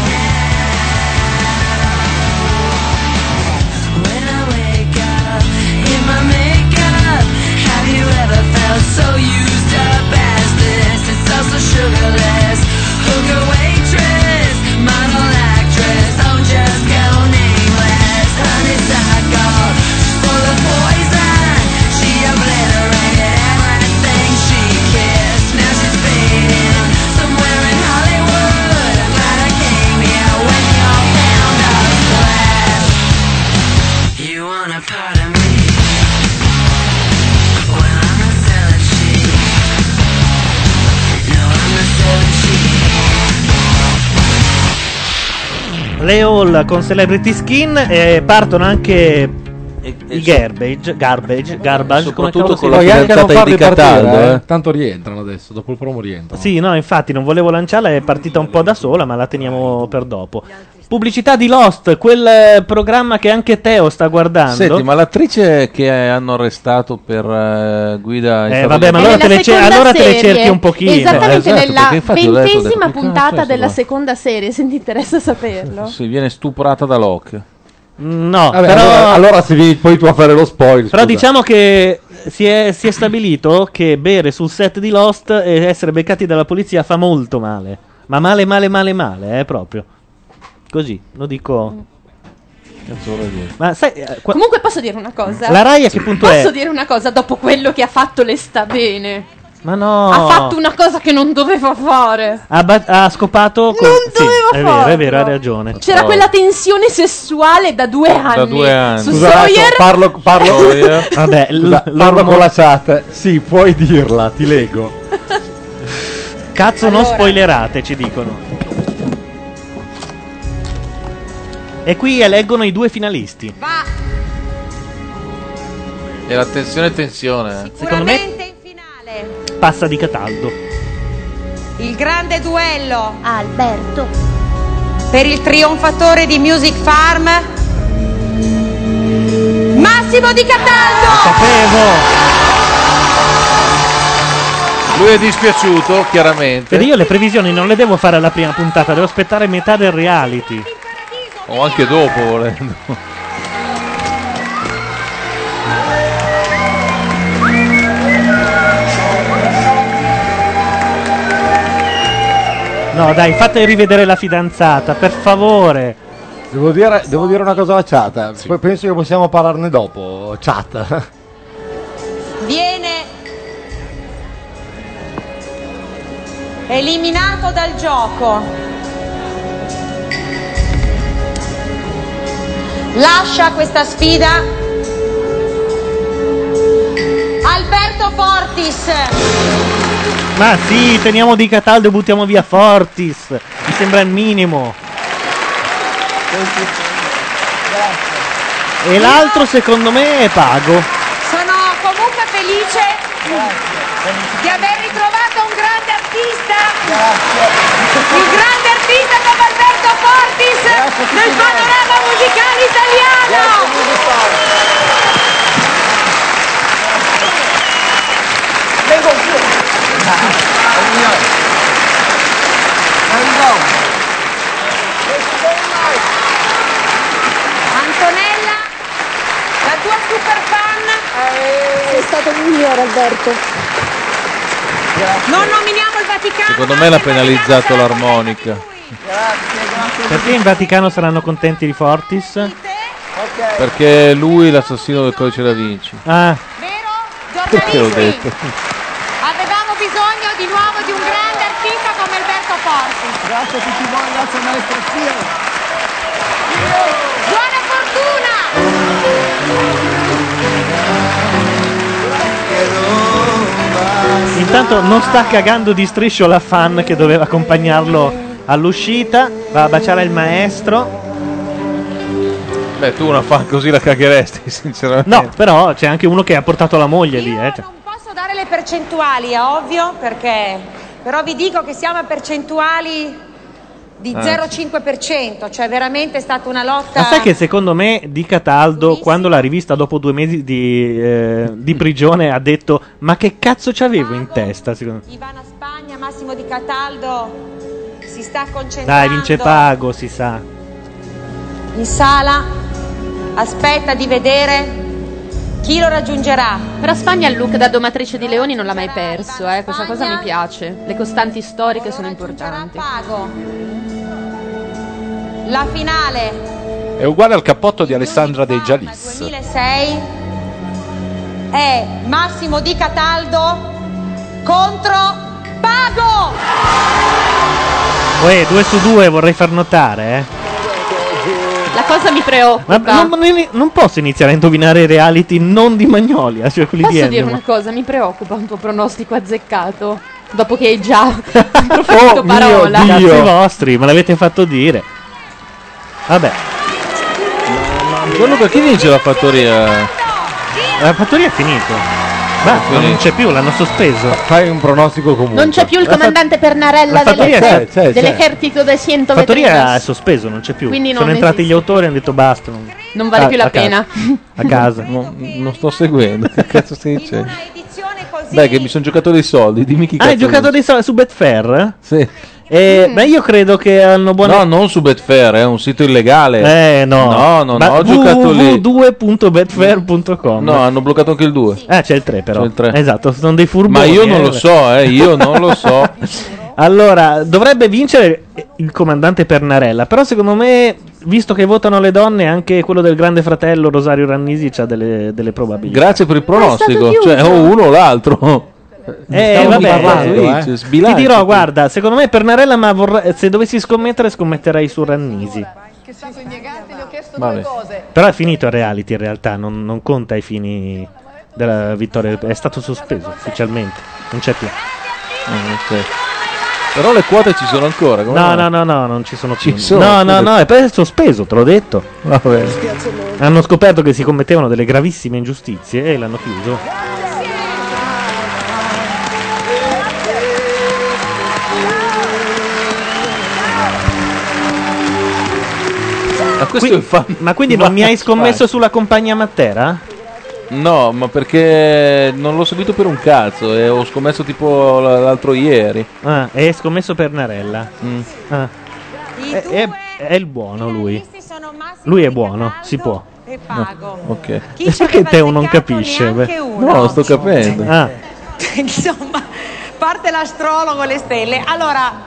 now. When I wake up in my makeup, have you ever felt so used up as this? It's also sugarless. Hooker, waitress, model, actress, oh just go nameless. Honeysuckle, full of poison. She obliterated everything she kissed. Now she's fading somewhere in Hollywood. I'm glad I came here when you're pound of flesh. You want a part of me? Well, I'm not selling sheep. No, I'm not selling sheep. Le Hall con Celebrity Skin e partono anche i garbage, garbage, garbage, come soprattutto cavolo si con la dice? Puoi anche non fidanzata farli di Cataldo, partire, eh. eh. Tanto rientrano adesso, dopo il promo rientrano. Sì, no, infatti non volevo lanciarla, è partita un po' da sola, ma la teniamo per dopo. Pubblicità di Lost, quel eh, programma che anche Teo sta guardando. Senti, ma l'attrice che hanno arrestato per eh, guida in Eh, Stato vabbè, ma Unito- allora te le, ce- allora te le cerchi un pochino. Esattamente Eh, esatto, nella perché infatti ho detto, ho detto, ventesima che cazzo è puntata sto della qua? seconda serie, se ti interessa saperlo. Sì, viene stuprata da Locke. No, Vabbè, però, allora, allora se vieni poi tu a fare lo spoiler. però scusa. diciamo che si è, si è stabilito che bere sul set di Lost e essere beccati dalla polizia fa molto male. Ma male, male, male, male, eh, proprio. Così, lo dico. Cazzo vorrei dire? Ma sai, eh, qua- Comunque posso dire una cosa? La Rai a che punto Posso è? dire una cosa? Dopo quello che ha fatto le sta bene. Ma no. Ha fatto una cosa che non doveva fare. Ha, ba- ha scopato. con- Non sì, doveva è vero, è vero, ha farlo. ragione. C'era quella tensione sessuale da due anni. Da due anni. Su Scusa, Sawyer. parlo, parlo, Sawyer. Vabbè, l- Scusa, l- parlo l'ormo- con la chat. Sì, puoi dirla, ti leggo. Cazzo, non Allora. spoilerate, ci dicono. E qui eleggono i due finalisti. Va E la tensione è tensione. eh. Secondo me sicuramente in finale passa di Cataldo. il grande duello Alberto. per il trionfatore di Music Farm, Massimo Di Cataldo. Sapevo! Lui è dispiaciuto, chiaramente. Perché io le previsioni non le devo fare alla prima puntata, devo aspettare metà del reality. O anche dopo, volendo. No, dai, fate rivedere la fidanzata, per favore. Devo dire, devo dire una cosa alla chat. Poi penso che possiamo parlarne dopo. Chat. Viene eliminato dal gioco. Lascia questa sfida Alberto Fortis. Ma sì, teniamo Di Cataldo e buttiamo via Fortis. Mi sembra il minimo. E l'altro secondo me è Pago. Sono comunque felice di aver ritrovato un grande artista. Il grande artista come Alberto Fortis nel panorama musicale italiano. Antonella, la tua super fan. Sei stato il migliore, Alberto. Non nominiamo il Vaticano. Secondo me l'ha penalizzato l'armonica. Perché in Vaticano saranno contenti di Fortis? Perché è lui l'assassino del codice da Vinci. Ah, Perché l'ho detto? Avevamo bisogno di nuovo di un grande artista come Alberto Fortis. Grazie a tutti voi, grazie al maestro Pio. Buona fortuna! intanto non sta cagando di striscio la fan che doveva accompagnarlo all'uscita. Va a baciare il maestro. Beh, tu una fan così la cagheresti, sinceramente. No, però c'è anche uno che ha portato la moglie lì, eh. Cioè. Posso dare le percentuali, è ovvio, perché però vi dico che siamo a percentuali di Ah. zero virgola cinque per cento, cioè veramente è stata una lotta. Ma sai che secondo me Di Cataldo, quando l'ha rivista dopo due mesi di, eh, di prigione, ha detto: ma che cazzo c'avevo in testa? Secondo... Ivana Spagna, Massimo Di Cataldo si sta concentrando Dai, vince Pago, si sa. in sala, aspetta di vedere chi lo raggiungerà. Però Spagna il look da domatrice di leoni non l'ha mai perso, eh. Questa cosa mi piace. Le costanti storiche sono importanti. La finale È uguale al cappotto di Alessandra De Gialis. duemilasei è Massimo Di Cataldo contro Pago. Uè, due su due vorrei far notare, eh. La cosa mi preoccupa. Ma non, non- non posso iniziare a indovinare i reality non di Magnolia, cioè quelli Posso di dire Endemol. una cosa? Mi preoccupa un tuo pronostico azzeccato. Dopo che hai già proferito Oh, parola. mio Dio. Cazzi vostri, me l'avete fatto dire. Vabbè. Gianluca, chi vince la fattoria? La fattoria è finito. Basta, non c'è più, l'hanno sospeso. Fai un pronostico comunque. Non c'è più il comandante Pernarella la fattoria delle- c'è, c'è, c'è. dell'esercito de Ciento La fattoria è Veterinas. sospeso, non c'è più. Quindi Sono non entrati esiste. gli autori e hanno detto basta. Non, Non vale a- più la a casa. pena. A casa. No, non sto seguendo. Che cazzo stai dicendo? Beh, che mi sono giocato dei soldi. Dimmi chi Ah, cazzo hai giocato vince. dei soldi su Betfair? Sì. Eh, Beh, io credo che hanno buone. No, non su Betfair, è un sito illegale. Eh, no. No, no, Ma no, ho giocato lì. w w w due punto betfair punto com. No, hanno bloccato anche il due. Ah, c'è il tre però. C'è il tre. Esatto, sono dei furboni. Ma io non eh. lo so, eh, io non lo so. Allora, dovrebbe vincere il comandante Pernarella, però secondo me, visto che votano le donne, anche quello del Grande Fratello Rosario Rannisi ha delle, delle probabilità. Grazie per il pronostico. chiuso. Cioè, o uno o l'altro. Eh, Stiamo vabbè, parlando, eh. eh. Ti Sbilanci. dirò, guarda, secondo me Pernarella, ma vorrei- se dovessi scommettere, scommetterei su Rannisi. Vabbè. Però è finito il reality in realtà, non, non conta ai fini della vittoria, è stato sospeso ufficialmente, non c'è più. Ah, ok. Però le quote ci sono ancora. come No, va? no, no, no, non ci sono Ci più. sono, no, no, scusa. no, è poi è sospeso, te l'ho detto. Va bene. Hanno scoperto che si commettevano delle gravissime ingiustizie e l'hanno chiuso. Ma questo Qui- è il fan- Ma quindi non mi hai scommesso sulla compagnia Matera? No, ma perché non l'ho seguito per un cazzo e ho scommesso tipo l- l'altro ieri. Ah, e hai scommesso Pernarella. Mm. Ah. È, è- è il buono lui. Lui è buono, si può. E Pago. Ok. Chi ci Perché aveva te non azzeccato capisce? neanche Beh. uno? No, sto capendo. Ah. Insomma, parte l'astrologo, le stelle. Allora,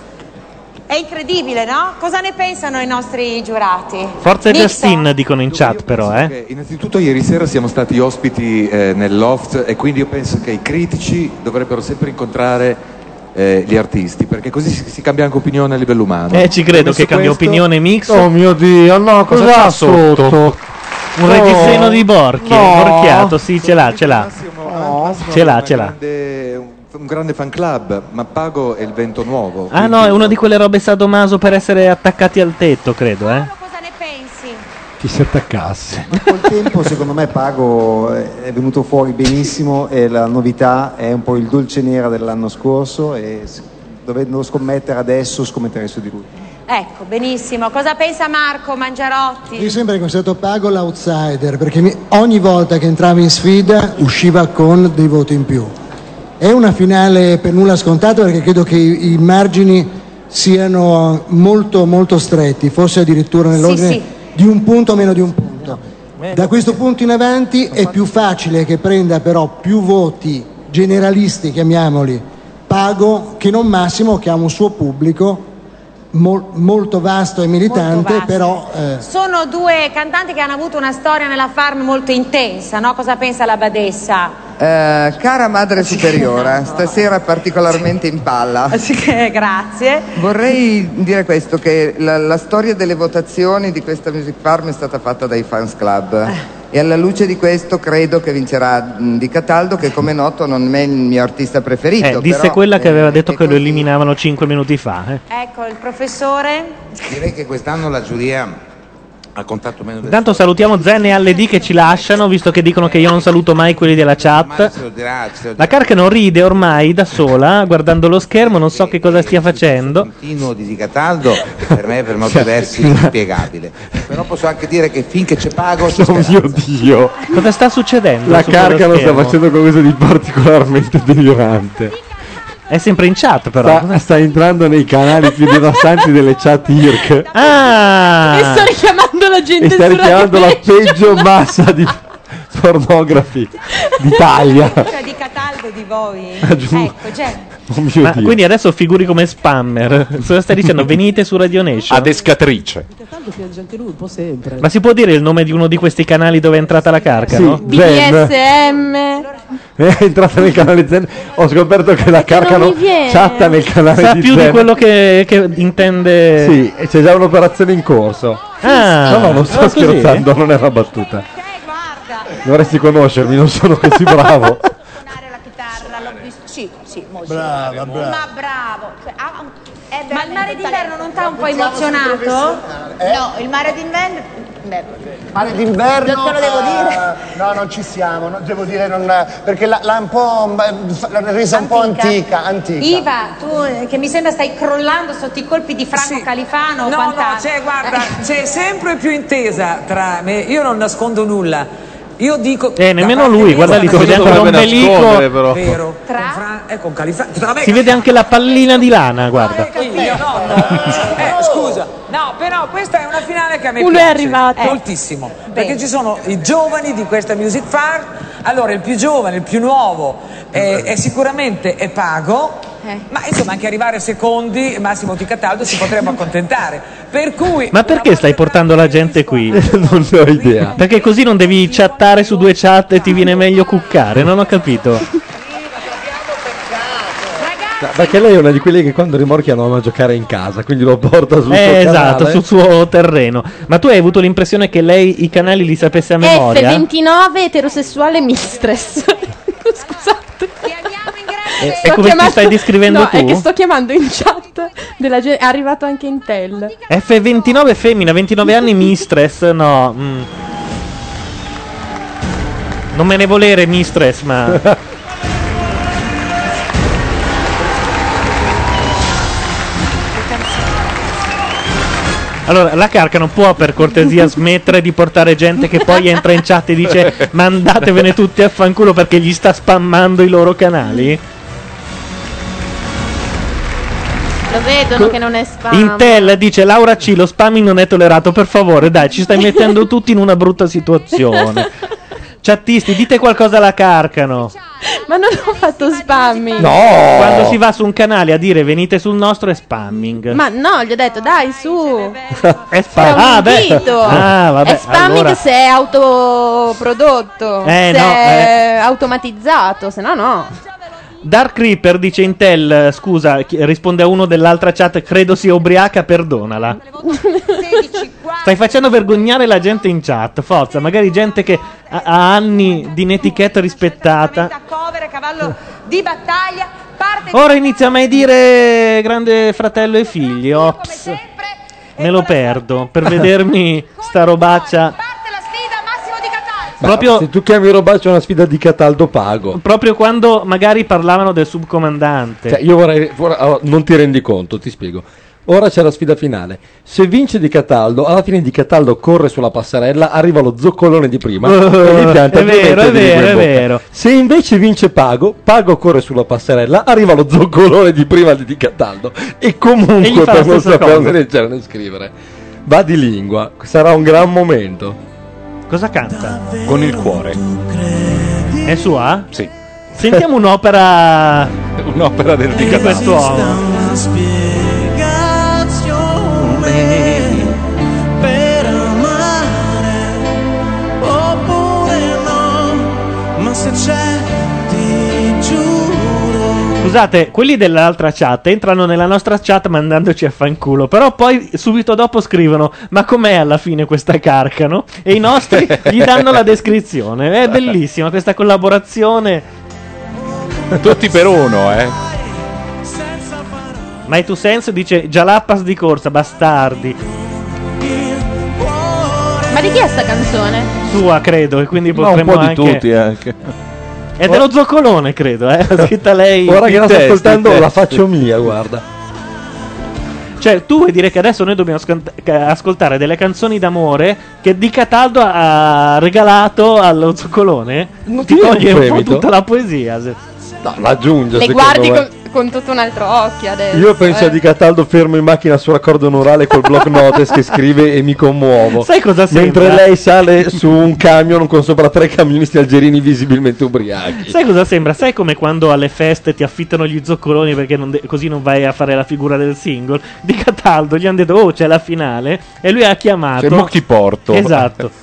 è incredibile, no? Cosa ne pensano i nostri giurati? Forza Nixon? Justin dicono in chat però, eh. Innanzitutto ieri sera siamo stati ospiti eh, nel loft e quindi io penso che i critici dovrebbero sempre incontrare eh, gli artisti perché così si, si cambia anche opinione a livello umano. Eh, ci credo Messo che cambia questo- opinione Mix. Oh mio Dio, no, Cosa cosa c'ha ha sotto? Un reggiseno di Borchia, No. Borchiato, sì, ce l'ha, ce l'ha. Ce l'ha, ce l'ha. Grande- un, un grande fan club, ma Pago è il vento nuovo. Ah no, è una di quelle robe sadomaso per essere attaccati al tetto, credo, eh. Cosa ne pensi? Chi si attaccasse. Col tempo secondo me Pago è venuto fuori benissimo e la novità è un po' il dolce nera dell'anno scorso e s- dovendo scommettere adesso scommetterei su di lui. Ecco, benissimo. Cosa pensa Marco Mangiarotti? Io sempre considerato Pago l'outsider perché mi- ogni volta che entrava in sfida usciva con dei voti in più. È una finale per nulla scontata perché credo che i, i margini siano molto molto stretti, forse addirittura nell'ordine sì. di un punto o meno di un punto. Da questo punto in avanti è più facile che prenda però più voti generalisti, chiamiamoli, Pago, che non Massimo, che ha un suo pubblico mol- molto vasto e militante, vasto. però eh, Sono due cantanti che hanno avuto una storia nella farm molto intensa, no? Cosa pensa la badessa? Eh, cara madre superiora, stasera particolarmente in palla. Sì, che- grazie. Vorrei dire questo, che la, la storia delle votazioni di questa Music Farm è stata fatta dai fans club e alla luce di questo credo che vincerà mh, Di Cataldo, che come è noto non è il mio artista preferito. Eh, disse però, quella che eh, aveva detto che lo eliminavano cinque minuti fa, eh. Ecco, il professore. Direi che quest'anno la giuria a contatto meno del Intanto salutiamo Zen e Alle D che ci lasciano, visto che dicono che io non saluto mai quelli della chat. Se lo dirà, se lo La Carcano ride ormai da sola, guardando lo schermo, non so che cosa stia facendo. continuo di Di Cataldo per me per molti versi inspiegabile. Però posso anche dire che finché c'è Pago c'è Oh mio Dio. Cosa sta succedendo? La su quello Carcano sta schermo? facendo qualcosa di particolarmente delirante. È sempre in chat però. Sta, sta entrando nei canali più devastanti delle chat I R C. Ah! E sta richiamando la gente E sta su Radio richiamando la Flash. peggio massa di pornografi d'Italia. Cioè di Cataldo di voi. Aggiungo- Ecco, Jen. Oh mio Ma Dio. quindi adesso figuri come spammer. Cosa stai dicendo? Venite su Radio Nation. Adescatrice. Cataldo piange anche lui un po' sempre. Ma si può dire il nome di uno di questi canali dove è entrata la Carcano? Sì, B D S M. È entrata nel canale Zen. Ho scoperto che la Carcano mi viene. chatta nel canale Sa di più Zen. di quello che, che intende. Sì, e c'è già un'operazione in corso. Ah, no, no, non sto ah, così? scherzando, non è una battuta. Dovresti conoscermi, non sono così bravo. L'ho visto. Sì, sì, molto. Brava, brava. Ma bravo. Cioè, ha un- è Ma il veramente mare un d'inverno talento. non t'ha un po' emozionato? No, il mare d'inverno. Beh, Mare d'inverno. Te lo devo dire. eh, no, non ci siamo, no, devo dire non, perché l'ha, l'ha un po' l'ha resa un po' antica, antica. Iva, tu eh, che mi sembra stai crollando sotto i colpi di Franco Califano o No, no, quant'altro. c'è, guarda, Eh. c'è sempre più intesa tra me. Io non nascondo nulla. Io dico. Eh, nemmeno da parte lui, mia, guarda lì, si vede anche l'ombelico. Vero. Con Fra- eh, con Califano. Tra me- Si vede anche la pallina di lana, guarda. Quindi mio nonno. Eh, scusa, no, però questa è una finale che a me Uno è piace arrivato. moltissimo. Perché ci sono i giovani di questa Music Farm. Allora, il più giovane, il più nuovo è, è sicuramente è Pago. Ma insomma, anche arrivare secondi, Massimo Di Cataldo si potrebbe accontentare. Per cui. Ma perché stai portando la gente qui? Non ne ho idea. Perché così non devi chattare su due chat e ti viene meglio cuccare, non ho capito. No, perché lei è una di quelle che quando rimorchiano ama giocare in casa, quindi lo porta sul suo Eh, canale. esatto, sul suo terreno. Ma tu hai avuto l'impressione che lei i canali li sapesse a memoria? F ventinove eterosessuale mistress. E, Sto e come chiamando- ti stai descrivendo no, tu? è che sto chiamando in chat della gente. È arrivato anche Intel. F ventinove femmina, ventinove anni mistress, no. mm. Non me ne volere mistress, ma... Allora, la Carca non può per cortesia smettere di portare gente che poi entra in chat e dice mandatevene tutti a fanculo perché gli sta spammando i loro canali? Lo vedono che non è spam. Intel dice Laura C, lo spamming non è tollerato, per favore, dai, ci stai mettendo tutti in una brutta situazione. Chattisti, dite qualcosa alla Carcano. Ma non ho fatto spamming. Quando si va su un canale a dire venite sul nostro è spamming. Ma no, gli ho detto dai su. È È spamming. un Ah, beh. invito. Ah, vabbè, è spamming allora- se è autoprodotto. Eh, se no, è automatizzato, se no no. Dark Reaper dice Intel, scusa, chi- risponde a uno dell'altra chat, credo sia ubriaca, perdonala. Stai facendo vergognare la gente in chat, forza, magari gente che ha, ha anni di netiquette rispettata. Cover, cavallo di battaglia, parte Ora inizia a mai dire grande fratello e figli, ops. Me lo perdo per vedermi sta robaccia. Proprio- Se tu chiami Robaccio una sfida di Cataldo pago. Proprio quando magari parlavano del subcomandante. Cioè, io vorrei, vorrei- allora, non ti rendi conto, ti spiego. Ora c'è la sfida finale. Se vince Di Cataldo, alla fine Di Cataldo corre sulla passerella, arriva lo zoccolone di prima e gli pianta è due vero, metri è di vero, lingua è in bocca. vero. Se invece vince Pago, Pago corre sulla passerella, arriva lo zoccolone di prima di Di Cataldo e E gli comunque fa la per non stessa sapere cosa. leggere né scrivere. Va di lingua, sarà un gran momento. Cosa canta? Con il cuore. È sua? Sì. Sentiamo un'opera. Un'opera del Di di Cataldo. quest'uomo. Per amare oppure no, ma se c'è ti giuro. Scusate, quelli dell'altra chat entrano nella nostra chat mandandoci a fanculo, però poi subito dopo scrivono ma com'è alla fine questa Carcano? E i nostri gli danno la descrizione. È bellissima questa collaborazione. Tutti per uno, eh. My Two Sense dice Jalapas di corsa, bastardi. Ma di chi è sta canzone? Sua, credo, e quindi Ma un potremmo po' di anche... tutti anche. È dello Zoccolone, credo, eh. L'ha scritta lei. Ora che Il la sto test, ascoltando il la test. faccio mia, guarda. Cioè, tu vuoi dire che adesso noi dobbiamo ascol- ca- ascoltare delle canzoni d'amore che Di Cataldo ha regalato allo Zoccolone? Non ti ti viene toglie un un po' fremito? tutta la poesia. se- No, l'aggiunge. Le secondo guardi me. con, con tutto un altro occhio adesso. Io penso eh. a Di Cataldo fermo in macchina sul raccordo neurale col block notes che scrive e mi commuovo. Sai cosa Mentre sembra? lei sale su un camion con sopra tre camionisti algerini visibilmente ubriachi. Sai cosa sembra? Sai come quando alle feste ti affittano gli zoccoloni perché non de- così non vai a fare la figura del single? Di Cataldo gli hanno detto oh c'è la finale e lui ha chiamato Se mo chi porto. Esatto.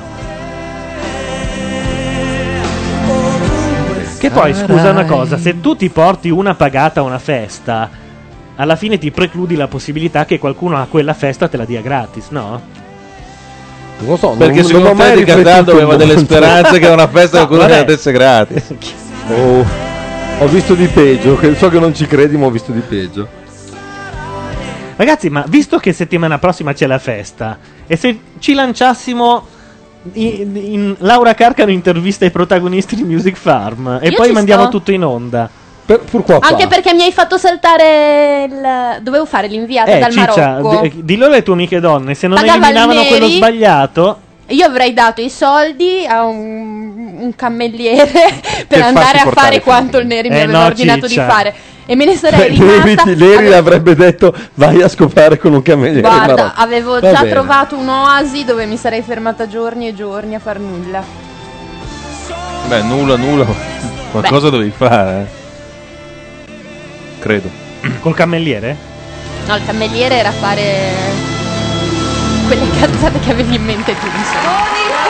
Che poi scusa una cosa, se tu ti porti una pagata a una festa, alla fine ti precludi la possibilità che qualcuno a quella festa te la dia gratis, no? Non lo so, Perché non, secondo non ho mai me Di riflettuto Cataldo aveva delle molto. speranze che a una festa No, qualcuno vabbè. che la desse gratis. Oh, ho visto di peggio, che so che non ci credi, ma ho visto di peggio. Ragazzi, ma visto che settimana prossima c'è la festa, e se ci lanciassimo in, in Laura Carcano intervista ai protagonisti di Music Farm e Io poi ci mandiamo sto. tutto in onda? Per, pur qua Anche perché mi hai fatto saltare il... Dovevo fare l'inviata Eh, dal Ciccia, Marocco. d- dillo alle tue amiche donne, se non Pagava eliminavano il quello Neri. sbagliato... Io avrei dato i soldi a un, un cammelliere per, Per andare farti a portare fare i quanto il Neri mi Eh, aveva no, ordinato Ciccia. di fare. E me ne sarei Beh, Neri, rimasta. Neri avevo- avrebbe detto vai a scopare con un cameriere in Guarda, Marocco. avevo Va già bene. trovato un'oasi dove mi sarei fermata giorni e giorni a far nulla. Beh, nulla, nulla. Qualcosa dovevi fare. eh. Credo. Col cammelliere? No, il cammelliere era fare quelle cazzate che avevi in mente tu, insomma.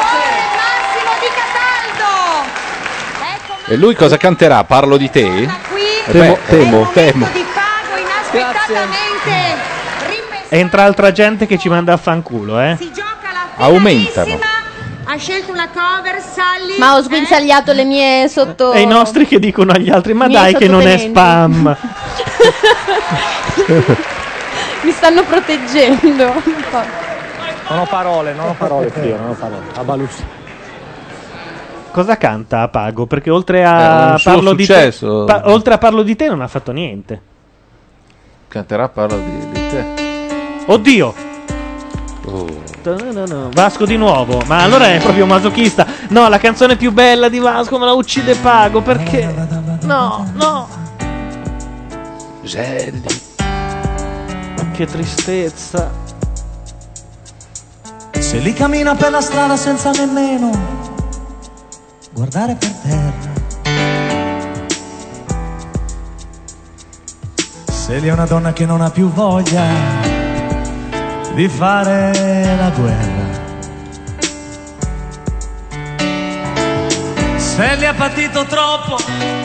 E lui cosa canterà? Parlo di te? Eh Temo, beh, temo. temo. Entra altra gente che ci manda a fanculo, eh? Aumentano. Ha scelto una cover, Sally. Ma ho sguinzagliato le mie sotto. E i nostri che dicono agli altri, ma Miei dai che non è sottotenenti." spam. Mi stanno proteggendo un po'. Non ho parole, non ho parole, Fio, non ho parole. A Balus. Cosa canta a Pago? Perché oltre Eh, a un suo Parlo di te, successo. pa- oltre a Parlo di te non ha fatto niente. Canterà parla di, di te. Oddio! Oh. Ta-na-na-na. Vasco di nuovo, ma allora è proprio masochista. No, la canzone più bella di Vasco me la uccide Pago perché. No, no. Gelli. Che tristezza. Se lì cammina per la strada senza nemmeno guardare per terra. Se lì è una donna che non ha più voglia di fare la guerra. Se li ha patito troppo,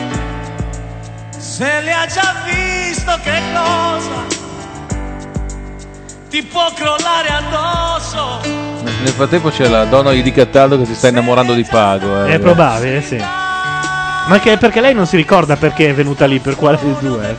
se li ha già visto che cosa ti può crollare addosso. Nel frattempo c'è la donna di Di Cataldo che si sta innamorando di Pago. eh, È probabile, sì. Ma che perché lei non si ricorda perché è venuta lì, per quale dei due?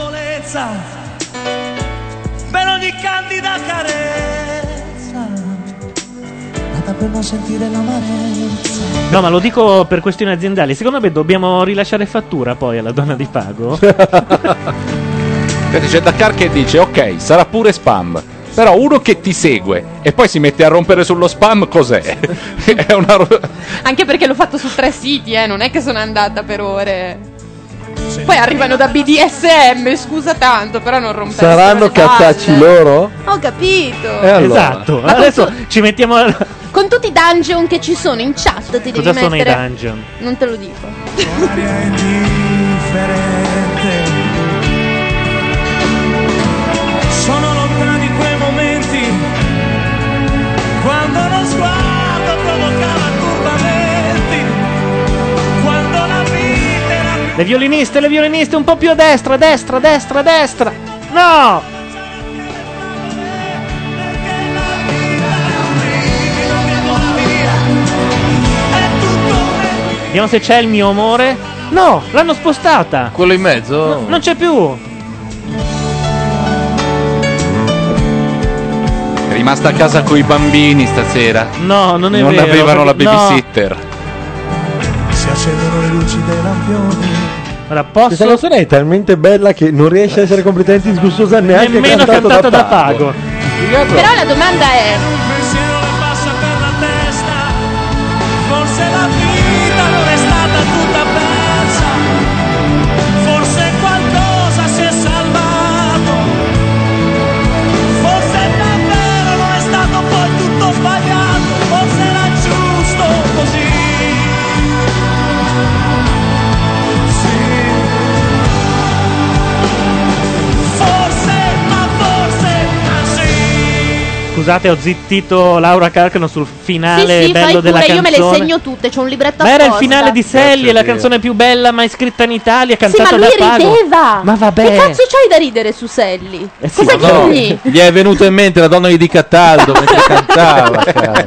Per ogni candida carezza nata per non sentire l'amarezza. No, ma lo dico per questioni aziendali. Secondo me dobbiamo rilasciare fattura poi alla donna di Pago. Infatti c'è Dakar che dice ok, sarà pure spam. Però uno che ti segue e poi si mette a rompere sullo spam, cos'è? È una ro- Anche perché l'ho fatto su tre siti, eh, non è che sono andata per ore. Poi arrivano da B D S M, scusa tanto, però non rompere Saranno solo le balle. cattacci loro? Ho capito. E allora? Esatto. Ma Adesso con, ci mettiamo. a- con tutti i dungeon che ci sono in chat ti devi Cosa sono i mettere. dungeon? Non te lo dico. Un'aria indifferente. Sono lontani quei momenti quando lo sguardo provocava turbamenti, quando la vita era più Le violiniste, le violiniste, un po' più a destra, destra, destra, destra. No! Vediamo se c'è il mio amore. No, l'hanno spostata. Quello in mezzo? No, non c'è più. rimasta a casa coi bambini stasera. No, non è non vero, avevano la perché- no. babysitter. Si accendono le luci dei lampioni. Ora, posso... Questa canzone è talmente bella che non riesce a essere completamente disgustosa neanche Nemmeno cantato cantata da Pago. Pago. Però la domanda è: Forse la vita non è stata tutta persa, forse qualcosa si è salvato, forse davvero non è stato poi tutto sbagliato, forse era giusto così. Sì. Forse, ma forse sì. Scusate, ho zittito Laura Carcano sul finale sì, sì, bello fai della pure, io me le canzone. segno tutte, c'ho un libretto Ma era il apposta. finale di Sally, è la Dio. canzone più bella mai scritta in Italia, Sì, cantata ma lui da Pago. rideva. Ma vabbè. Che cazzo c'hai da ridere su Sally? Eh sì, Cosa ma no. chigni? Gli è venuta in mente la donna di Di Cataldo mentre cantava. cazzo.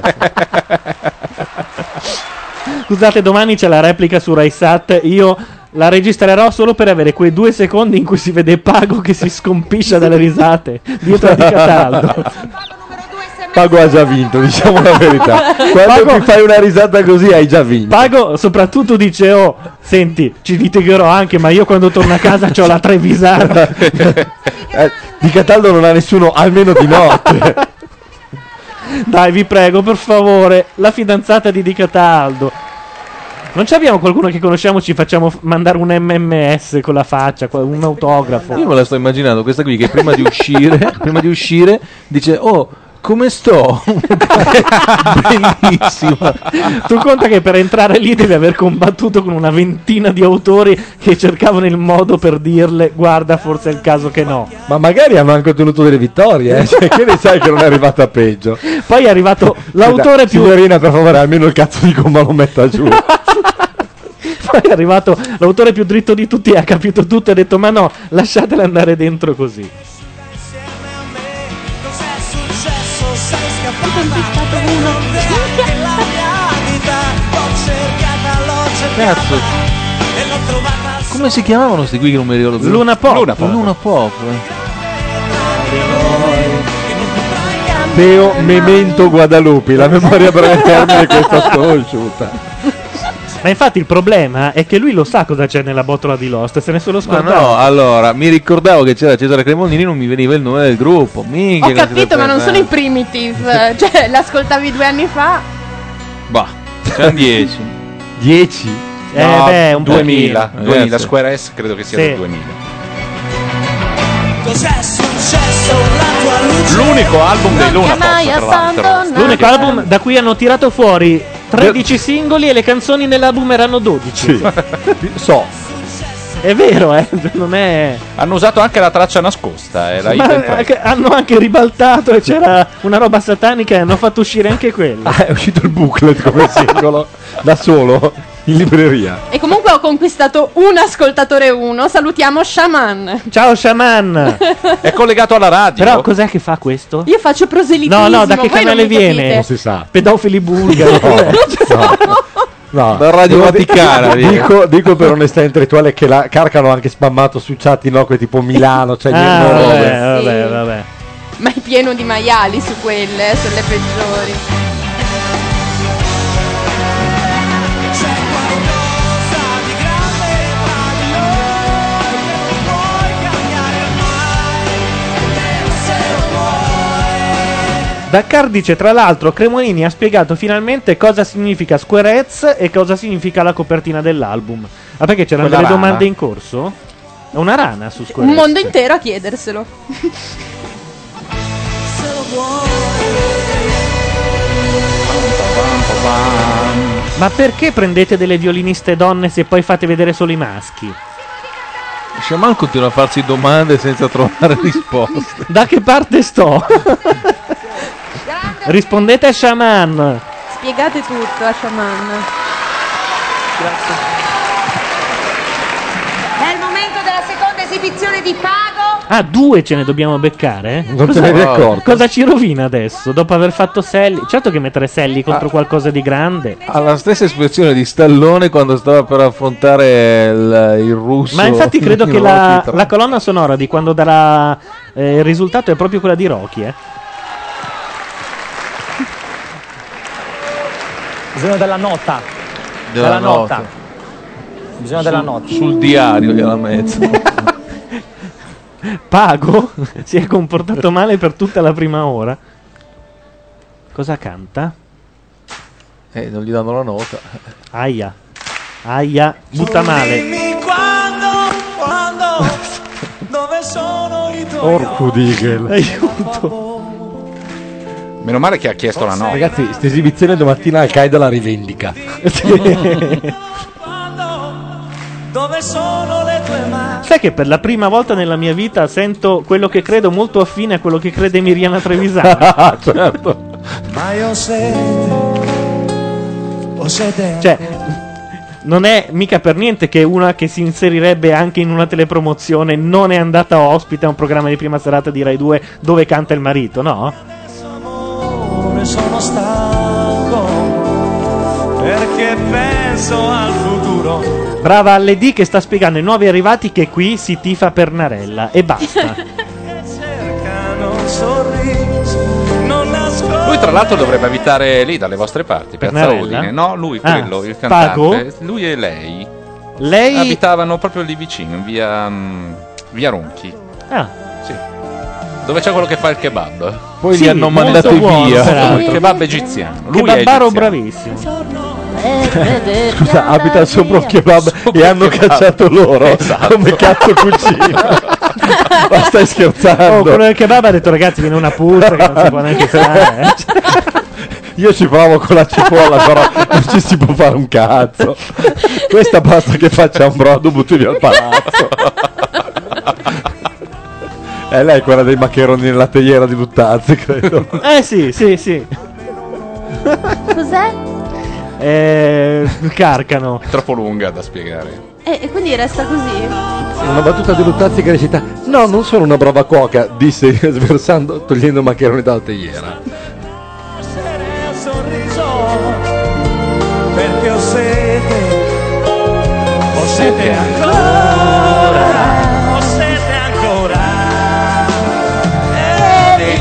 Scusate, domani c'è la replica su Rai Sat. Io la registrerò solo per avere quei due secondi in cui si vede Pago che si scompiscia dalle risate dietro a Di Cataldo. Pago ha già vinto, diciamo la verità. Quando Pago- ti fai una risata così hai già vinto. Pago soprattutto dice: oh, senti, ci litigherò anche, ma io quando torno a casa c'ho la Trevisana. Eh, Di Cataldo non ha nessuno, almeno di notte. Dai, vi prego, per favore, la fidanzata di Di Cataldo. Non ci abbiamo qualcuno che conosciamo, ci facciamo f- mandare un M M S con la faccia, qua- un autografo. Io me la sto immaginando questa qui che prima di uscire, prima di uscire dice: "Oh, come sto?" Bellissima. Tu conta che per entrare lì devi aver combattuto con una ventina di autori che cercavano il modo per dirle: guarda, forse è il caso che no. Ma magari hanno anche ottenuto delle vittorie, eh? Cioè, che ne sai che non è arrivata peggio. Poi è arrivato l'autore più Signorina, per favore, almeno il cazzo di gomma lo metta giù. Poi è arrivato l'autore più dritto di tutti, ha capito tutto e ha detto: ma no, lasciatela andare dentro così. Cazzo. Come si chiamavano sti qui che non mi ricordo più? Luna Pop. Luna Pop. Luna Pop. Teo Memento Guadalupe, la memoria a breve termine questa sconosciuta. Ma infatti il problema è che lui lo sa cosa c'è nella botola di Lost, se ne sono Ma scordato. no, allora, mi ricordavo che c'era Cesare Cremondini, non mi veniva il nome del gruppo. Minchia, Ho che siete capito, ma non sono i presenti. primitive. Cioè, l'ascoltavi due anni fa. Bah, c'erano dieci. dieci? Eh, No, beh, un duemila, pochino. duemila, Ragazzi. Square S credo che sia Sì. del duemila. Cos'è successo? La tua luce. L'unico album dei Luna Pop, mai tra l'altro. abbandonato. L'unico album da cui hanno tirato fuori tredici singoli e le canzoni nell'album erano dodici. So. È vero, eh, non è... Hanno usato anche la traccia nascosta, eh, la Ma hidden track. anche- hanno anche ribaltato e c'era una roba satanica e hanno fatto uscire anche quello. Ah, è uscito il booklet come singolo da solo in libreria. E comunque ho conquistato un ascoltatore uno. Salutiamo Shaman. Ciao Shaman. È collegato alla radio. Però cos'è che fa questo? Io faccio proselitismo. No, no, da che voi non canale mi viene? capite. Non si sa. Pedofili bulgari. No, Da Radio devo di- Vaticana, viene. dico, dico per onestà intellettuale che la Carcano ha anche spammato su chat inoque tipo Milano, cioè Ah, niente robe. vabbè, vabbè, vabbè. Ma è pieno di maiali su quelle, eh, sono le peggiori. Dakar dice, tra l'altro, Cremonini ha spiegato finalmente cosa significa Squarez e cosa significa la copertina dell'album. Ah, perché c'erano Quella delle rana. domande in corso? È una rana su Squarez. Un mondo intero a chiederselo. Ma perché prendete delle violiniste donne se poi fate vedere solo i maschi? Shaman continua a farsi domande senza trovare risposte. Da che parte sto? Rispondete a Shaman. Spiegate tutto a Shaman. Grazie. È il momento della seconda esibizione di Pago. Ah, due ce ne dobbiamo beccare? Non te Cosa- ne eri accorto? Cosa ci rovina adesso? Dopo aver fatto Sally? Certo che mettere Sally contro qualcosa di grande. Ha la stessa espressione di Stallone quando stava per affrontare il, il russo. Ma infatti credo in che la, Rocky tre. la colonna sonora di quando darà eh, il risultato è proprio quella di Rocky, eh. Bisogno della nota. Della Della nota. nota. Bisogno della Sul- nota. Sul diario gliela metto. Pago si è comportato male per tutta la prima ora. Cosa canta? Eh, non gli danno la nota. Aia. Aia. Butta male. Dimmi quando, quando, dove sono i tuoi Porco Digel. Aiuto. Meno male che ha chiesto la nota. Ragazzi, questa esibizione domattina Al Qaeda la rivendica. dove sono le tue mani? Sai che per la prima volta nella mia vita sento quello che credo molto affine a quello che crede Miriana Trevisani. Certo. Ma io sete, ho sete. Cioè, non è mica per niente che una che si inserirebbe anche in una telepromozione non è andata ospite a un programma di prima serata di Rai due dove canta il marito, no? Amore, sono stanco perché penso al futuro. Brava L D che sta spiegando ai nuovi arrivati che qui si tifa per Narella e basta. Cercano un sorriso, non nascondo. Lui tra l'altro dovrebbe abitare lì dalle vostre parti, Piazza Pernarella? Udine. No, lui, Ah, quello, il cantante. Pago? Lui e lei. Lei abitavano proprio lì vicino, in via, mm, via Ronchi. Ah. Sì. Dove c'è quello che fa il kebab. Poi li hanno mandati via. Il kebab egiziano. Lui è Kebabbaro egiziano. bravissimo. Scusa, abita sopra un kebab e hanno kebab. cacciato loro. Esatto. Come cazzo cucina? Ma stai scherzando? Oh, quello del kebab ha detto ragazzi viene una puzza che non si può neanche stare. eh. Io ci provo con la cipolla, però non ci si può fare un cazzo. Questa basta che faccia un brodo, butti via al palazzo. E lei è quella dei maccheroni nella teiera di Luttazzi, credo. Eh sì, sì, sì. Cos'è? Eh, il carcano. È troppo lunga da spiegare. E, e quindi resta così? Una battuta di Luttazzi che recita: no, non sono una brava cuoca, disse sversando, togliendo i maccheroni dalla teiera. Il sorriso perché ho sete, ho sete ancora, ho sete ancora. E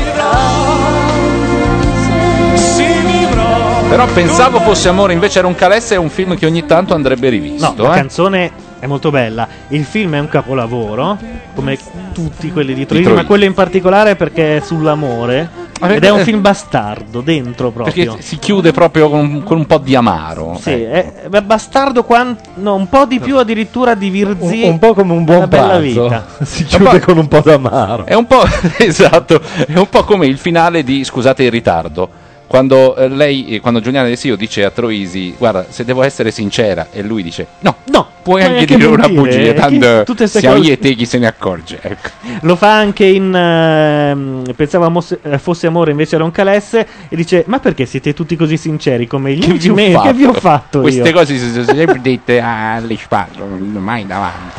vivrò, sì vivrò. Però pensavo fosse Amore, invece era un Calesse, è un film che ogni tanto andrebbe rivisto. No, la eh. canzone è molto bella. Il film è un capolavoro, come tutti quelli di Troisi, Troisi. ma quello in particolare perché è sull'amore. Ah, Ed è un eh. film bastardo, dentro proprio. Perché si chiude proprio con, con un po' di amaro. Sì, ecco. è, è bastardo quan- no, un po' di più addirittura di Virzi. Un, un po' come un buon Una bella pranzo. vita. Si chiude con un po' d'amaro. È un po' esatto, è un po' come il finale di Scusate il ritardo. Quando eh, lei, eh, quando Giuliana De Sio dice a Troisi: guarda, se devo essere sincera, e lui dice: no, no, puoi anche anche dire una mentire, bugia, che tanto tutte ste siamo cose- io e te, chi se ne accorge. Ecco. Lo fa anche in ehm, Pensavo mos- eh, fosse amore, invece era un Calesse. E dice: ma perché siete tutti così sinceri come gli Che vi amici ho miei? fatto? Che vi ho fatto Queste io? cose si sono sempre dette alle spalle, mai davanti.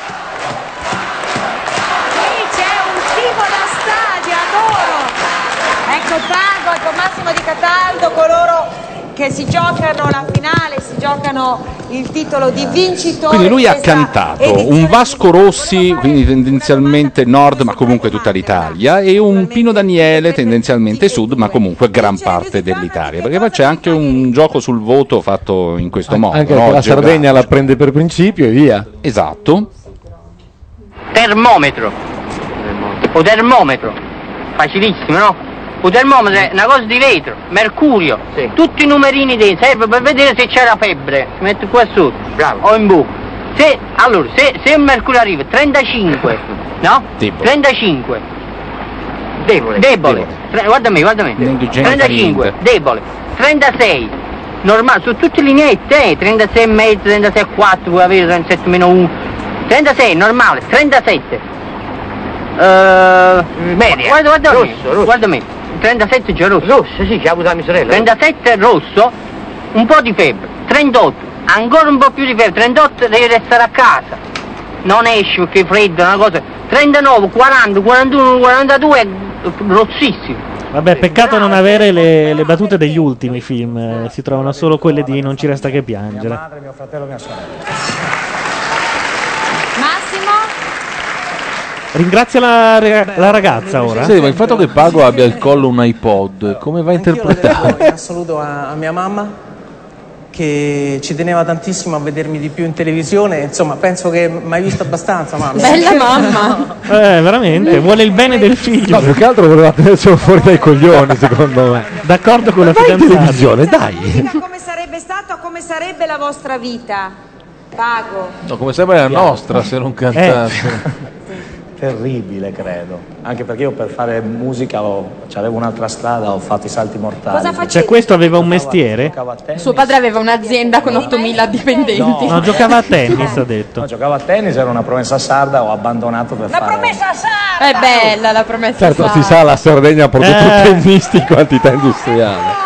Qui c'è un tipo da stadio, adoro. Ecco Pago, ecco Massimo Di Cataldo, coloro che si giocano la finale, si giocano il titolo di vincitore. Quindi lui di ha questa cantato edizione. un Vasco Rossi, quindi tendenzialmente nord, ma comunque tutta l'Italia, e un Pino Daniele, tendenzialmente sud, ma comunque gran parte dell'Italia. Perché poi c'è anche un gioco sul voto fatto in questo modo. Anche no? perché la Geografico. Sardegna la prende per principio e via. Esatto. Termometro. O termometro. Facilissimo, no? Un termometro è una cosa di vetro, mercurio, tutti i numerini dentro, serve per vedere se c'è la febbre, si mette qua sotto, o in bocca. Se, allora, se, se il mercurio arriva trentacinque, no? Debole. trentacinque. Debole. Debole. Tre- guarda me, guarda me. Indigente trentacinque, niente. debole. trentasei, normale, su tutte le lineette, eh, trentasei e mezzo, trentasei e quattro, puoi avere trentasette meno uno. trentasei, normale, trentasette. Uh, media. Guarda, guarda Rosso, me, rosso. guarda me. trentasette già rosso. Rosso, sì, che ha avuto la mia sorella. trentasette rosso, un po' di febbre. trentotto, ancora un po' più di febbre. trentotto devi restare a casa. Non esci perché è freddo, una cosa. trentanove, quaranta, quarantuno, quarantadue, rossissimo. Vabbè, peccato non avere le, le battute degli ultimi film. eh, Si trovano solo quelle di Non ci resta che piangere. Madre, mio fratello, mia sorella. Massimo? Ringrazia la, rega- la ragazza ora. Sì, ma il fatto che Pago abbia al collo un iPod, come va Anch'io lo interpretato? devo in assoluto a, a mia mamma, che ci teneva tantissimo a vedermi di più in televisione, insomma penso che mi hai visto abbastanza, mamma. Bella mamma. Eh, veramente, vuole il bene del figlio. No, più che altro voleva tenerselo fuori dai coglioni, secondo me. D'accordo con la Vai in fidanzata. televisione, dai. Come sarebbe stato, come sarebbe la vostra vita? Pago. No, come sempre la nostra se non cantasse. Terribile, credo. Anche perché io per fare musica ho, avevo un'altra strada, ho fatto i salti mortali. Cosa facevi? Cioè, questo aveva un mestiere? Suo padre aveva un'azienda con ottomila dipendenti. No, giocava a tennis, ha detto. No, giocavo a tennis, era una promessa sarda, ho abbandonato per fare... promessa sarda! È bella la promessa Certo, sarda. si sa, la Sardegna ha prodotto Eh. tennisti in quantità industriale.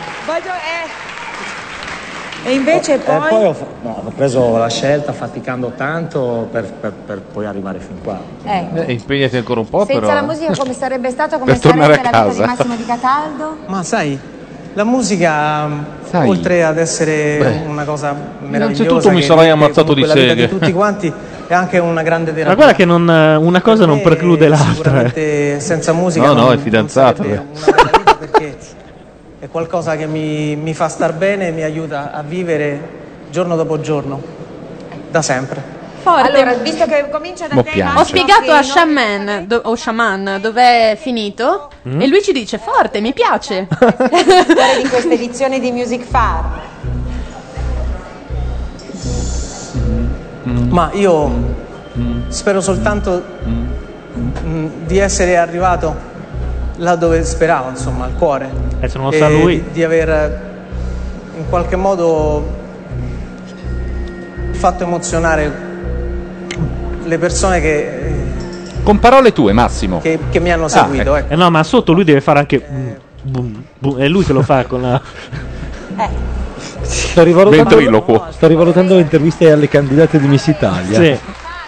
E invece E poi... poi ho, fa- no, ho preso la scelta faticando tanto per, per- per poi arrivare fin qua. Ecco. Eh, impegnati ancora un po', Senza però. la musica come sarebbe stato, come Per tornare sarebbe a la vita casa. di Massimo Di Cataldo? Ma sai, la musica, Sai. oltre ad essere Beh. una cosa meravigliosa, Innanzitutto mi che- sarai che ammazzato di comunque la vita seghe. di tutti quanti, è anche una grande terapia. Ma guarda che non, una cosa non preclude l'altra. Sicuramente senza musica No, no, non- è fidanzato. non sarebbe una bella vita, perché è qualcosa che mi, mi fa star bene e mi aiuta a vivere giorno dopo giorno, da sempre. Forte. Allora, visto che comincia da Mo te, piange. Ho Massimo, spiegato che a non- Shaman, do- o Shaman dove è finito Mm? e lui ci dice forte, mi piace. storia di questa edizione di Music Farm. Ma io spero soltanto mm, di essere arrivato là dove speravo, insomma, al cuore. E se non lo E sa lui? Di, di aver in qualche modo fatto emozionare le persone che, Con parole tue, Massimo. che, che mi hanno seguito. ecco. Eh no, ma sotto lui deve fare anche. bum, bum, bum, è lui che lo fa con la. Sto rivalutando, Ventriloquo. sto rivalutando le interviste alle candidate di Miss Italia. Sì.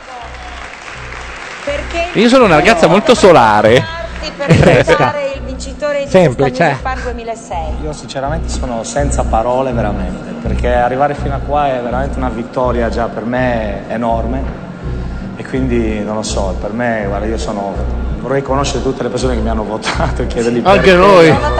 Io sono una ragazza molto solare. Per presentare il vincitore di Semplice, questa eh. Music Farm duemilasei. Io sinceramente sono senza parole veramente, perché arrivare fino a qua è veramente una vittoria già per me enorme e quindi non lo so, per me, guarda, io sono, vorrei conoscere tutte le persone che mi hanno votato e chiedergli Anche perché. noi. Sono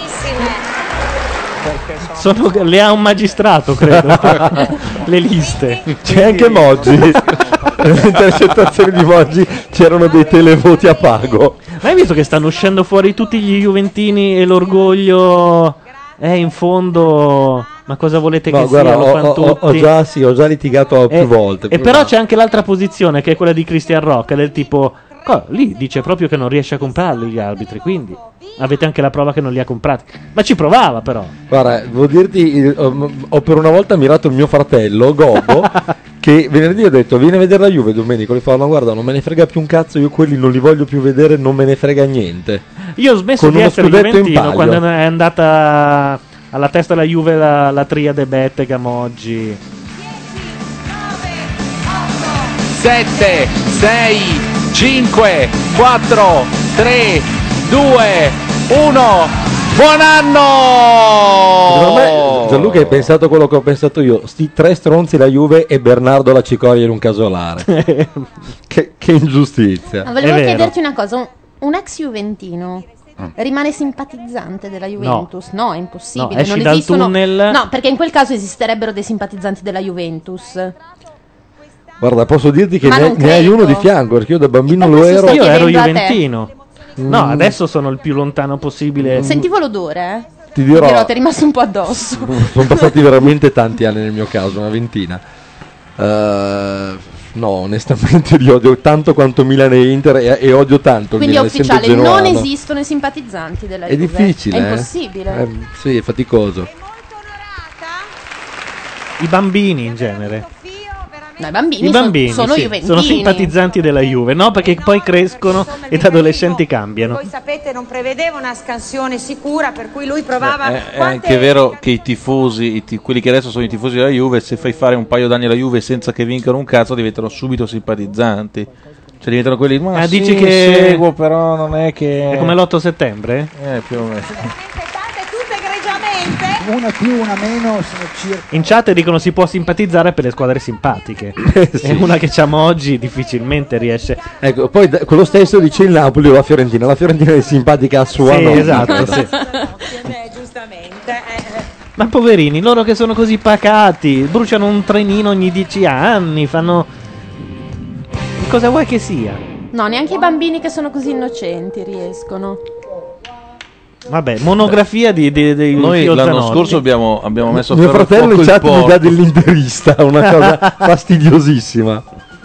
Sono, le ha un magistrato, credo. Le liste. C'è anche Moggi. Nelle intercettazioni di Moggi c'erano dei televoti a pago. Ma hai visto che stanno uscendo fuori tutti gli juventini e l'orgoglio è in fondo. Ma cosa volete No, che guarda, sia? Lo ho, fanno ho- ho tutti. già, sì, ho già litigato più E- volte. E però c'è anche l'altra posizione che è quella di Christian Rock, del tipo. "Oh, lì dice proprio che non riesce a comprarli gli arbitri, quindi avete anche la prova che non li ha comprati." Ma ci provava però. Guarda, devo dirti, eh, ho, ho per una volta ammirato il mio fratello, Gogo, che venerdì ho detto vieni a vedere la Juve domenica. Gli fa, ma guarda, non me ne frega più un cazzo, io quelli non li voglio più vedere, non me ne frega niente. Io ho smesso Con di uno essere scudetto in juventino palio. quando è andata alla testa della Juve la, la triade Bettega Moggi. sette, sei, cinque, quattro, tre, due, uno. Buon anno! Secondo me, Gianluca, hai pensato quello che ho pensato io. Sti tre stronzi la Juve e Bernardo la Cicoria in un casolare. che, che ingiustizia. Ma volevo chiederti una cosa, un, un ex juventino rimane simpatizzante della Juventus? No, è impossibile. No, esci non dal esistono... tunnel. No, perché in quel caso esisterebbero dei simpatizzanti della Juventus. Guarda, posso dirti che Ma ne, non ne hai credo. uno di fianco, perché io da bambino lo ero. Io ero chiedendo a te. juventino. No, adesso sono il più lontano possibile. Sentivo l'odore, eh? Ti dirò, ti è rimasto un po' addosso. sono passati veramente tanti anni nel mio caso, una ventina. Eh, no, onestamente li odio tanto quanto Milan e Inter e, e odio tanto il Quindi è Milan, sempre ufficiale, non genuano. esistono i simpatizzanti della È Juve. difficile, È eh. impossibile. Eh, sì, è faticoso. I bambini in genere. No, i bambini, I bambini sono, sono sì, juventini. sono simpatizzanti della Juve, no? Perché poi crescono e da adolescenti cambiano. Voi sapete, non prevedeva una scansione sicura, per cui lui provava... È, è Quante- anche vero che i tifosi, i ti- quelli che adesso sono i tifosi della Juve, se fai fare un paio d'anni alla Juve senza che vincano un cazzo, diventano subito simpatizzanti. Cioè diventano quelli, ma Ah, sì, dici che- seguo, però non è che... È come l'otto settembre? Eh, più o meno. tutte egregiamente. Una più, una meno, sono circa... In chat dicono si può simpatizzare per le squadre simpatiche. Sì. E una che c'ha oggi difficilmente riesce. Ecco, poi da- quello stesso dice il Napoli o la Fiorentina. La Fiorentina è simpatica a sua Sì, nonna. esatto, sì. Eh, giustamente. eh. Ma poverini, loro che sono così pacati, bruciano un trenino ogni dieci anni, fanno... Cosa vuoi che sia? No, neanche i bambini che sono così innocenti riescono. Vabbè, monografia di, di, di Noi Pio l'anno Zanotti. scorso abbiamo, abbiamo messo a Mio ferro fratello fuoco in il chat mi porto. dà dell'interista, una cosa fastidiosissima.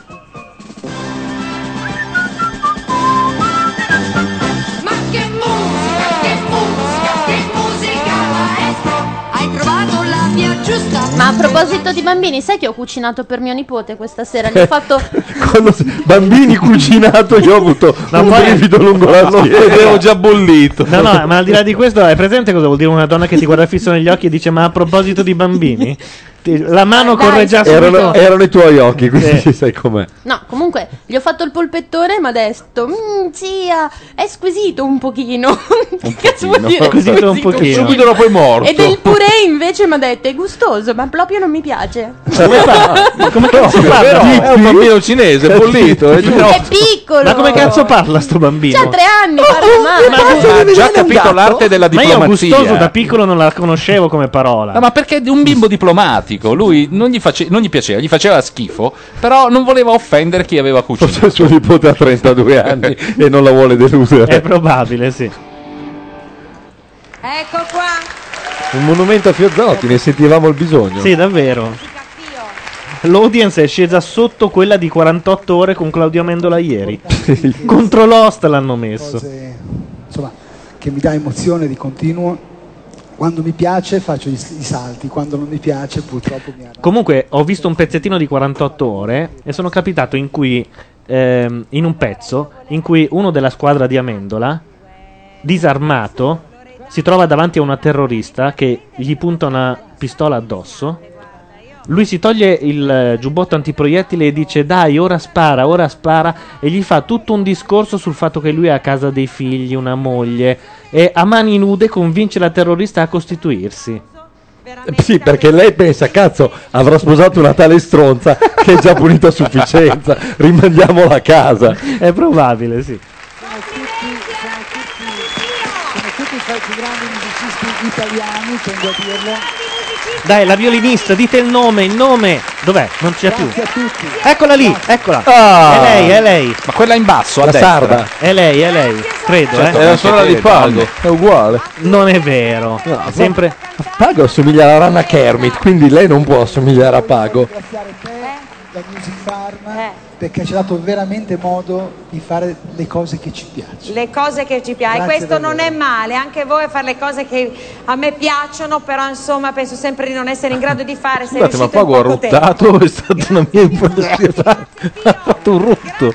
Hai trovato la via giusta. Ma a proposito di bambini, sai che ho cucinato per mio nipote questa sera? Gli ho fatto... Quando si- bambini cucinato, io ho avuto No, un poi- brivido lungo la No, schiena. Vedevo già bollito. No, no, ma al di là di questo, hai presente cosa vuol dire una donna che ti guarda fisso negli occhi e dice ma a proposito di bambini? Ti- La mano Dai, corre già subito. Erano, erano i tuoi occhi, quindi Sì. sai com'è. No, comunque, gli ho fatto il polpettone e mi ha detto, "Mm, zia, è squisito un pochino." Che cazzo vuol dire? Squisito un pochino. Subito dopo è morto. E del purè invece mi ha detto, è gustoso, ma proprio non mi piace. Come fa? Ma come cazzo parla? Però è un bambino cinese, bollito. È giusto. È piccolo. Ma come cazzo parla sto bambino? C'ha tre anni, parla male. Ha già capito l'arte della Ma io diplomazia. gustoso da piccolo non la conoscevo come parola. No, ma perché è un bimbo diplomatico, lui non gli, face- non gli piaceva, gli faceva schifo, però non voleva offendere chi aveva cucinato. Forse suo nipote ha trentadue anni e non la vuole deludere. È probabile, sì. Ecco qua. Un monumento a Pio Zanotti, ne sentivamo il bisogno. Sì, davvero. L'audience è scesa sotto quella di quarantotto ore con Claudio Amendola ieri. Contro Lost l'hanno messo. Cose, insomma, che mi dà emozione di continuo. Quando mi piace faccio i, i salti, quando non mi piace purtroppo mi arrabbio. Comunque ho visto un pezzettino di quarantotto ore e sono capitato in cui ehm, in un pezzo in cui uno della squadra di Amendola, disarmato, si trova davanti a una terrorista che gli punta una pistola addosso. Lui si toglie il eh, giubbotto antiproiettile e dice dai, ora spara, ora spara, e gli fa tutto un discorso sul fatto che lui è a casa dei figli, una moglie, e a mani nude convince la terrorista a costituirsi. Sì, perché lei pensa, cazzo, avrà sposato una tale stronza che è già punita a sufficienza, rimandiamola a casa. È probabile, sì. Sono tutti fra i più grandi musicisti italiani, tendo a dirlo. Dai, la violinista, dite il nome, il nome. Dov'è? Non c'è più. Grazie a tutti. Eccola lì, eccola. Ah. È lei, è lei. Ma quella in basso, a La destra. sarda. È lei, è lei. Credo, Certo, eh. È la anche sorella te, di Pago, donne. è uguale. Non è vero. No, È sempre... Pago assomiglia alla rana Kermit, quindi lei non può assomigliare a Pago. Ringraziare te, la Music Farm, perché ci ha dato veramente modo di fare le cose che ci piacciono. Le cose che ci piacciono, e Grazie questo non davvero. è male, anche voi a fare le cose che a me piacciono, però insomma penso sempre di non essere in grado di fare. se Scusate, ma riuscite in Pago ha poco tempo. ruttato, è stata una mia impressione. Ha fatto un rutto.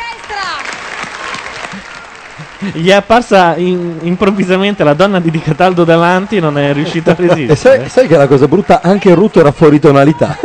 Gli è apparsa in- improvvisamente la donna di Di Cataldo davanti e non è riuscito a E sai, resistere. sai che è la cosa brutta? Anche il rutto era fuori tonalità.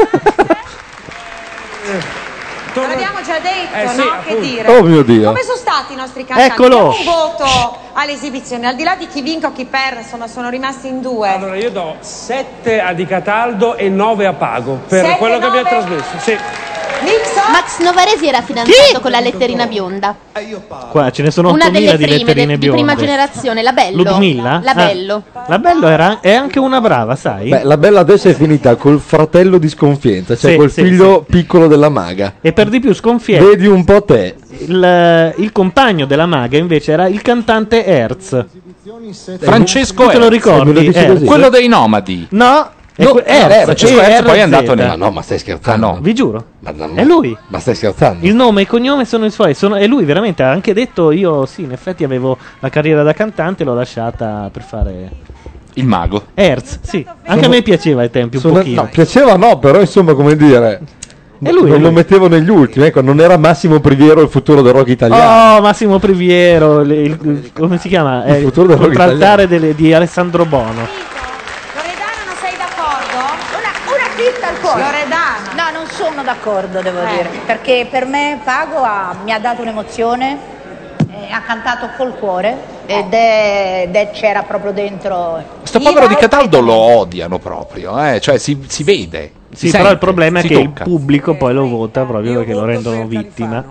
L'abbiamo già detto, Eh, sì, no? Che appunto. dire? Oh mio Dio. Come sono stati i nostri cantanti? Eccolo. Diamo un voto all'esibizione, al di là di chi vinca o chi perda, insomma sono rimasti in due. Allora io do sette a Di Cataldo e nove a Pago per Sette, quello che abbiamo nove? trasmesso. Sì. Max Novaresi era fidanzato con la letterina bionda. Qua ce ne sono Una ottomila delle di prime, letterine de- di prima bionde. generazione, la Bello. Ludmilla? La Ah, Bello. La Bello era, è anche una brava, sai? Beh, la bella adesso è finita col fratello di Sconfienza, cioè Sì, col sì, figlio piccolo della maga. E per di più sconfietta. Vedi un po' te. Il, il compagno della maga invece era il cantante Hertz. Francesco Tu te lo Hertz. ricordi? Eh, me lo dici Hertz? così? Quello dei nomadi. No, è No, que- eh, Hertz, Francesco E Hertz poi è R Z. andato nei- Ma no, ma stai scherzando? Ah, no. Vi giuro. Ma, no, È lui. Ma stai scherzando? Il nome e il cognome sono i suoi. Sono, è lui veramente. Ha anche detto io, sì, in effetti avevo la carriera da cantante, l'ho lasciata per fare Il mago. Hertz. Sì, anche a me piaceva ai tempi un Sono- pochino. no, piaceva no, però insomma, come dire... È lui, non è lo lui. mettevo negli ultimi, ecco, non era Massimo Priviero il futuro del rock italiano. Oh, Massimo Priviero, il- il- come si chiama? Il È il futuro del rock contraltare delle- di Alessandro Bono. Loredana, non sei d'accordo? Una, una dritta al cuore. Loredana. No, non sono d'accordo, devo Eh. dire, perché per me Pago ha- mi ha dato un'emozione, eh, ha cantato col cuore ed è, ed è- c'era proprio dentro. Sto I povero Di Rai Cataldo lo odiano proprio, eh? Cioè si, si vede. Si Sì, però sente, il problema è si che tocca. il pubblico poi lo vota proprio perché lo rendono vittima.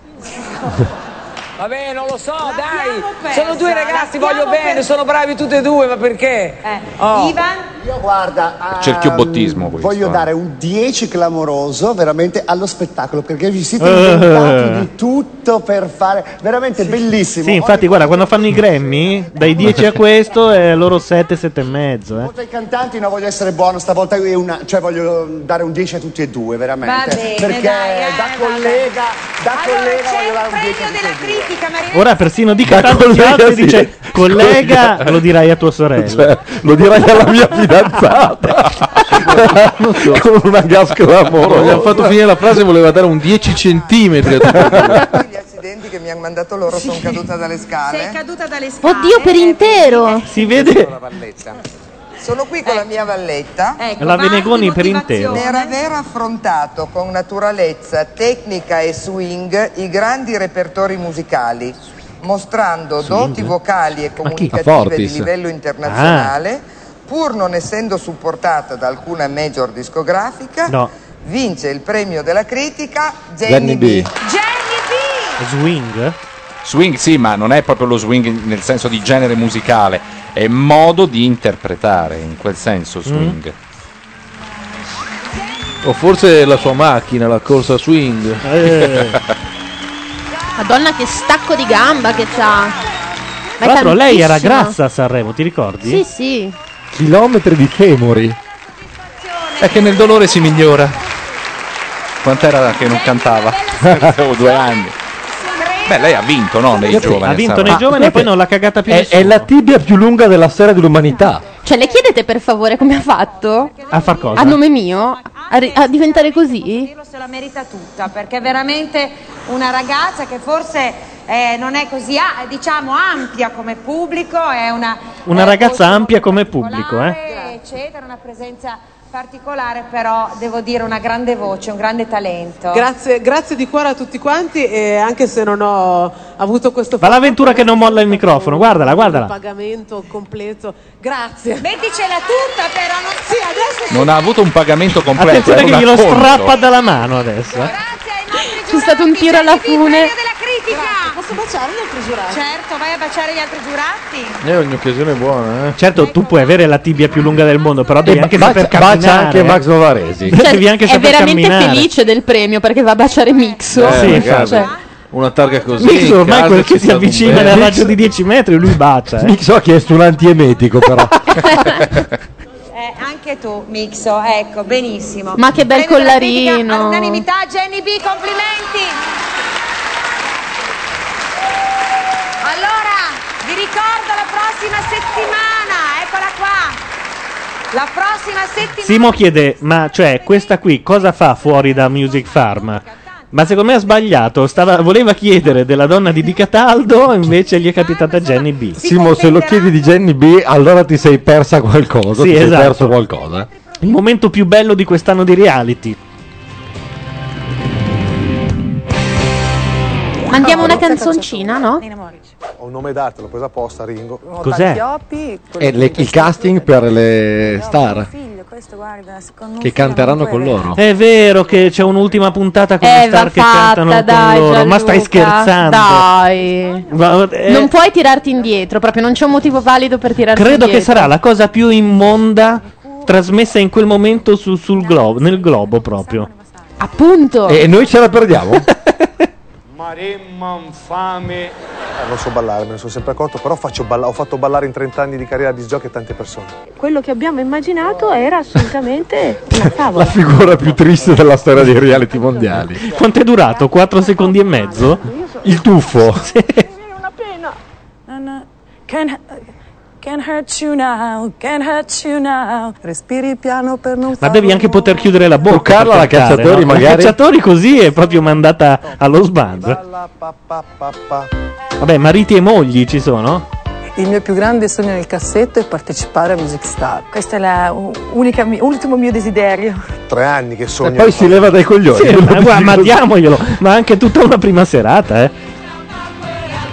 Vabbè, non lo so, dai. persa, Sono due ragazzi, l'abbiamo voglio bene, persa. sono bravi tutti e due, ma perché? Eh, Oh. Ivan? Io guarda, ah, cerchiobottismo questo, voglio eh. dare un dieci clamoroso veramente allo spettacolo, perché vi siete inventati di tutto per fare veramente bellissimo. Sì, infatti, guarda, quando fanno i Grammy, dai dieci a questo, è loro sette, sette e mezzo. Eh. Oltre ai cantanti, no, voglio essere buono stavolta, è una, cioè voglio dare un dieci a tutti e due, veramente. Va bene, perché dai, eh, da collega, da Allora collega c'è voglio il dare un dieci a premio tutti della e due. critica, Marinella. Ora persino Di Da Cataldo collega, Chialzi sì. dice collega, lo dirai a tua sorella. Cioè, lo dirai alla mia fidanzata. Non so. Con una gas clamorosa. Gli hanno fatto finire la frase, voleva dare un dieci centimetri a tutti. Gli accidenti che mi hanno mandato loro sono caduta dalle scale. Sei caduta dalle scale. Oddio, per intero! Si vede Sono qui con la mia valletta. Ecco, la vai Venegoni di per intero. motivazione. Per aver affrontato con naturalezza, tecnica e swing i grandi repertori musicali, mostrando doti vocali e comunicative Fortis. di livello internazionale, pur non essendo supportata da alcuna major discografica, No. vince il premio della critica Jenny Jenny B. B. Jenny B! Swing? Swing sì, ma non è proprio lo swing nel senso di genere musicale, è modo di interpretare, in quel senso swing. O forse la sua macchina, la corsa swing. Eh. Madonna, che stacco di gamba che c'ha. Tra l'altro lei era tantissimo. grassa a Sanremo, ti ricordi? Sì, sì. Chilometri di femori. È che nel dolore si migliora. Quant'era che non cantava? Avevo due anni. Beh, lei ha vinto, no? Nei giovani. Ha vinto Sanremo. nei giovani e poi non l'ha cagata più È, nessuno. è la tibia più lunga della storia dell'umanità. Cioè, le chiedete per favore come ha fatto? A far cosa? A nome mio? A, ri- a diventare così? Se la merita tutta, perché è veramente una ragazza che forse eh, non è così a- diciamo ampia come pubblico, è una, Una è ragazza molto ampia come pubblico, eh? particolare, eccetera, una presenza particolare, però devo dire una grande voce, un grande talento. Grazie, grazie di cuore a tutti quanti, e anche se non ho avuto questo Va l'avventura che non molla il microfono, guardala, il guardala. pagamento completo, grazie. Metticela tutta però, non sì, adesso Non ha avuto un pagamento completo. Attenzione è che un glielo acconto. strappa dalla mano adesso. eh. C'è stato un tiro alla fune. Posso baciare gli altri giurati? Certo, vai a baciare gli altri giurati. È ogni occasione buona, eh. Certo, tu puoi avere la tibia più lunga del mondo, però devi anche bacia- saper camminare. bacia anche eh. Max Novaresi. Cioè, devi anche è saper veramente camminare. felice del premio perché va a baciare Mixo. Eh, sì, ragazzi. Cioè, Una targa così. Mix in ormai casa quel c'è che si stato un avvicina bel- nel raggio di dieci metri lui bacia. Eh. Mix ha chiesto un antiemetico però. Eh, anche tu, Mixo, ecco, benissimo. Ma che bel Premio della critica collarino. all'unanimità, Jenny B, complimenti. Allora, vi ricordo la prossima settimana, eccola qua. La prossima settimana. Simo chiede, ma cioè questa qui cosa fa fuori da Music Farm? Ma secondo me ha sbagliato, stava- voleva chiedere della donna di Di Cataldo, invece gli è capitata Jenny B. Simo, se lo chiedi di Jenny B, allora ti sei persa qualcosa. Sì, ti sei esatto. perso qualcosa. Il momento più bello di quest'anno di reality. mandiamo una canzoncina, no? Ho un nome d'arte, l'ho preso apposta, Ringo. Cos'è? È le- il casting per le star che canteranno con loro. È vero che c'è un'ultima puntata con Eh, le star va che fatta, cantano dai, con loro. Ma stai Gianluca, scherzando? Dai. Ma, eh, Non puoi tirarti indietro, proprio non c'è un motivo valido per tirarti credo indietro. che sarà la cosa più immonda trasmessa in quel momento su- sul globo, nel globo proprio. Appunto. E noi ce la perdiamo? Maremma infame. Eh, non so ballare, me ne sono sempre accorto, però faccio balla- ho fatto ballare in trenta anni di carriera di disc tante persone. Quello che abbiamo immaginato era assolutamente una favola. La figura più triste della storia dei reality mondiali. Quanto è durato? quattro secondi e mezzo? Il tuffo. Una pena. Can, can hurt you now, can hurt you now. Respiri piano per non Ma devi anche poter chiudere la bocca. Toccarla per alla cantare, Cacciatori, no? La magari. Cacciatori così è proprio mandata allo sbando. Vabbè, mariti e mogli ci sono? Il mio più grande sogno nel cassetto è partecipare a Music Star. Questo è l'ultimo mio desiderio. Tre anni che E sogno. poi si leva dai coglioni. Sì, ma, guarda, ma diamoglielo, ma anche tutta una prima serata, eh.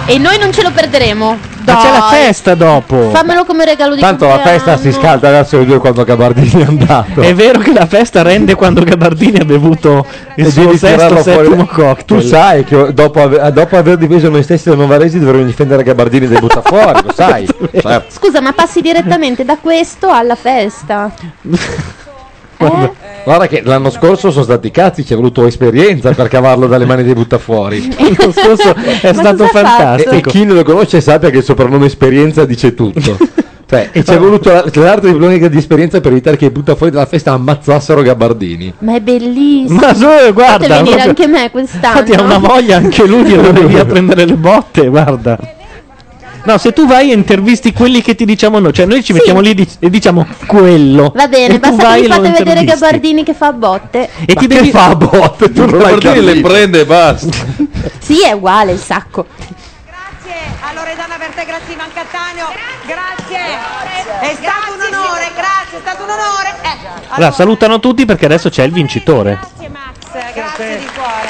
E noi non ce lo perderemo. Ma c'è la Dai. festa dopo. Fammelo come regalo di Tanto la compleanno. festa si scalda verso le due quando Gabardini è andato. È vero che la festa rende quando Gabardini ha bevuto il E suo devi sesto tirarlo fuori. settimo cocktail. Tu sai che dopo, ave- dopo aver difeso noi stessi da Novaresi dovremmo difendere Gabardini dai buttafuori, lo sai. Cioè, Scusa, ma passi direttamente da questo alla festa. guarda, guarda che l'anno scorso sono stati cazzi, ci è voluto esperienza per cavarlo dalle mani dei buttafuori. L'anno scorso è Ma stato cosa ha fatto? fantastico. E, e chi non lo conosce sappia che il soprannome esperienza dice tutto. Cioè, e ci è voluto la- l'arte diplomatica di esperienza per evitare che i buttafuori della festa ammazzassero Gabardini. Ma è bellissimo. Ma so, guarda, Fate venire proprio- anche me quest'anno. Infatti ha una voglia anche lui di andare via a prendere le botte, guarda. No, se tu vai e intervisti quelli che ti diciamo noi, cioè noi ci mettiamo lì di- e diciamo quello. Va bene, E tu basta vai che e mi lo fate vedere intervisti. Gabardini che fa botte. E ti devi fa a botte, tu non l'hai Gabardini le capito. prende e basta. Sì, è uguale il sacco. A Loredana Vertegrazzi Mancattaneo, grazie. È stato un onore, grazie, è stato un onore. Eh, Allora, salutano tutti perché adesso c'è il vincitore. grazie Max, grazie di cuore.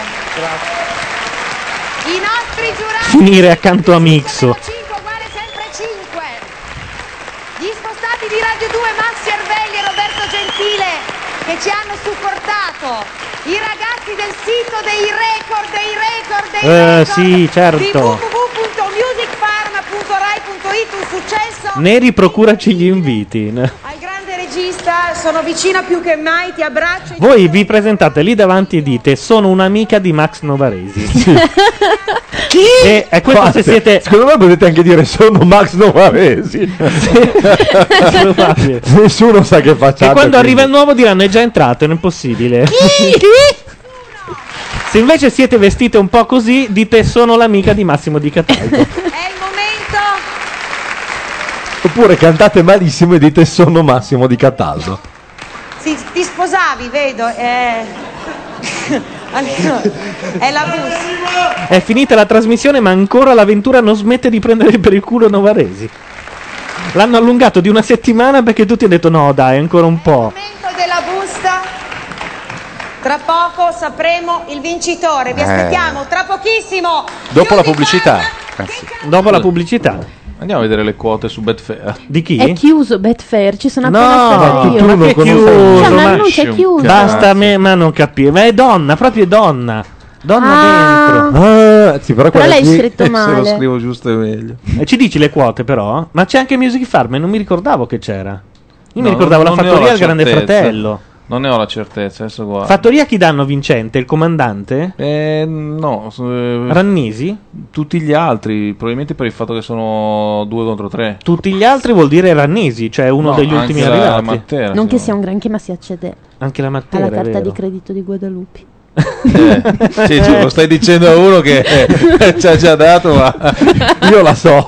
I nostri giurati Finire accanto a Mixo. uguale sempre cinque. Gli spostati di Radio due Max Cervelli e Roberto Gentile che ci hanno supportato. I ragazzi del sito dei record, dei record, dei Eh, record. sì, Di certo. w w w punto musicfarm punto rai punto it, un successo. Neri, procuraci gli inviti. Al grande regista, sono vicina più che mai, ti abbraccio. Voi vi presentate lì davanti e dite: sono un'amica di Max Novaresi. Chi? E è questo se Fate. siete. Secondo me potete anche dire sono Max Novaresi. Probabile. Nessuno sa che facciate. E quando quindi. arriva il nuovo diranno: è già entrato, è impossibile. Se invece siete vestite un po' così, dite: sono l'amica di Massimo Di Cataldo. Oppure cantate malissimo e dite sono Massimo Di Cataldo. Sì, ti sposavi, vedo. È, è la bus. È finita la trasmissione, ma ancora l'avventura non smette di prendere per il culo Novaresi. L'hanno allungato di una settimana perché tutti hanno detto: no, dai, ancora un po'. Momento della busta. Tra poco sapremo il vincitore. Vi Eh. aspettiamo tra pochissimo. Dopo la pubblicità. Ah, sì. Dopo la pubblicità. Andiamo a vedere le quote su Betfair. Di chi? È chiuso Betfair, ci sono No, appena stata tu io. non Ma che che chiuso, C'è un ma- annuncio, è chiuso. Basta a me, ma non capire. Ma è donna, proprio è donna. Donna Ah. dentro. Ah, sì, però Però quella l'hai qui- scritto Se lo male. scrivo giusto è meglio. E ci dici le quote però? Ma c'è anche Music Farm e non mi ricordavo che c'era. Io mi No, ricordavo non- la non ne ho fattoria la del Grande certezza. Fratello. Non ne ho la certezza, adesso guarda. Fattoria chi danno vincente? Il comandante? Eh, no. eh, Rannisi? Tutti gli altri, probabilmente per il fatto che sono due contro tre. Tutti gli altri vuol dire Rannisi, cioè uno No, degli ultimi anche la arrivati. Mattera, Non che sia un granché, ma si accede Anche la Mattera, alla è carta vero. di credito di Guadalupe. Eh, sì, cioè, lo stai dicendo a uno che eh, ci ha già dato, ma io la so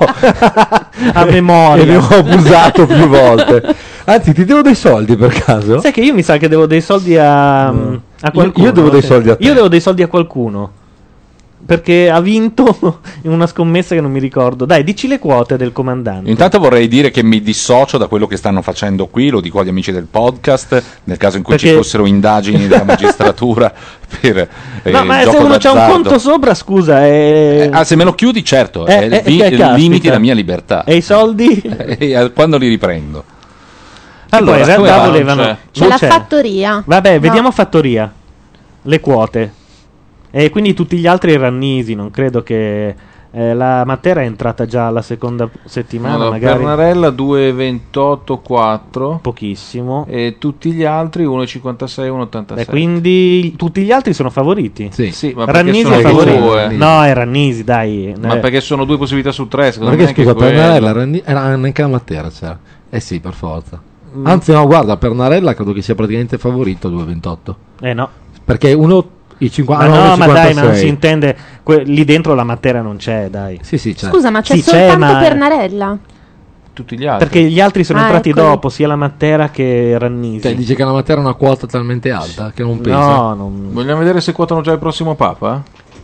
a memoria. e ne ho abusato più volte. Anzi, ti devo dei soldi per caso? Sai che io mi sa che devo dei soldi a, a qualcuno. Io devo dei sì. soldi a te. Io devo dei soldi a qualcuno. Perché ha vinto in una scommessa che non mi ricordo. Dai, dici le quote del comandante. Intanto vorrei dire che mi dissocio da quello che stanno facendo qui, lo dico agli amici del podcast, nel caso in cui Perché- ci fossero indagini della magistratura per eh, No, ma il se gioco uno c'ha un d'azzardo. conto sopra, scusa, è... Eh, ah, se me lo chiudi, certo, Eh, eh, eh, vi- che caspita. limiti la mia libertà. E i soldi? E eh, quando li riprendo? Allora, in come realtà va? Non volevano... c'è. C'è non la c'è. fattoria. Vabbè, No. vediamo fattoria. Le quote. E quindi tutti gli altri Rannisi, non credo che... eh, la Matera è entrata già la seconda settimana, Allora, magari... Pernarella due virgola ventotto quattro Pochissimo. e tutti gli altri uno virgola cinquantasei uno virgola ottantasei. Beh, quindi tutti gli altri sono favoriti. Sì, Sì, ma perché Rannisi sono è favorito. due. No, è Rannisi, dai. Ma Eh, perché sono due possibilità su tre, secondo Perché me anche scusa, quello. Pernarella Randi- era anche la Matera c'era. Eh sì, per forza. Anzi no, guarda, Pernarella credo che sia praticamente favorito a due virgola ventotto. Eh no. Perché uno i cinquanta Ma ah, no, no, ma dai, ma non cinquantasei. si intende. que- lì dentro la Matera non c'è, dai. Sì, sì, c'è. Scusa, ma c'è Sì, c'è, soltanto ma- Pernarella? Tutti gli altri. Perché gli altri sono Ah, entrati eccoli. dopo, sia la Matera che Rannisi. Cioè, dice che la Matera ha una quota talmente alta che non pesa. No, non... Vogliamo vedere se quotano già il prossimo Papa?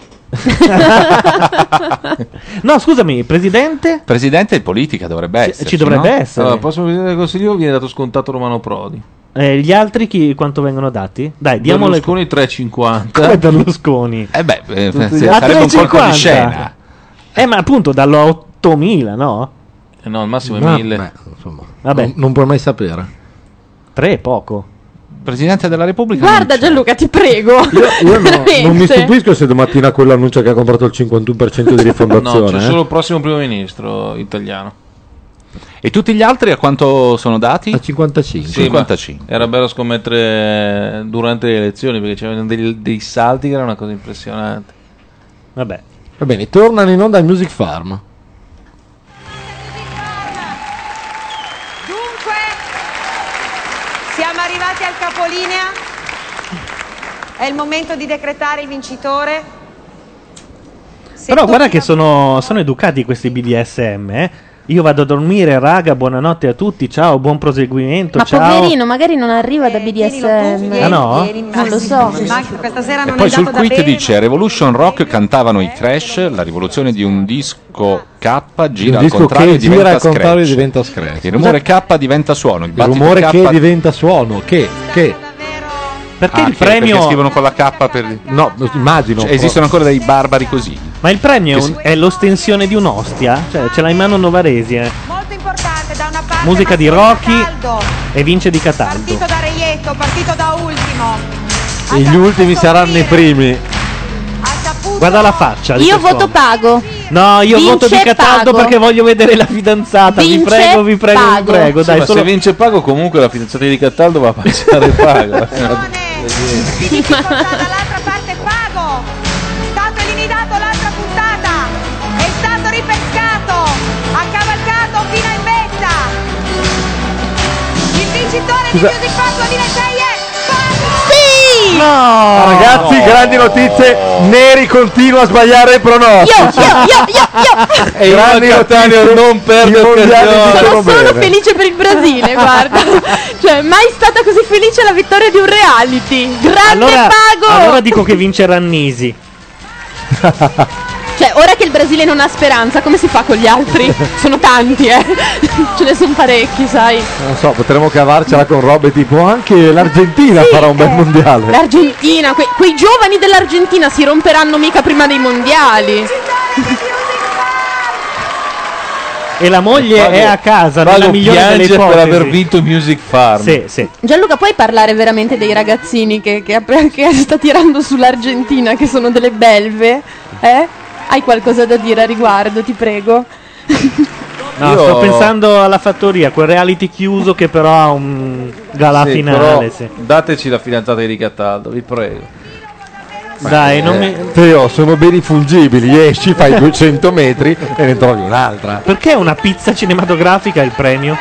No, scusami, presidente? Presidente in politica dovrebbe Ci- essere. ci dovrebbe essere. Allora, prossimo Presidente del Consiglio viene dato scontato Romano Prodi. Eh, gli altri chi, quanto vengono dati? Dai, diamole. Berlusconi tre virgola cinquanta. Come Berlusconi? Eh beh, eh, Tutti se- gli- A sarebbe un colpo di tre virgola cinquanta. scena. Eh, ma appunto dallo ottomila, no? Eh no, al massimo è Ma- mille. beh, insomma, Vabbè. non, non puoi mai sapere. Tre è poco. Presidente della Repubblica. Guarda Gianluca, ti prego. Io no, non mi Veramente. stupisco se domattina quello annuncia che ha comprato il cinquantuno per cento di rifondazione. No, c'è eh. solo il prossimo primo ministro italiano. E tutti gli altri a quanto sono dati? A cinquantacinque. Sì, ma cinquantacinque. era bello scommettere durante le elezioni perché c'erano dei, dei salti che era una cosa impressionante. Vabbè. Va bene, tornano in onda al Music Farm. Siamo arrivati al capolinea. È il momento di decretare il vincitore. Se Però tutti guarda che la- sono, sono educati questi B D S M, eh. Io vado a dormire, raga, buonanotte a tutti, ciao, buon proseguimento, Ma ciao. poverino, magari non arriva da B D S M. Ah, no? Non lo so. Ma questa sera E non poi è sul dato da tweet bere. dice Revolution Rock cantavano i Crash, la rivoluzione di un disco K gira Un al disco contrario che e gira diventa al contrario e scratch. diventa scratch. Il rumore K diventa suono, il, Il battito rumore K che diventa suono, che, che. Perché Ah, il che- premio... perché scrivono con la K per... No, immagino. Cioè, esistono ancora dei barbari così. Ma il premio Che si- è l'ostensione di un'ostia? Cioè, ce l'ha in mano Novaresi, eh. Molto importante, da una parte Musica di Massimo Rocky Cataldo, e vince di Cataldo. partito da Reietto, partito da ultimo. E gli ultimi saranno i primi. Guarda la faccia. di Io quest'uomo. voto Pago. No, io Vince voto di Cataldo Pago. perché voglio vedere la fidanzata. Vi Vince prego, vi prego, vi Pago. prego. Sì, Dai, ma solo... se vince Pago comunque la fidanzata di Cataldo va a passare Pago. Di difficoltà dall'altra parte Pago. Stato eliminato l'altra puntata. È stato ripescato. Ha cavalcato fino in vetta. Il vincitore Scusa. di Music Fest duemilasei è Pago. Sì! No! Ragazzi, grandi notizie. Neri continua a sbagliare i pronostici. Io, io, io, io, io. E grandi io notizie. non perde I mondiali occasione. dicono Sono solo bene. felice per il Brasile, guarda. Cioè, mai stata così felice la vittoria di un reality. Grande Allora, Pago! allora dico che vince Rannisi. Cioè, ora che il Brasile non ha speranza, come si fa con gli altri? Sono tanti, eh. Ce ne sono parecchi, sai. Non so, potremmo cavarcela con robe tipo anche l'Argentina Sì, farà un bel eh, mondiale. L'Argentina, que- quei giovani dell'Argentina si romperanno mica prima dei mondiali. E la moglie Pago- è a casa, Pago nella migliore delle piange ipotesi. per aver vinto Music Farm. Sì, sì. Gianluca, puoi parlare veramente dei ragazzini che, che, che sta tirando sull'Argentina, che sono delle belve? Eh? Hai qualcosa da dire a riguardo, ti prego? No, Io- sto pensando alla fattoria, quel reality chiuso che però ha un galà Sì, finale. però Sì. dateci la fidanzata di Cataldo, vi prego. Dai, non mi... Teo, sono beni fungibili, esci, fai duecento metri e ne trovi un'altra. Perché una pizza cinematografica è il premio?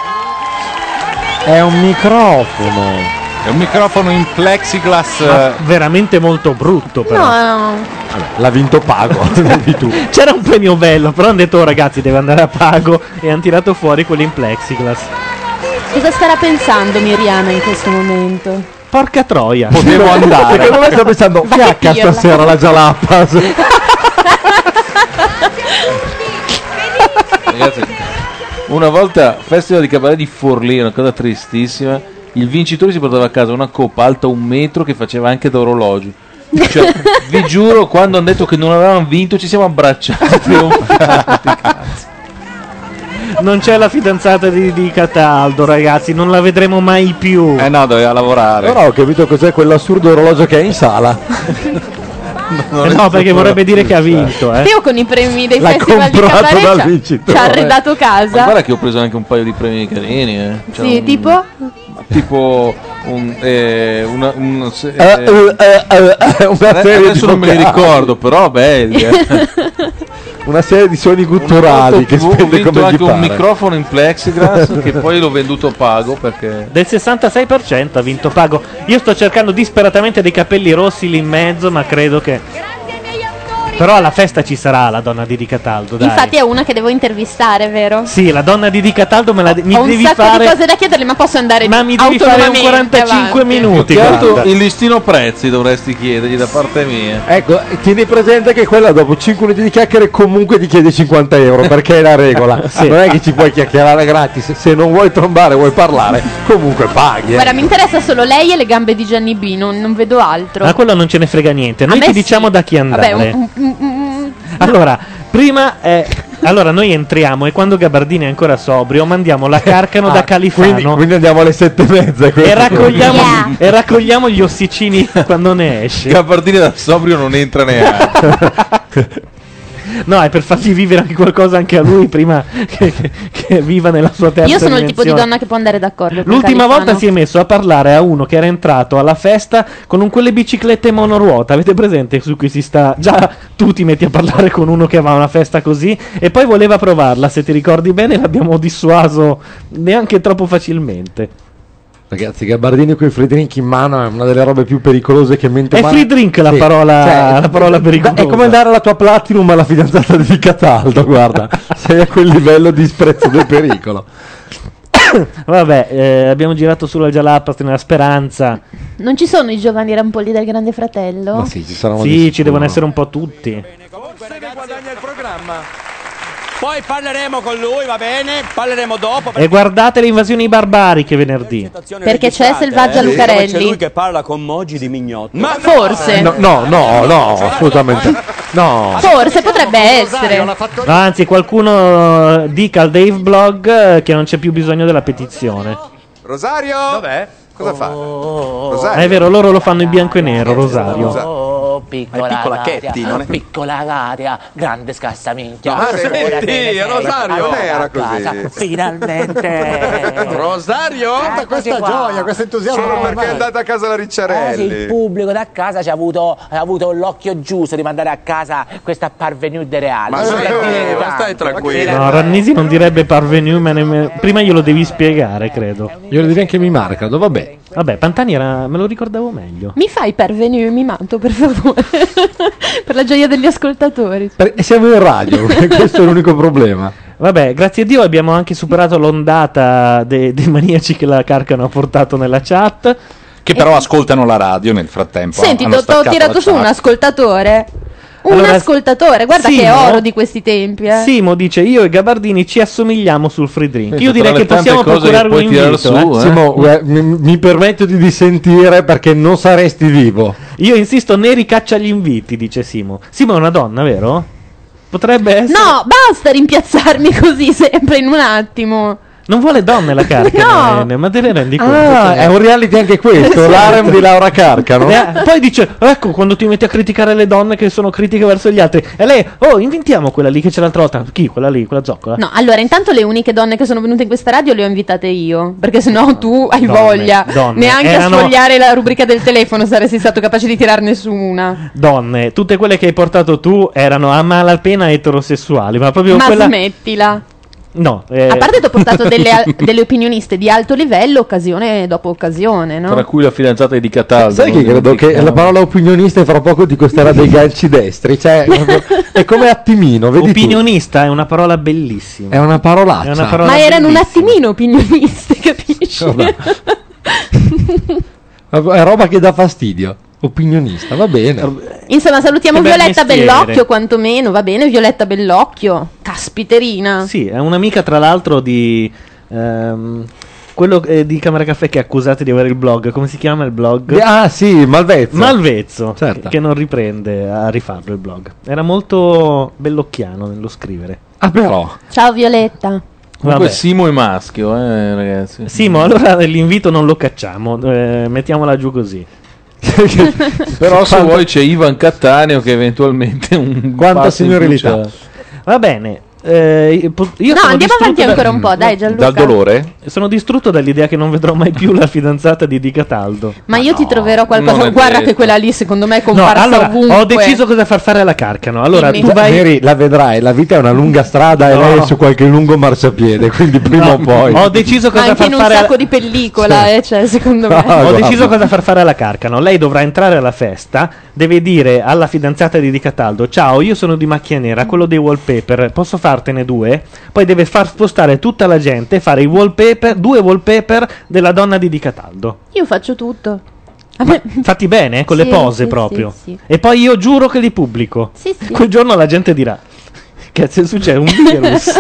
È un microfono. È un microfono in plexiglass. Ma eh, veramente molto brutto però. No, no. Vabbè, l'ha vinto Pago, vedi tu. C'era un premio bello, però hanno detto "Oh, ragazzi, deve andare a Pago" e hanno tirato fuori quelli in plexiglass. Cosa starà pensando Miriana in questo momento? Porca troia. Potevo andare. Secondo me sto pensando, Va che fiacca pirla." stasera la Jalapas. Ragazzi, una volta Festival di Cabaret di Forlì, una cosa tristissima. Il vincitore si portava a casa una coppa alta un metro che faceva anche da orologi. Cioè, vi giuro, quando hanno detto che non avevano vinto, ci siamo abbracciati. trionfanti, cazzo. Non c'è la fidanzata di, di Cataldo, ragazzi, non la vedremo mai più. Eh no, doveva lavorare. Però ho capito cos'è quell'assurdo orologio che è in sala. Eh no, perché vorrebbe dire che ha vinto, eh. Teo con i premi dei L'ha festival di comprato cabaret dal ci ha- vincitore. ci ha arredato Ma casa. guarda che ho preso anche un paio di premi carini. Eh. C'è Sì, un- tipo? Tipo un, eh, una, un, se- Eh, eh, eh, eh, eh, una serie di adesso non me li vocali. ricordo, però belli. Eh. Una serie di suoni Una gutturali volta che ho spende vinto come gli anche un pare. microfono in plexiglass che poi l'ho venduto a Pago perché Del sessantasei per cento ha vinto Pago. Io sto cercando disperatamente dei capelli rossi lì in mezzo, ma credo che... Però alla festa ci sarà la donna di Di Cataldo, dai. Infatti è una che devo intervistare, vero? Sì, la donna di Di Cataldo me la de- mi Ho un devi sacco fare... di cose da chiederle, ma posso andare Ma mi devi fare un autonomamente quarantacinque avanti. minuti. Più che altro guarda. il listino prezzi dovresti chiedergli da parte mia. Ecco, tieni presente che quella dopo cinque minuti di chiacchiere comunque ti chiede cinquanta euro perché è la regola. Sì. Non è che ci puoi chiacchierare gratis, se non vuoi trombare, vuoi parlare, comunque paghi. eh. Guarda, mi interessa solo lei e le gambe di Gianni B, non, non vedo altro. Ma quello non ce ne frega niente. A Noi me ti sì. diciamo da chi andare. Vabbè, un- un- un- un- Allora, Prima è. Allora noi entriamo e quando Gabardini è ancora sobrio mandiamo la Carcano Ah, da Califano quindi, quindi andiamo alle sette e mezza. e raccogliamo, e raccogliamo gli ossicini quando ne esce. Gabardini da sobrio non entra neanche. No, è per fargli vivere anche qualcosa anche a lui prima che, che, che viva nella sua terza Io sono il tipo di dimensione. donna che può andare d'accordo con L'ultima Califano. volta si è messo a parlare a uno che era entrato alla festa con un quelle biciclette monoruota. Avete presente su cui si sta? Già tu ti metti a parlare con uno che va a una festa così e poi voleva provarla, se ti ricordi bene l'abbiamo dissuaso neanche troppo facilmente. Ragazzi, Gabardini con i free drink in mano è una delle robe più pericolose che mente È umana- free drink la Sì, parola- cioè, la parola pericolosa. È come dare la tua Platinum alla fidanzata di Cataldo, guarda. Sei a quel livello di sprezzo del pericolo. Vabbè, eh, abbiamo girato solo al Jalapas nella speranza. Non ci sono i giovani rampolli del Grande Fratello? Ma sì, ci saranno di Sì, sicuro. ci devono essere un po' tutti. Poi parleremo con lui, va bene? Parleremo dopo. E guardate le invasioni barbariche venerdì. Perché c'è Selvaggia eh? Lucarelli. C'è lui che parla con Moggi di Mignotto. Ma forse. No, no, no, no, assolutamente. No. Forse potrebbe essere. Anzi, qualcuno eh, dica al Dave Blog eh, che non c'è più bisogno della petizione. Rosario? Dov'è? Cosa fa? Ah, è vero, loro lo fanno in bianco e nero, Rosario. Oh, piccola, Ma è piccola Gaia, Chetti, non è- piccola Gaia, grande scassaminchia. Ma Ora senti, te ne sei Rosario, non andata era a casa, così. Finalmente. Rosario? Tutta questa gioia, questo entusiasmo Solo normale. perché è andata a casa la Eh, sì, il Ricciarelli. pubblico da casa ci ha avuto, ha avuto l'occhio giusto di mandare a casa questa parvenue reale. Ma Non sì, per dire ma tanto. stai tranquillo. No, Rannisi non direbbe parvenu, ma nemmeno- prima glielo devi spiegare, credo. Glielo devi anche mimare, credo, vabbè. Vabbè, Pantani era, me lo ricordavo meglio. Mi fai pervenue, mi manto, per favore. Per la gioia degli ascoltatori. E siamo in radio, questo è l'unico problema. Vabbè, grazie a Dio abbiamo anche superato l'ondata de- dei maniaci che la Carcano ha portato nella chat. Che però ascoltano la radio nel frattempo. Senti, hanno ti ho staccato tirato la su un chat. ascoltatore. Un Allora, ascoltatore, guarda che Simo- oro di questi tempi, eh. Simo dice: io e Gabardini ci assomigliamo sul free drink. Sì, Io tra direi le che tante possiamo cose procurare che un puoi tirar invito. su, eh. eh. Simo, guarda, mi, mi permetto di dissentire perché non saresti vivo. Io insisto, Neri caccia gli inviti, dice Simo. Simo è una donna, vero? Potrebbe essere. No, basta rimpiazzarmi così sempre in un attimo. Non vuole donne la Carcano, No. ma te ne rendi conto? Ah, è un reality anche questo, l'harem di Laura Carcano. Eh, poi dice: ecco, quando ti metti a criticare le donne che sono critiche verso gli altri. E lei, oh, invitiamo quella lì che c'è l'altra volta. Chi? Quella lì, quella zoccola. No, allora, intanto le uniche donne che sono venute in questa radio le ho invitate io. Perché sennò tu hai Donne, voglia. donne. Neanche Erano- a sfogliare la rubrica del telefono saresti stato capace di tirarne su una. Donne, tutte quelle che hai portato tu erano a malapena eterosessuali. Ma proprio Ma quella. smettila. No, eh, A parte ti ho portato delle, al- delle opinioniste di alto livello, occasione dopo occasione, no? Tra cui la fidanzata di Cataldo. Sai che non credo che dimentichiamo. la parola opinionista fra poco ti costerà dei ganci destri, cioè è come attimino, vedi tu. Opinionista è una parola bellissima. È una parolaccia. È una parola Ma erano un bellissima. attimino opinioniste, capisci? Vabbè. È roba che dà fastidio. Opinionista, va bene. Insomma, salutiamo Che bel Violetta mestiere. Bellocchio, quantomeno, va bene Violetta Bellocchio. Caspiterina. Sì, è un'amica tra l'altro di ehm, quello eh, di Camera Caffè che è accusato di avere il blog. Come si chiama il blog? Ah sì, Malvezzo. Malvezzo, Certo. che non riprende a rifarlo il blog. Era molto bellocchiano nello scrivere. Ah però. Ciao Violetta. Comunque Vabbè. Simo è maschio, eh, ragazzi. Simo, allora l'invito non lo cacciamo, eh, mettiamola giù così. Però se Quanta- vuoi c'è Ivan Cattaneo che eventualmente un Quanta passo in più signorilità. c'ha. Va bene. eh, po- io No, sono andiamo distrutto avanti da- ancora un po', dai Gianluca. Dal dolore? Sono distrutto dall'idea che non vedrò mai più la fidanzata di Di Cataldo. Ma io ti troverò non qualcosa. è Guarda detto. che quella lì secondo me è No, comparsa allora, ovunque. ho deciso cosa far fare alla Carcano. Allora, Dimmi. tu vai. Neri, la vedrai, la vita è una lunga strada e No. lei è su qualche lungo marciapiede, quindi prima No, o poi. ho deciso Ma cosa anche far in un fare. sacco di pellicola, Sì. eh, cioè, secondo me. Ah, Ho guarda. deciso cosa far fare alla Carcano. Lei dovrà entrare alla festa, deve dire alla fidanzata di Di Cataldo: ciao, io sono di Macchia Nera, quello dei wallpaper, posso fartene due? Poi deve far spostare tutta la gente e fare i wallpaper, due wallpaper della donna di Di Cataldo. Io faccio tutto. A me- Fatti bene, eh, con le Sì, pose sì, proprio. sì, sì. E poi io giuro che li pubblico. Sì, sì. Quel giorno la gente dirà: Cazzo succede? Un virus.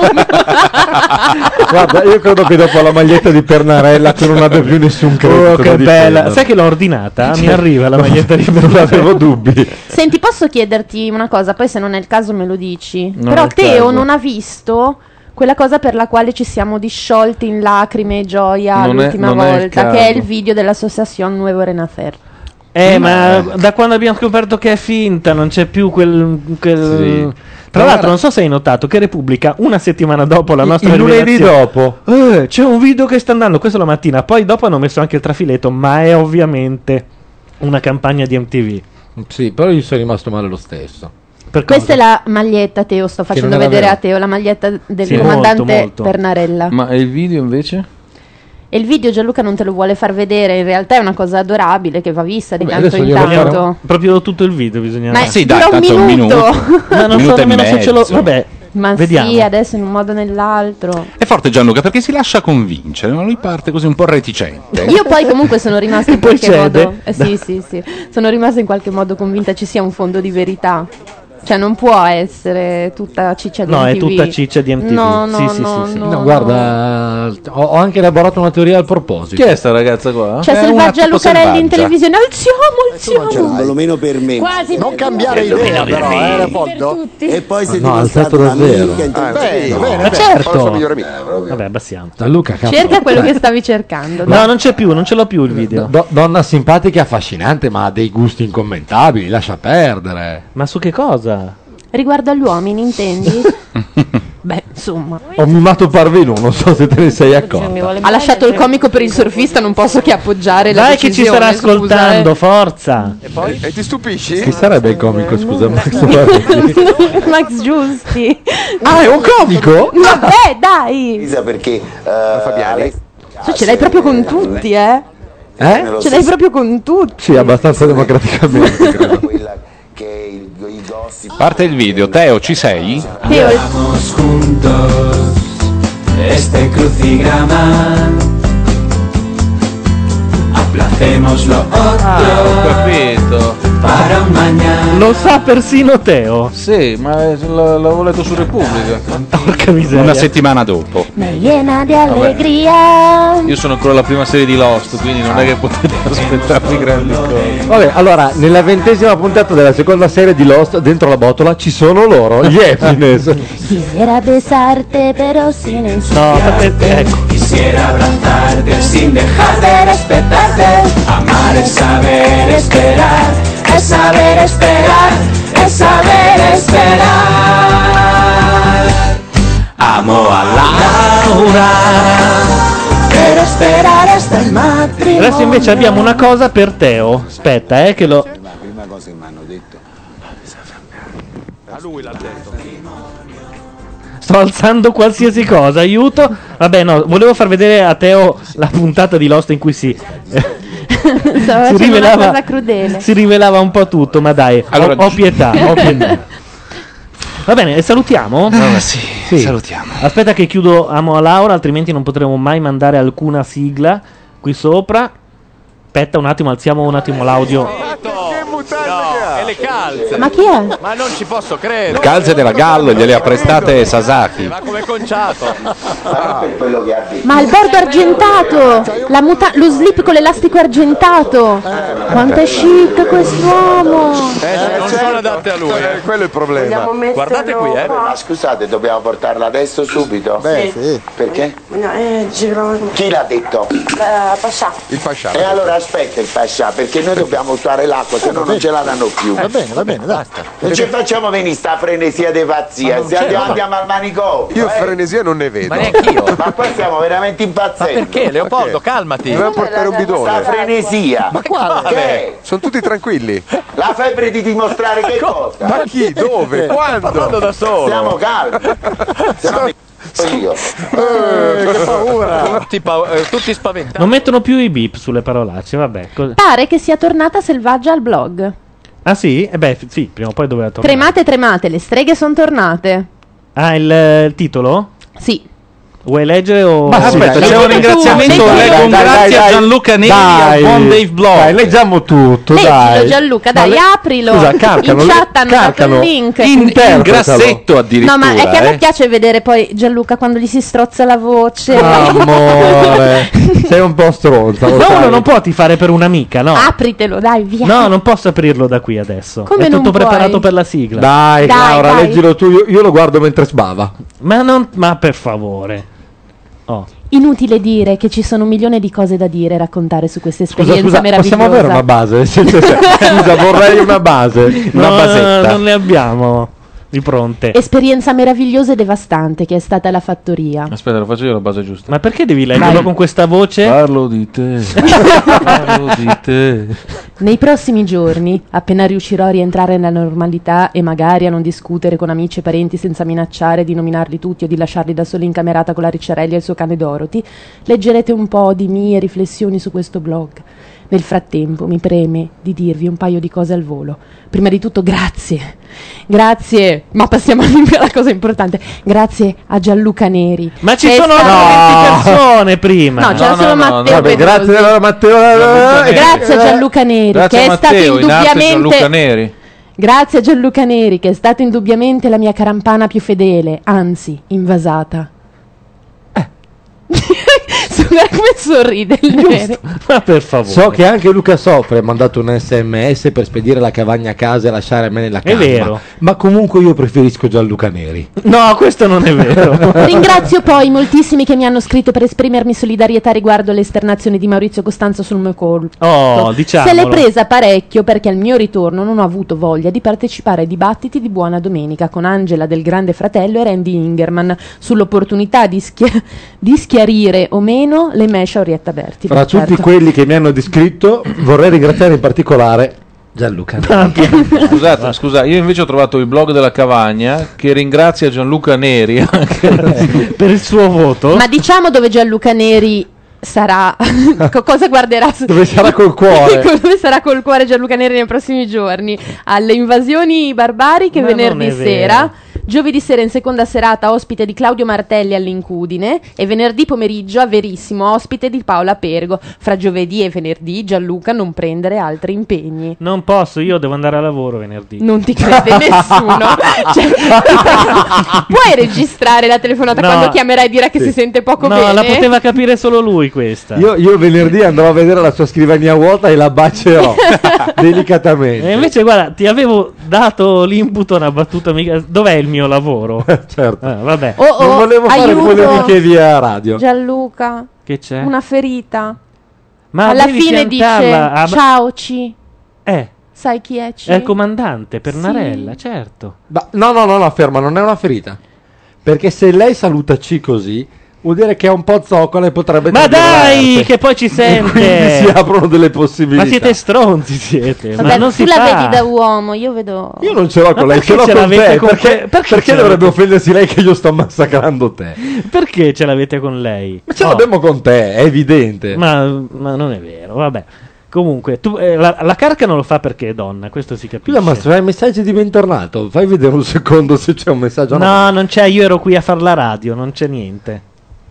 Guarda, io credo che dopo la maglietta di Pernarella tu non abbia più nessun credito. Oh, da che bella. difendere. Sai che l'ho ordinata? Mi Cioè, arriva la no, maglietta di non avevo dubbi. Senti, posso chiederti una cosa? Poi se non è il caso me lo dici. Non Però è il Teo caso. non ha visto quella cosa per la quale ci siamo disciolti in lacrime e gioia Non è- l'ultima non è il volta, caso. che è il video dell'Associazione Nuevo Renacer. Eh, ma da quando abbiamo scoperto che è finta, non c'è più quel. quel... Sì. Tra Ma l'altro, guarda- non so se hai notato che Repubblica, una settimana dopo la Il- nostra il lunedì rivelazione- dopo. Eh, c'è un video che sta andando, questo la mattina. Poi dopo hanno messo anche il trafiletto, ma è ovviamente una campagna di M T V. Sì, però io sono rimasto male lo stesso. Per Questa è la maglietta, Teo, sto facendo non era vedere vero. a Teo la maglietta del Sì, comandante molto, molto. Pernarella. Ma e il video invece? E il video Gianluca non te lo vuole far vedere, in realtà è una cosa adorabile che va vista di Vabbè, tanto in adesso glielo tanto. farò. Proprio tutto il video bisogna. Ma sì, dai, dura un tanto è un minuto. minuto. Ma non so Minuto e nemmeno se ce l'ho. mezzo. Vabbè, Ma vediamo. sì, adesso in un modo o nell'altro. È forte Gianluca perché si lascia convincere, ma lui parte così un po' reticente. Io poi comunque sono rimasta in Poi qualche cede. modo. Eh, sì, sì, sì. Sono rimasta in qualche modo convinta ci sia un fondo di verità. Cioè non può essere tutta ciccia di No, M T V. è tutta ciccia di M T V. No, no, Sì, sì, no, sì, sì. no, No, no. guarda, ho, ho anche elaborato una teoria al proposito. Chi è sta ragazza qua? C'è Selvaggia Lucarelli in televisione. Alziamo, alziamo. Perlomeno per me. Quasi non per cambiare tutti. idea Per però, me. eh, Per Leopoldo. tutti. E poi sei No, ha dimostrato alzato davvero. un'amica intelligente. Ah, Bene, Ma bene, certo. bene. Migliore amico. Vabbè, abbassiamo. Luca, capo. Cerca quello che stavi cercando. No, dai. non c'è più, non ce l'ho più il video. Do- donna simpatica e affascinante, ma ha dei gusti incommentabili, lascia perdere. Ma su che cosa? Riguardo agli uomini, intendi? Beh, insomma. Ho mimato Parvenu, non so se te ne sei accorto. Ha lasciato il comico per il surfista, non posso che appoggiare la Dai che ci decisione, starà scusa, ascoltando, eh. forza. E poi? E ti stupisci? Chi sarebbe il comico, scusa, Max Parvenu? Max Giusti. Ah, è un comico? Vabbè, dai. Perché Fabiani. Tu ce l'hai proprio con tutti, eh? Eh? Ce l'hai proprio con tutti. Sì, abbastanza democraticamente, credo. Parte il video, Teo, ci sei? Llevamos juntos este crucigrama. Aplacémoslo Ah, ho otro capito. para un mañana. Lo sa persino Teo. Sì, ma è- l- l'avevo letto su Repubblica. Porca miseria. Una settimana dopo. Me llena di allegria. Io sono ancora la prima serie di Lost, quindi non è che potete aspettarvi grandi cose. Vabbè, allora, nella ventesima puntata della seconda serie di Lost, dentro la botola ci sono loro, gli Happiness. Quisiera besarte, pero sin No, aspetta, ecco. Quisiera abrazarte sin dejar de respetarte. Amar es saber esperar, es saber esperar, es saber esperar. Amo a Laura, pero esperar hasta il matrimonio. Adesso invece abbiamo una cosa per Teo. Aspetta, eh, che lo. La prima cosa che mi hanno detto. A lui l'ha detto. Sto alzando qualsiasi cosa, aiuto. Vabbè, no, volevo far vedere a Teo la puntata di Lost in cui si. Stavo si facendo una rivelava, cosa crudele. si rivelava un po' tutto, ma dai, Allora, ho, ho pietà, ho pietà. Va bene, e salutiamo? Allora, sì, salutiamo. Aspetta che chiudo Amo a Laura, altrimenti non potremo mai mandare alcuna sigla qui sopra. Aspetta un attimo, alziamo un attimo l'audio. No, e le calze. Ma chi è? Ma non ci posso credere. Calze della Gallo gliele ha prestate Sasaki. Ma come conciato. Per quello che ha detto. Ma il bordo argentato, la muta- lo slip con l'elastico argentato. Quanto è chic quest'uomo. Eh, non sono adatte a lui. Eh, quello è il problema. Guardate qui, eh. Ma scusate, dobbiamo portarla adesso subito? Beh, sì. Perché? No, eh, giro. Chi l'ha detto? Eh, Pascià. Il fasciato. E allora aspetta il pascià, perché noi dobbiamo usare l'acqua, se no non ce la danno più. Va bene, va bene, basta. Non ci facciamo venire sta frenesia di pazzia, se andiamo, andiamo al manicomio. Io eh. frenesia non ne vedo. Ma neanch'io. Ma qua stiamo veramente impazzendo. Ma perché, Leopoldo, calmati. Dobbiamo portare un Sta bidone. frenesia. Ma quale? Che? Sono tutti tranquilli. La febbre di dimostrare che cosa? Ma chi? Dove? Parlando Quando? da solo. Siamo calmi. Siamo io. Eh, che paura. Tutti, pa- eh, tutti spaventati. Non mettono più i beep sulle parolacce, vabbè. cos- Pare che sia tornata Selvaggia al blog. Ah sì? Eh beh, f- sì, prima o poi doveva tornare. Tremate, tremate, le streghe sono tornate. Ah, il, il titolo? Sì. Vuoi leggere o... Ma aspetta, c'è un ringraziamento, Dai, lei dai, congrazie dai, a dai. Gianluca Neri Dai. al buon Dave Blog. Dai, leggiamo tutto, Leggilo dai. Gianluca, dai, Ma le- aprilo. Scusa, carcano, in le- chat hanno dato carcano. il link. In, in Interpretalo. grassetto addirittura. No, ma è che a me eh. piace vedere poi Gianluca quando gli si strozza la voce. Amore, sei un po' stronza. lo No, sai. uno non può tifare per un'amica, no. Apritelo, dai, via. No, non posso aprirlo da qui adesso. Come è non tutto puoi? preparato per la sigla. Dai, Dai, Laura, dai. leggilo tu. Io, io lo guardo mentre sbava. Ma non. Ma per favore. Oh. Inutile dire che ci sono un milione di cose da dire e raccontare su questa Scusa, esperienza scusa, meravigliosa. possiamo avere una base? Nel senso, cioè, scusa, vorrei una base. Una No, basetta. non le abbiamo di pronte. Esperienza meravigliosa e devastante che è stata la fattoria. Aspetta, lo faccio io la base giusta. Ma perché devi leggerlo Vai. con questa voce? Parlo di te. Parlo di te. Nei prossimi giorni, appena riuscirò a rientrare nella normalità e magari a non discutere con amici e parenti senza minacciare di nominarli tutti o di lasciarli da soli in camerata con la Ricciarelli e il suo cane Dorothy, leggerete un po' di mie riflessioni su questo blog. Nel frattempo mi preme di dirvi un paio di cose al volo. Prima di tutto grazie, grazie, ma passiamo alla cosa importante, grazie a Gianluca Neri. Ma ci che è sono stato- altre venti persone prima. No, c'era solo Matteo Vabbè, Pedrosi. grazie allora, Matteo. Grazie a Gianluca Neri, Grazie che a è stato Matteo, in arte Gianluca indubbiamente Neri. Grazie a Gianluca Neri, che è stato indubbiamente la mia carampana più fedele, anzi, invasata. Guarda come sorride il Neri. Ma per favore. So che anche Luca Sofri ha mandato un sms per spedire la cavagna a casa e lasciare me nella È casa. vero. Ma comunque io preferisco Gianluca Neri. No, questo non è vero. Ringrazio poi moltissimi che mi hanno scritto per esprimermi solidarietà riguardo le esternazioni di Maurizio Costanzo sul mio colpo. Oh, Se diciamolo. l'è presa parecchio perché al mio ritorno non ho avuto voglia di partecipare ai dibattiti di Buona Domenica con Angela del Grande Fratello e Randy Ingerman sull'opportunità di, schia- di schiarire o meno le mesh a Orietta Berti. Fra Beh, certo. tutti quelli che mi hanno descritto, vorrei ringraziare in particolare Gianluca Neri. Scusate, scusa, io invece ho trovato il blog della Cavagna che ringrazia Gianluca Neri anche per il suo voto. Ma diciamo dove Gianluca Neri sarà, co- cosa guarderà su- Dove sarà col cuore. dove sarà col cuore Gianluca Neri nei prossimi giorni? Alle invasioni barbariche Ma venerdì non è vero. sera, giovedì sera in seconda serata ospite di Claudio Martelli all'Incudine e venerdì pomeriggio a Verissimo ospite di Paola Pergo. Fra giovedì e venerdì Gianluca non prendere altri impegni. Non posso, io devo andare a lavoro venerdì. Non ti crede nessuno. Cioè, puoi registrare la telefonata No. quando chiamerai e dirà che Sì. si sente poco No, bene? la poteva capire solo lui questa. Io, io venerdì andrò a vedere la sua scrivania vuota e la bacerò delicatamente. E invece, guarda, ti avevo dato l'input a una battuta. Mica... Dov'è il mio lavoro? Certo. Ah, vabbè. Oh, oh, non volevo fare aiuto. polemiche via radio. Gianluca, Che c'è? una ferita. Ma Alla devi fine dice piantarla. Ah, ma- ciao C. Eh, Sai chi è C? è il comandante per Sì. Narella, certo. Ma- no, no, no, no, ferma, non è una ferita. Perché se lei saluta C così, vuol dire che è un po' zoccola e potrebbe Ma togliere dai, l'arte. che poi ci E quindi si sente. aprono delle possibilità. Ma siete stronzi, siete. Vabbè, ma non tu si la fa. vedi da uomo, io vedo. Io non ce l'ho Ma con lei, perché ce l'ho ce con l'avete te. con perché que- perché perché ce dovrebbe l'avete? offendersi lei che io sto massacrando te? Perché ce l'avete con lei? Ma ce Oh. l'abbiamo con te, è evidente. Ma, ma non è vero, vabbè. Comunque, tu, eh, la, la Carca non lo fa perché è donna, questo si capisce. Scusa, ma se hai messaggi di bentornato, fai vedere un secondo se c'è un messaggio. No, non c'è, io ero qui a far la radio, non c'è niente.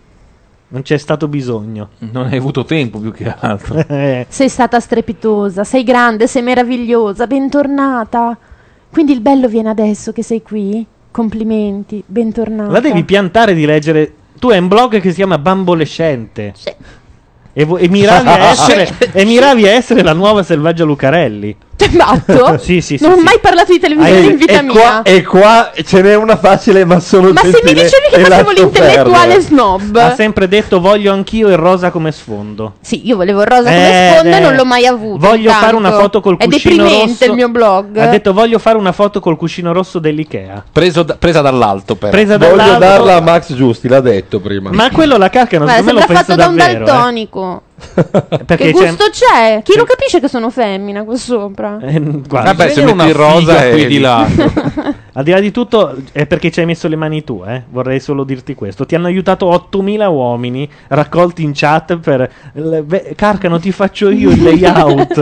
Non c'è stato bisogno. Non hai avuto tempo più che altro. Eh, Sei stata strepitosa, sei grande, sei meravigliosa, bentornata. Quindi il bello viene adesso che sei qui? Complimenti, bentornata. la devi piantare di leggere. Tu hai un blog che si chiama Bambolescente. E, vo- e miravi a essere, e miravi a essere la nuova Selvaggia Lucarelli. C'è matto? Sì, sì, sì. Non ho sì. mai parlato di televisione in vita e, mia. qua, e qua ce n'è una facile, ma sono Ma se mi gentile dicevi che e facevo lascio l'intellettuale perdere. snob. Ha sempre detto voglio anch'io il rosa come sfondo. Sì, io volevo il rosa come Eh, sfondo e eh. non l'ho mai avuto. Voglio intanto. fare una foto col È cuscino deprimente rosso. il mio blog. Ha detto voglio fare una foto col cuscino rosso dell'Ikea. Preso da- presa dall'alto, però. Presa Voglio dall'alto. darla a Max Giusti, l'ha detto prima. Ma quello la Carcano, Guarda, secondo me sembra lo fatto pensa da un davvero. daltonico. eh. Perché Che c'è- gusto c'è? Chi lo capisce che sono femmina qua sopra? Eh, guarda, Vabbè, se Viene metti il una rosa figa e qui di là. al di là di tutto è perché ci hai messo le mani tu, eh? Vorrei solo dirti questo. Ti hanno aiutato ottomila uomini raccolti in chat per il- beh, Carcano, ti faccio io il layout.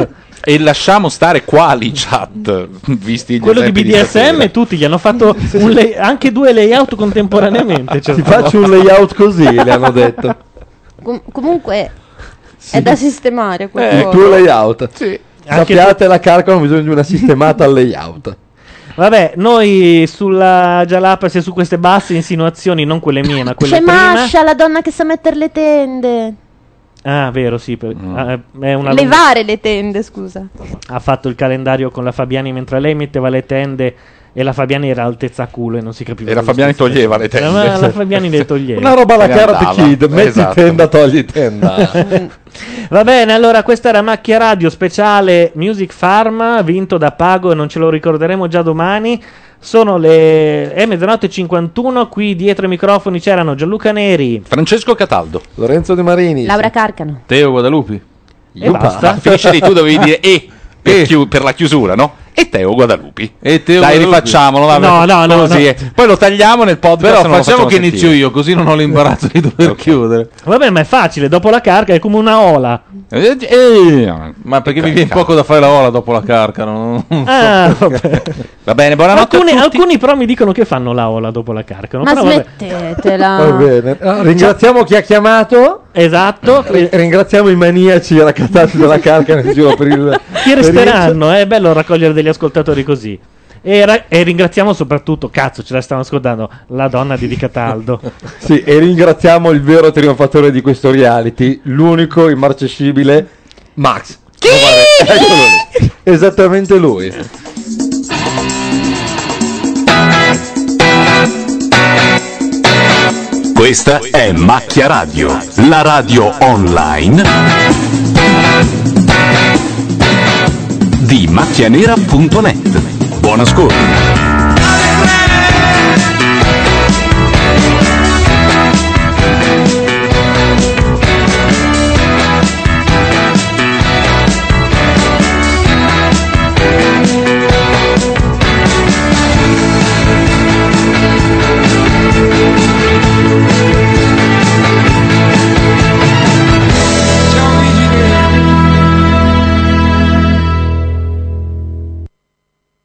E lasciamo stare quali chat, visti gli Quello di esempi B D S M stasera. tutti gli hanno fatto un lay- anche due layout contemporaneamente. Ti faccio un layout così, le hanno detto. Com- comunque è da sistemare quel Il coso. tuo layout. Sì. Sappiate, la Carcano ha bisogno di una sistemata al layout. Vabbè, noi sulla Jalapas e su queste basse insinuazioni, non quelle mie, ma quelle C'è prima. Masha, la donna che sa mettere le tende. Ah, vero, sì. per- ah, è una Levare le tende, scusa. Ha fatto il calendario con la Fabiani mentre lei metteva le tende e la Fabiani era altezza culo e non si capiva. E la cosa Fabiani stesse toglieva facendo. le tende. Ma la Fabiani le toglieva. Una roba alla Ne Karate andava. Kid, metti Esatto. tenda, togli tenda. Va bene, allora questa era Macchia Radio speciale Music Farm, vinto da Pago e non ce lo ricorderemo già domani. Sono le è mezzanotte e cinquantuno, qui dietro i microfoni c'erano Gianluca Neri, Francesco Cataldo, Lorenzo De Marini, Laura Carcano. Teo Guadalupi. e basta. Finisce lì, tu dovevi dire E per, chiu- per la chiusura, no? E Teo Guadalupi. E Teo Dai, Guadalupi. rifacciamolo. Vabbè, No, no, no, così, no. eh. Poi lo tagliamo nel podcast. Però non lo facciamo che sentire. inizio io, così non ho l'imbarazzo di dover chiudere. Vabbè, ma è facile, dopo la carca è come una ola. Eh, eh, Ma perché mi viene poco da fare la ola dopo la Carcano? Non so Ah, perché. vabbè. Va bene, buonanotte Alcuni, a tutti. alcuni però mi dicono che fanno la ola dopo la carca. Ma smettetela. Va bene. Ah, ringraziamo chi ha chiamato. Esatto. Ri- ringraziamo i maniaci raccattati dalla Carcano in giro per il. Chi per il- resteranno? È bello raccogliere degli ascoltatori così. E, ra- e ringraziamo soprattutto, cazzo, ce la stanno ascoltando, la donna di Di Cataldo. Sì, e ringraziamo il vero trionfatore di questo reality, l'unico immarcescibile Max. Chi? Eccolo lì. Esattamente lui. Questa è Macchia Radio, la radio online di macchianera punto net. Buon ascolto.